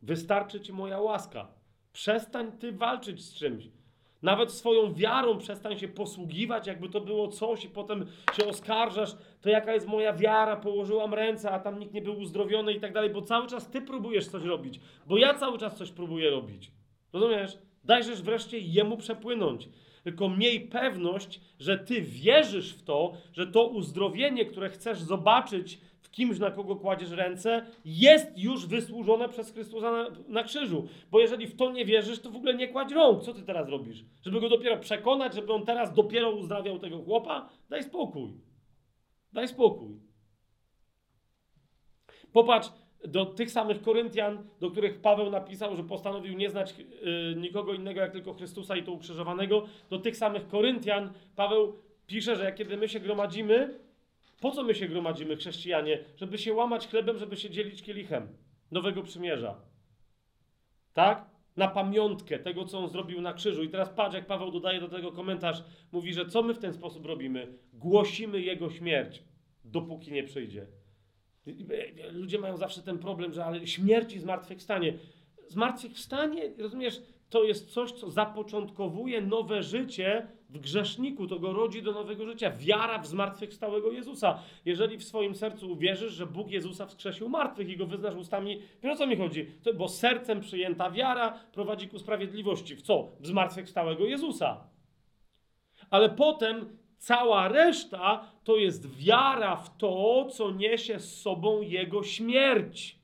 Speaker 1: Wystarczy ci moja łaska. Przestań ty walczyć z czymś. Nawet swoją wiarą przestań się posługiwać, jakby to było coś i potem się oskarżasz, to jaka jest moja wiara, położyłam ręce, a tam nikt nie był uzdrowiony i tak dalej, bo cały czas ty próbujesz coś robić, bo ja cały czas coś próbuję robić. Rozumiesz? Dajżesz wreszcie jemu przepłynąć. Tylko miej pewność, że ty wierzysz w to, że to uzdrowienie, które chcesz zobaczyć w kimś, na kogo kładziesz ręce, jest już wysłużone przez Chrystusa na, na krzyżu. Bo jeżeli w to nie wierzysz, to w ogóle nie kładź rąk. Co ty teraz robisz? Żeby go dopiero przekonać, żeby on teraz dopiero uzdrawiał tego chłopa? Daj spokój. Daj spokój. Popatrz do tych samych Koryntian, do których Paweł napisał, że postanowił nie znać yy, nikogo innego jak tylko Chrystusa i to ukrzyżowanego. Do tych samych Koryntian Paweł pisze, że kiedy my się gromadzimy, po co my się gromadzimy, chrześcijanie? Żeby się łamać chlebem, żeby się dzielić kielichem Nowego Przymierza. Tak? Na pamiątkę tego, co on zrobił na krzyżu. I teraz patrz, jak Paweł dodaje do tego komentarz. Mówi, że co my w ten sposób robimy? Głosimy Jego śmierć, dopóki nie przyjdzie. Ludzie mają zawsze ten problem, że ale śmierć i zmartwychwstanie. Zmartwychwstanie, rozumiesz, to jest coś, co zapoczątkowuje nowe życie w grzeszniku, to go rodzi do nowego życia. Wiara w zmartwychwstałego Jezusa. Jeżeli w swoim sercu uwierzysz, że Bóg Jezusa wskrzesił martwych i go wyznasz ustami, wiesz, o co mi chodzi? To, bo sercem przyjęta wiara prowadzi ku sprawiedliwości. W co? W zmartwychwstałego Jezusa. Ale potem cała reszta to jest wiara w to, co niesie z sobą Jego śmierć.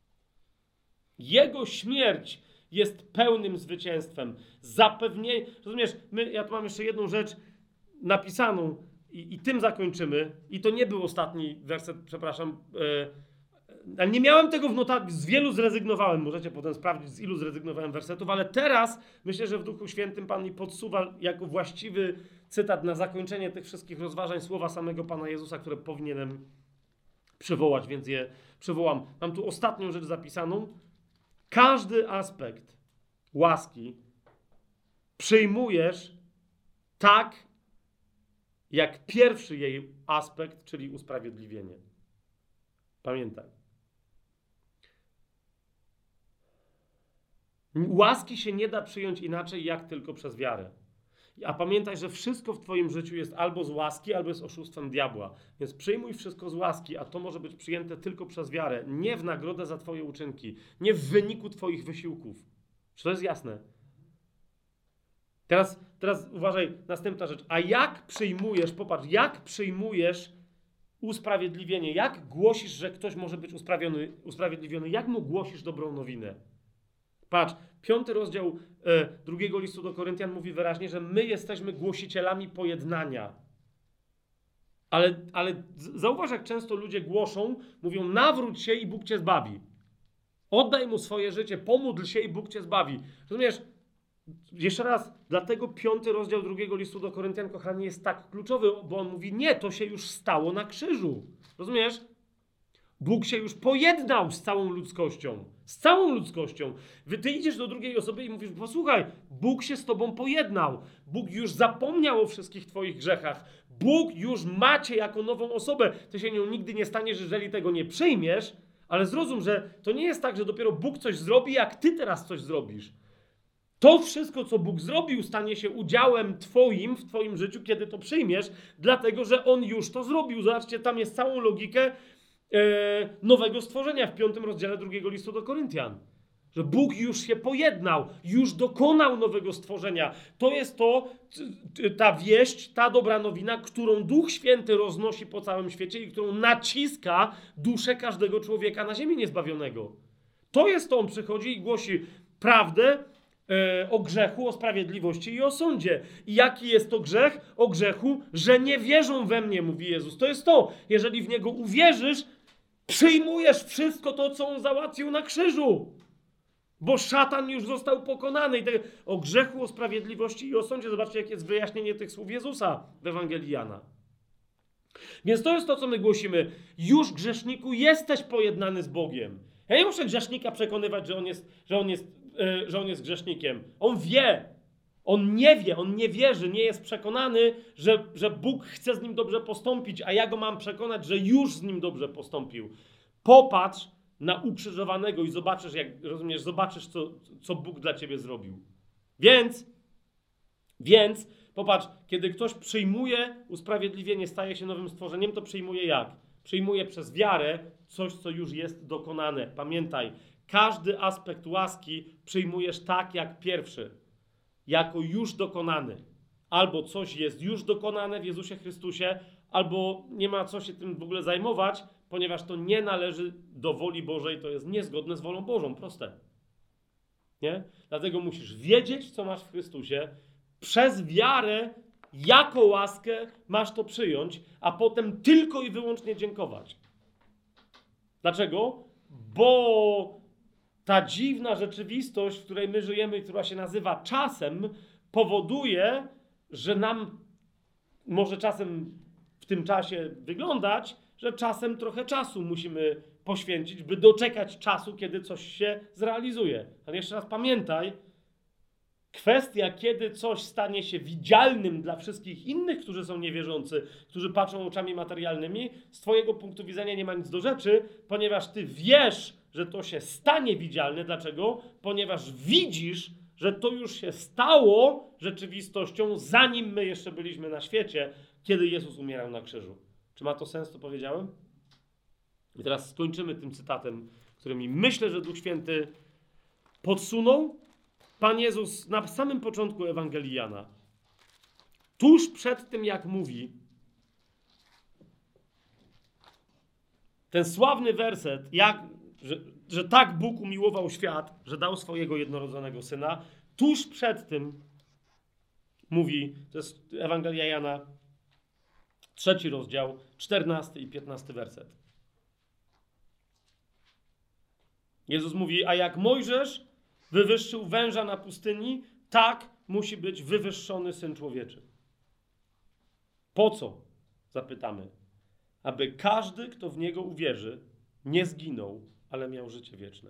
Speaker 1: Jego śmierć jest pełnym zwycięstwem. Zapewnienie, rozumiesz, my, ja tu mam jeszcze jedną rzecz napisaną i, i tym zakończymy. I to nie był ostatni werset, przepraszam. Yy, ale nie miałem tego w notatach, z wielu zrezygnowałem. Możecie potem sprawdzić, z ilu zrezygnowałem wersetów, ale teraz myślę, że w Duchu Świętym Pan mi podsuwa jako właściwy cytat na zakończenie tych wszystkich rozważań słowa samego Pana Jezusa, które powinienem przywołać, więc je przywołam. Mam tu ostatnią rzecz zapisaną. Każdy aspekt łaski przyjmujesz tak, jak pierwszy jej aspekt, czyli usprawiedliwienie. Pamiętaj. Łaski się nie da przyjąć inaczej, jak tylko przez wiarę. A pamiętaj, że wszystko w twoim życiu jest albo z łaski, albo jest oszustwem diabła. Więc przyjmuj wszystko z łaski, a to może być przyjęte tylko przez wiarę. Nie w nagrodę za twoje uczynki. Nie w wyniku twoich wysiłków. Czy to jest jasne? Teraz, teraz uważaj, następna rzecz. A jak przyjmujesz, popatrz, jak przyjmujesz usprawiedliwienie? Jak głosisz, że ktoś może być usprawiony, usprawiedliwiony? Jak mu głosisz dobrą nowinę? Patrz, piąty rozdział e, drugiego listu do Koryntian mówi wyraźnie, że my jesteśmy głosicielami pojednania. Ale, ale zauważ, jak często ludzie głoszą, mówią, nawróć się i Bóg cię zbawi. Oddaj mu swoje życie, pomódl się i Bóg cię zbawi. Rozumiesz? Jeszcze raz, dlatego piąty rozdział drugiego listu do Koryntian, kochani, jest tak kluczowy, bo on mówi, nie, to się już stało na krzyżu. Rozumiesz? Bóg się już pojednał z całą ludzkością. Z całą ludzkością. Ty idziesz do drugiej osoby i mówisz, posłuchaj, Bóg się z tobą pojednał. Bóg już zapomniał o wszystkich twoich grzechach. Bóg już ma cię jako nową osobę. Ty się nią nigdy nie staniesz, jeżeli tego nie przyjmiesz, ale zrozum, że to nie jest tak, że dopiero Bóg coś zrobi, jak ty teraz coś zrobisz. To wszystko, co Bóg zrobił, stanie się udziałem twoim w twoim życiu, kiedy to przyjmiesz, dlatego, że On już to zrobił. Zobaczcie, tam jest całą logikę e, nowego stworzenia w piątym rozdziale drugiego listu do Koryntian. Że Bóg już się pojednał, już dokonał nowego stworzenia. To jest to, ta wieść, ta dobra nowina, którą Duch Święty roznosi po całym świecie i którą naciska duszę każdego człowieka na ziemi niezbawionego. To jest to, On przychodzi i głosi prawdę e, o grzechu, o sprawiedliwości i o sądzie. I jaki jest to grzech? O grzechu, że nie wierzą we mnie, mówi Jezus. To jest to, jeżeli w Niego uwierzysz, przyjmujesz wszystko to, co On załatwił na krzyżu. Bo szatan już został pokonany. I te, o grzechu, o sprawiedliwości i o sądzie. Zobaczcie, jakie jest wyjaśnienie tych słów Jezusa w Ewangelii Jana. Więc to jest to, co my głosimy. Już, grzeszniku, jesteś pojednany z Bogiem. Ja nie muszę grzesznika przekonywać, że on jest, że on jest, yy, że on jest grzesznikiem. On wie. On nie wie, on nie wierzy, nie jest przekonany, że, że Bóg chce z nim dobrze postąpić, a ja go mam przekonać, że już z nim dobrze postąpił. Popatrz, na ukrzyżowanego i zobaczysz, jak rozumiesz, zobaczysz, co, co Bóg dla ciebie zrobił. Więc, więc, popatrz, kiedy ktoś przyjmuje usprawiedliwienie, staje się nowym stworzeniem, to przyjmuje jak? Przyjmuje przez wiarę coś, co już jest dokonane. Pamiętaj, każdy aspekt łaski przyjmujesz tak jak pierwszy, jako już dokonany. Albo coś jest już dokonane w Jezusie Chrystusie, albo nie ma co się tym w ogóle zajmować, ponieważ to nie należy do woli Bożej, to jest niezgodne z wolą Bożą, proste. Nie? Dlatego musisz wiedzieć, co masz w Chrystusie, przez wiarę, jako łaskę masz to przyjąć, a potem tylko i wyłącznie dziękować. Dlaczego? Bo ta dziwna rzeczywistość, w której my żyjemy, która się nazywa czasem, powoduje, że nam może czasem w tym czasie wyglądać, że czasem trochę czasu musimy poświęcić, by doczekać czasu, kiedy coś się zrealizuje. Ale jeszcze raz pamiętaj, kwestia, kiedy coś stanie się widzialnym dla wszystkich innych, którzy są niewierzący, którzy patrzą oczami materialnymi, z twojego punktu widzenia nie ma nic do rzeczy, ponieważ ty wiesz, że to się stanie widzialne. Dlaczego? Ponieważ widzisz, że to już się stało rzeczywistością, zanim my jeszcze byliśmy na świecie, kiedy Jezus umierał na krzyżu. Czy ma to sens, co powiedziałem? I teraz skończymy tym cytatem, który mi myślę, że Duch Święty podsunął. Pan Jezus na samym początku Ewangelii Jana, tuż przed tym, jak mówi, ten sławny werset, jak, że, że tak Bóg umiłował świat, że dał swojego jednorodzonego Syna, tuż przed tym mówi, to jest Ewangelia Jana, trzeci rozdział, czternasty i piętnasty werset. Jezus mówi, a jak Mojżesz wywyższył węża na pustyni, tak musi być wywyższony Syn Człowieczy. Po co? Zapytamy. Aby każdy, kto w Niego uwierzy, nie zginął, ale miał życie wieczne.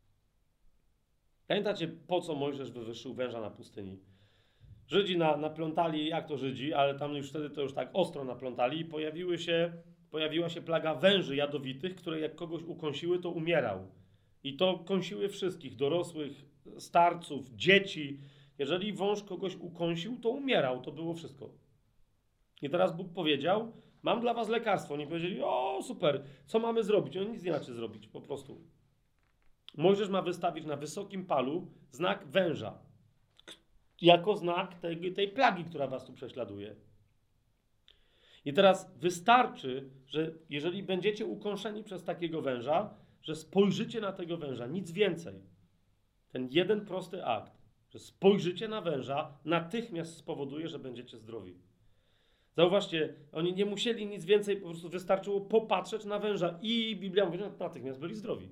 Speaker 1: Pamiętacie, po co Mojżesz wywyższył węża na pustyni? Żydzi na, naplątali, jak to Żydzi, ale tam już wtedy to już tak ostro naplątali i pojawiły się, pojawiła się plaga węży jadowitych, które jak kogoś ukąsiły, to umierał. I to kąsiły wszystkich, dorosłych, starców, dzieci. Jeżeli wąż kogoś ukąsił, to umierał. To było wszystko. I teraz Bóg powiedział, mam dla was lekarstwo. Oni powiedzieli, o super, co mamy zrobić? Oni nic nie macie zrobić, po prostu. Mojżesz ma wystawić na wysokim palu znak węża. Jako znak tej, tej plagi, która was tu prześladuje. I teraz wystarczy, że jeżeli będziecie ukąszeni przez takiego węża, że spojrzycie na tego węża, nic więcej. Ten jeden prosty akt, że spojrzycie na węża, natychmiast spowoduje, że będziecie zdrowi. Zauważcie, oni nie musieli nic więcej, po prostu wystarczyło popatrzeć na węża i Biblia mówi, że natychmiast byli zdrowi.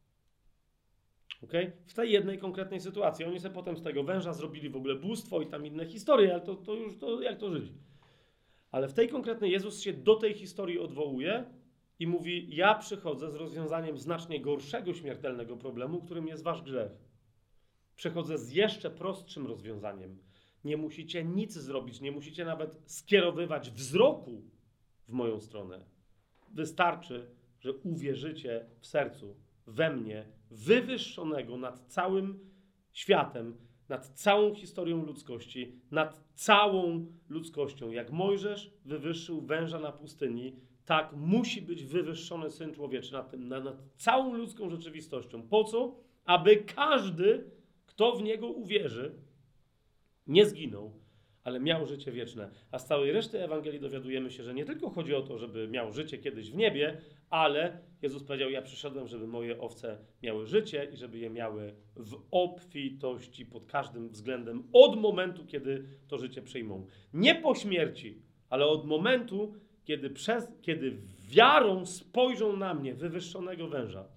Speaker 1: Okay? W tej jednej konkretnej sytuacji. Oni sobie potem z tego węża zrobili w ogóle bóstwo i tam inne historie, ale to, to już to, jak to Żydzi. Ale w tej konkretnej Jezus się do tej historii odwołuje i mówi, ja przychodzę z rozwiązaniem znacznie gorszego śmiertelnego problemu, którym jest wasz grzech. Przychodzę z jeszcze prostszym rozwiązaniem. Nie musicie nic zrobić, nie musicie nawet skierowywać wzroku w moją stronę. Wystarczy, że uwierzycie w sercu we mnie, wywyższonego nad całym światem, nad całą historią ludzkości, nad całą ludzkością. Jak Mojżesz wywyższył węża na pustyni, tak musi być wywyższony Syn Człowieczy nad, tym, nad, nad całą ludzką rzeczywistością. Po co? Aby każdy, kto w Niego uwierzy, nie zginął, ale miał życie wieczne. A z całej reszty Ewangelii dowiadujemy się, że nie tylko chodzi o to, żeby miał życie kiedyś w niebie, ale Jezus powiedział, ja przyszedłem, żeby moje owce miały życie i żeby je miały w obfitości pod każdym względem od momentu, kiedy to życie przyjmą. Nie po śmierci, ale od momentu, kiedy, przez, kiedy wiarą spojrzą na mnie, wywyższonego węża.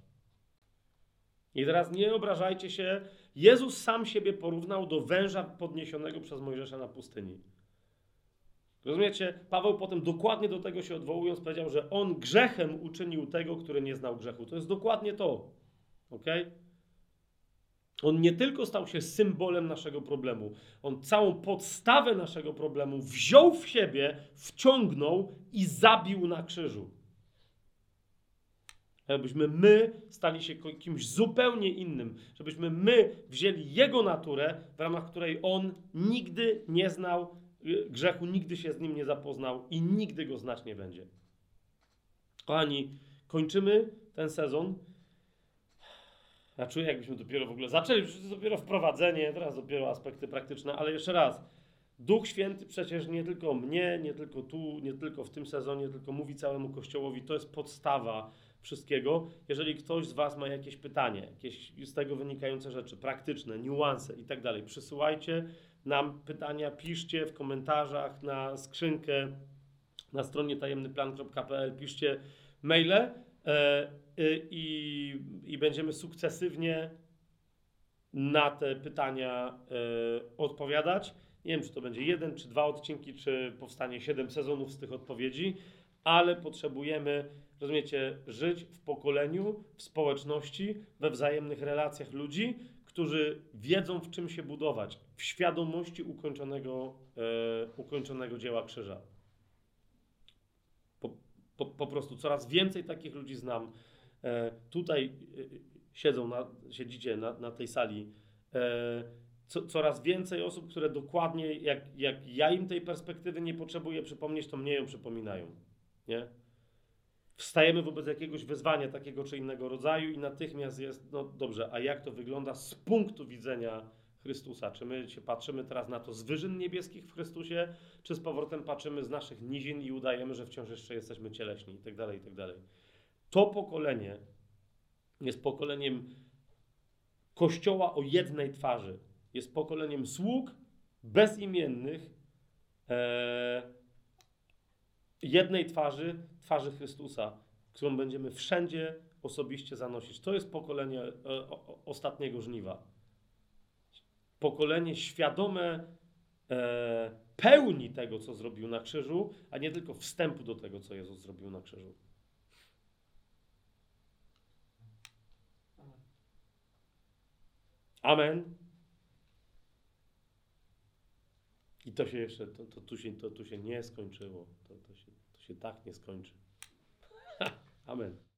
Speaker 1: I teraz nie obrażajcie się, Jezus sam siebie porównał do węża podniesionego przez Mojżesza na pustyni. Rozumiecie? Paweł potem dokładnie do tego się odwołując powiedział, że on grzechem uczynił tego, który nie znał grzechu. To jest dokładnie to. Okay? On nie tylko stał się symbolem naszego problemu, on całą podstawę naszego problemu wziął w siebie, wciągnął i zabił na krzyżu. Żebyśmy my stali się ko- kimś zupełnie innym. Żebyśmy my wzięli Jego naturę, w ramach której On nigdy nie znał y, grzechu, nigdy się z nim nie zapoznał i nigdy go znać nie będzie. Kochani, kończymy ten sezon. Ja czuję, jakbyśmy dopiero w ogóle zaczęli, przecież to jest dopiero wprowadzenie, teraz dopiero aspekty praktyczne, ale jeszcze raz. Duch Święty przecież nie tylko mnie, nie tylko tu, nie tylko w tym sezonie, tylko mówi całemu Kościołowi. To jest podstawa wszystkiego. Jeżeli ktoś z was ma jakieś pytanie, jakieś z tego wynikające rzeczy, praktyczne, niuanse i tak dalej, przysyłajcie nam pytania, piszcie w komentarzach na skrzynkę na stronie tajemny plan kropka p l, piszcie maile e, i, i będziemy sukcesywnie na te pytania e, odpowiadać. Nie wiem, czy to będzie jeden, czy dwa odcinki, czy powstanie siedem sezonów z tych odpowiedzi, ale potrzebujemy, rozumiecie, żyć w pokoleniu, w społeczności, we wzajemnych relacjach ludzi, którzy wiedzą, w czym się budować, w świadomości ukończonego, e, ukończonego dzieła krzyża. Po, po, po prostu coraz więcej takich ludzi znam. E, tutaj e, siedzą, na, siedzicie na, na tej sali. E, co, coraz więcej osób, które dokładnie, jak, jak ja im tej perspektywy nie potrzebuję przypomnieć, to mnie ją przypominają. Nie? Wstajemy wobec jakiegoś wyzwania takiego czy innego rodzaju i natychmiast jest, no dobrze, a jak to wygląda z punktu widzenia Chrystusa? Czy my się patrzymy teraz na to z wyżyn niebieskich w Chrystusie, czy z powrotem patrzymy z naszych nizin i udajemy, że wciąż jeszcze jesteśmy cieleśni i tak dalej, i tak dalej. To pokolenie jest pokoleniem Kościoła o jednej twarzy. Jest pokoleniem sług bezimiennych, e, jednej twarzy, twarzy Chrystusa, którą będziemy wszędzie osobiście zanosić. To jest pokolenie e, o, ostatniego żniwa. Pokolenie świadome e, pełni tego, co zrobił na krzyżu, a nie tylko wstępu do tego, co Jezus zrobił na krzyżu. Amen. I to się jeszcze, to, to, tu, się, to tu się nie skończyło. To, to, się, to się tak nie skończy. Amen.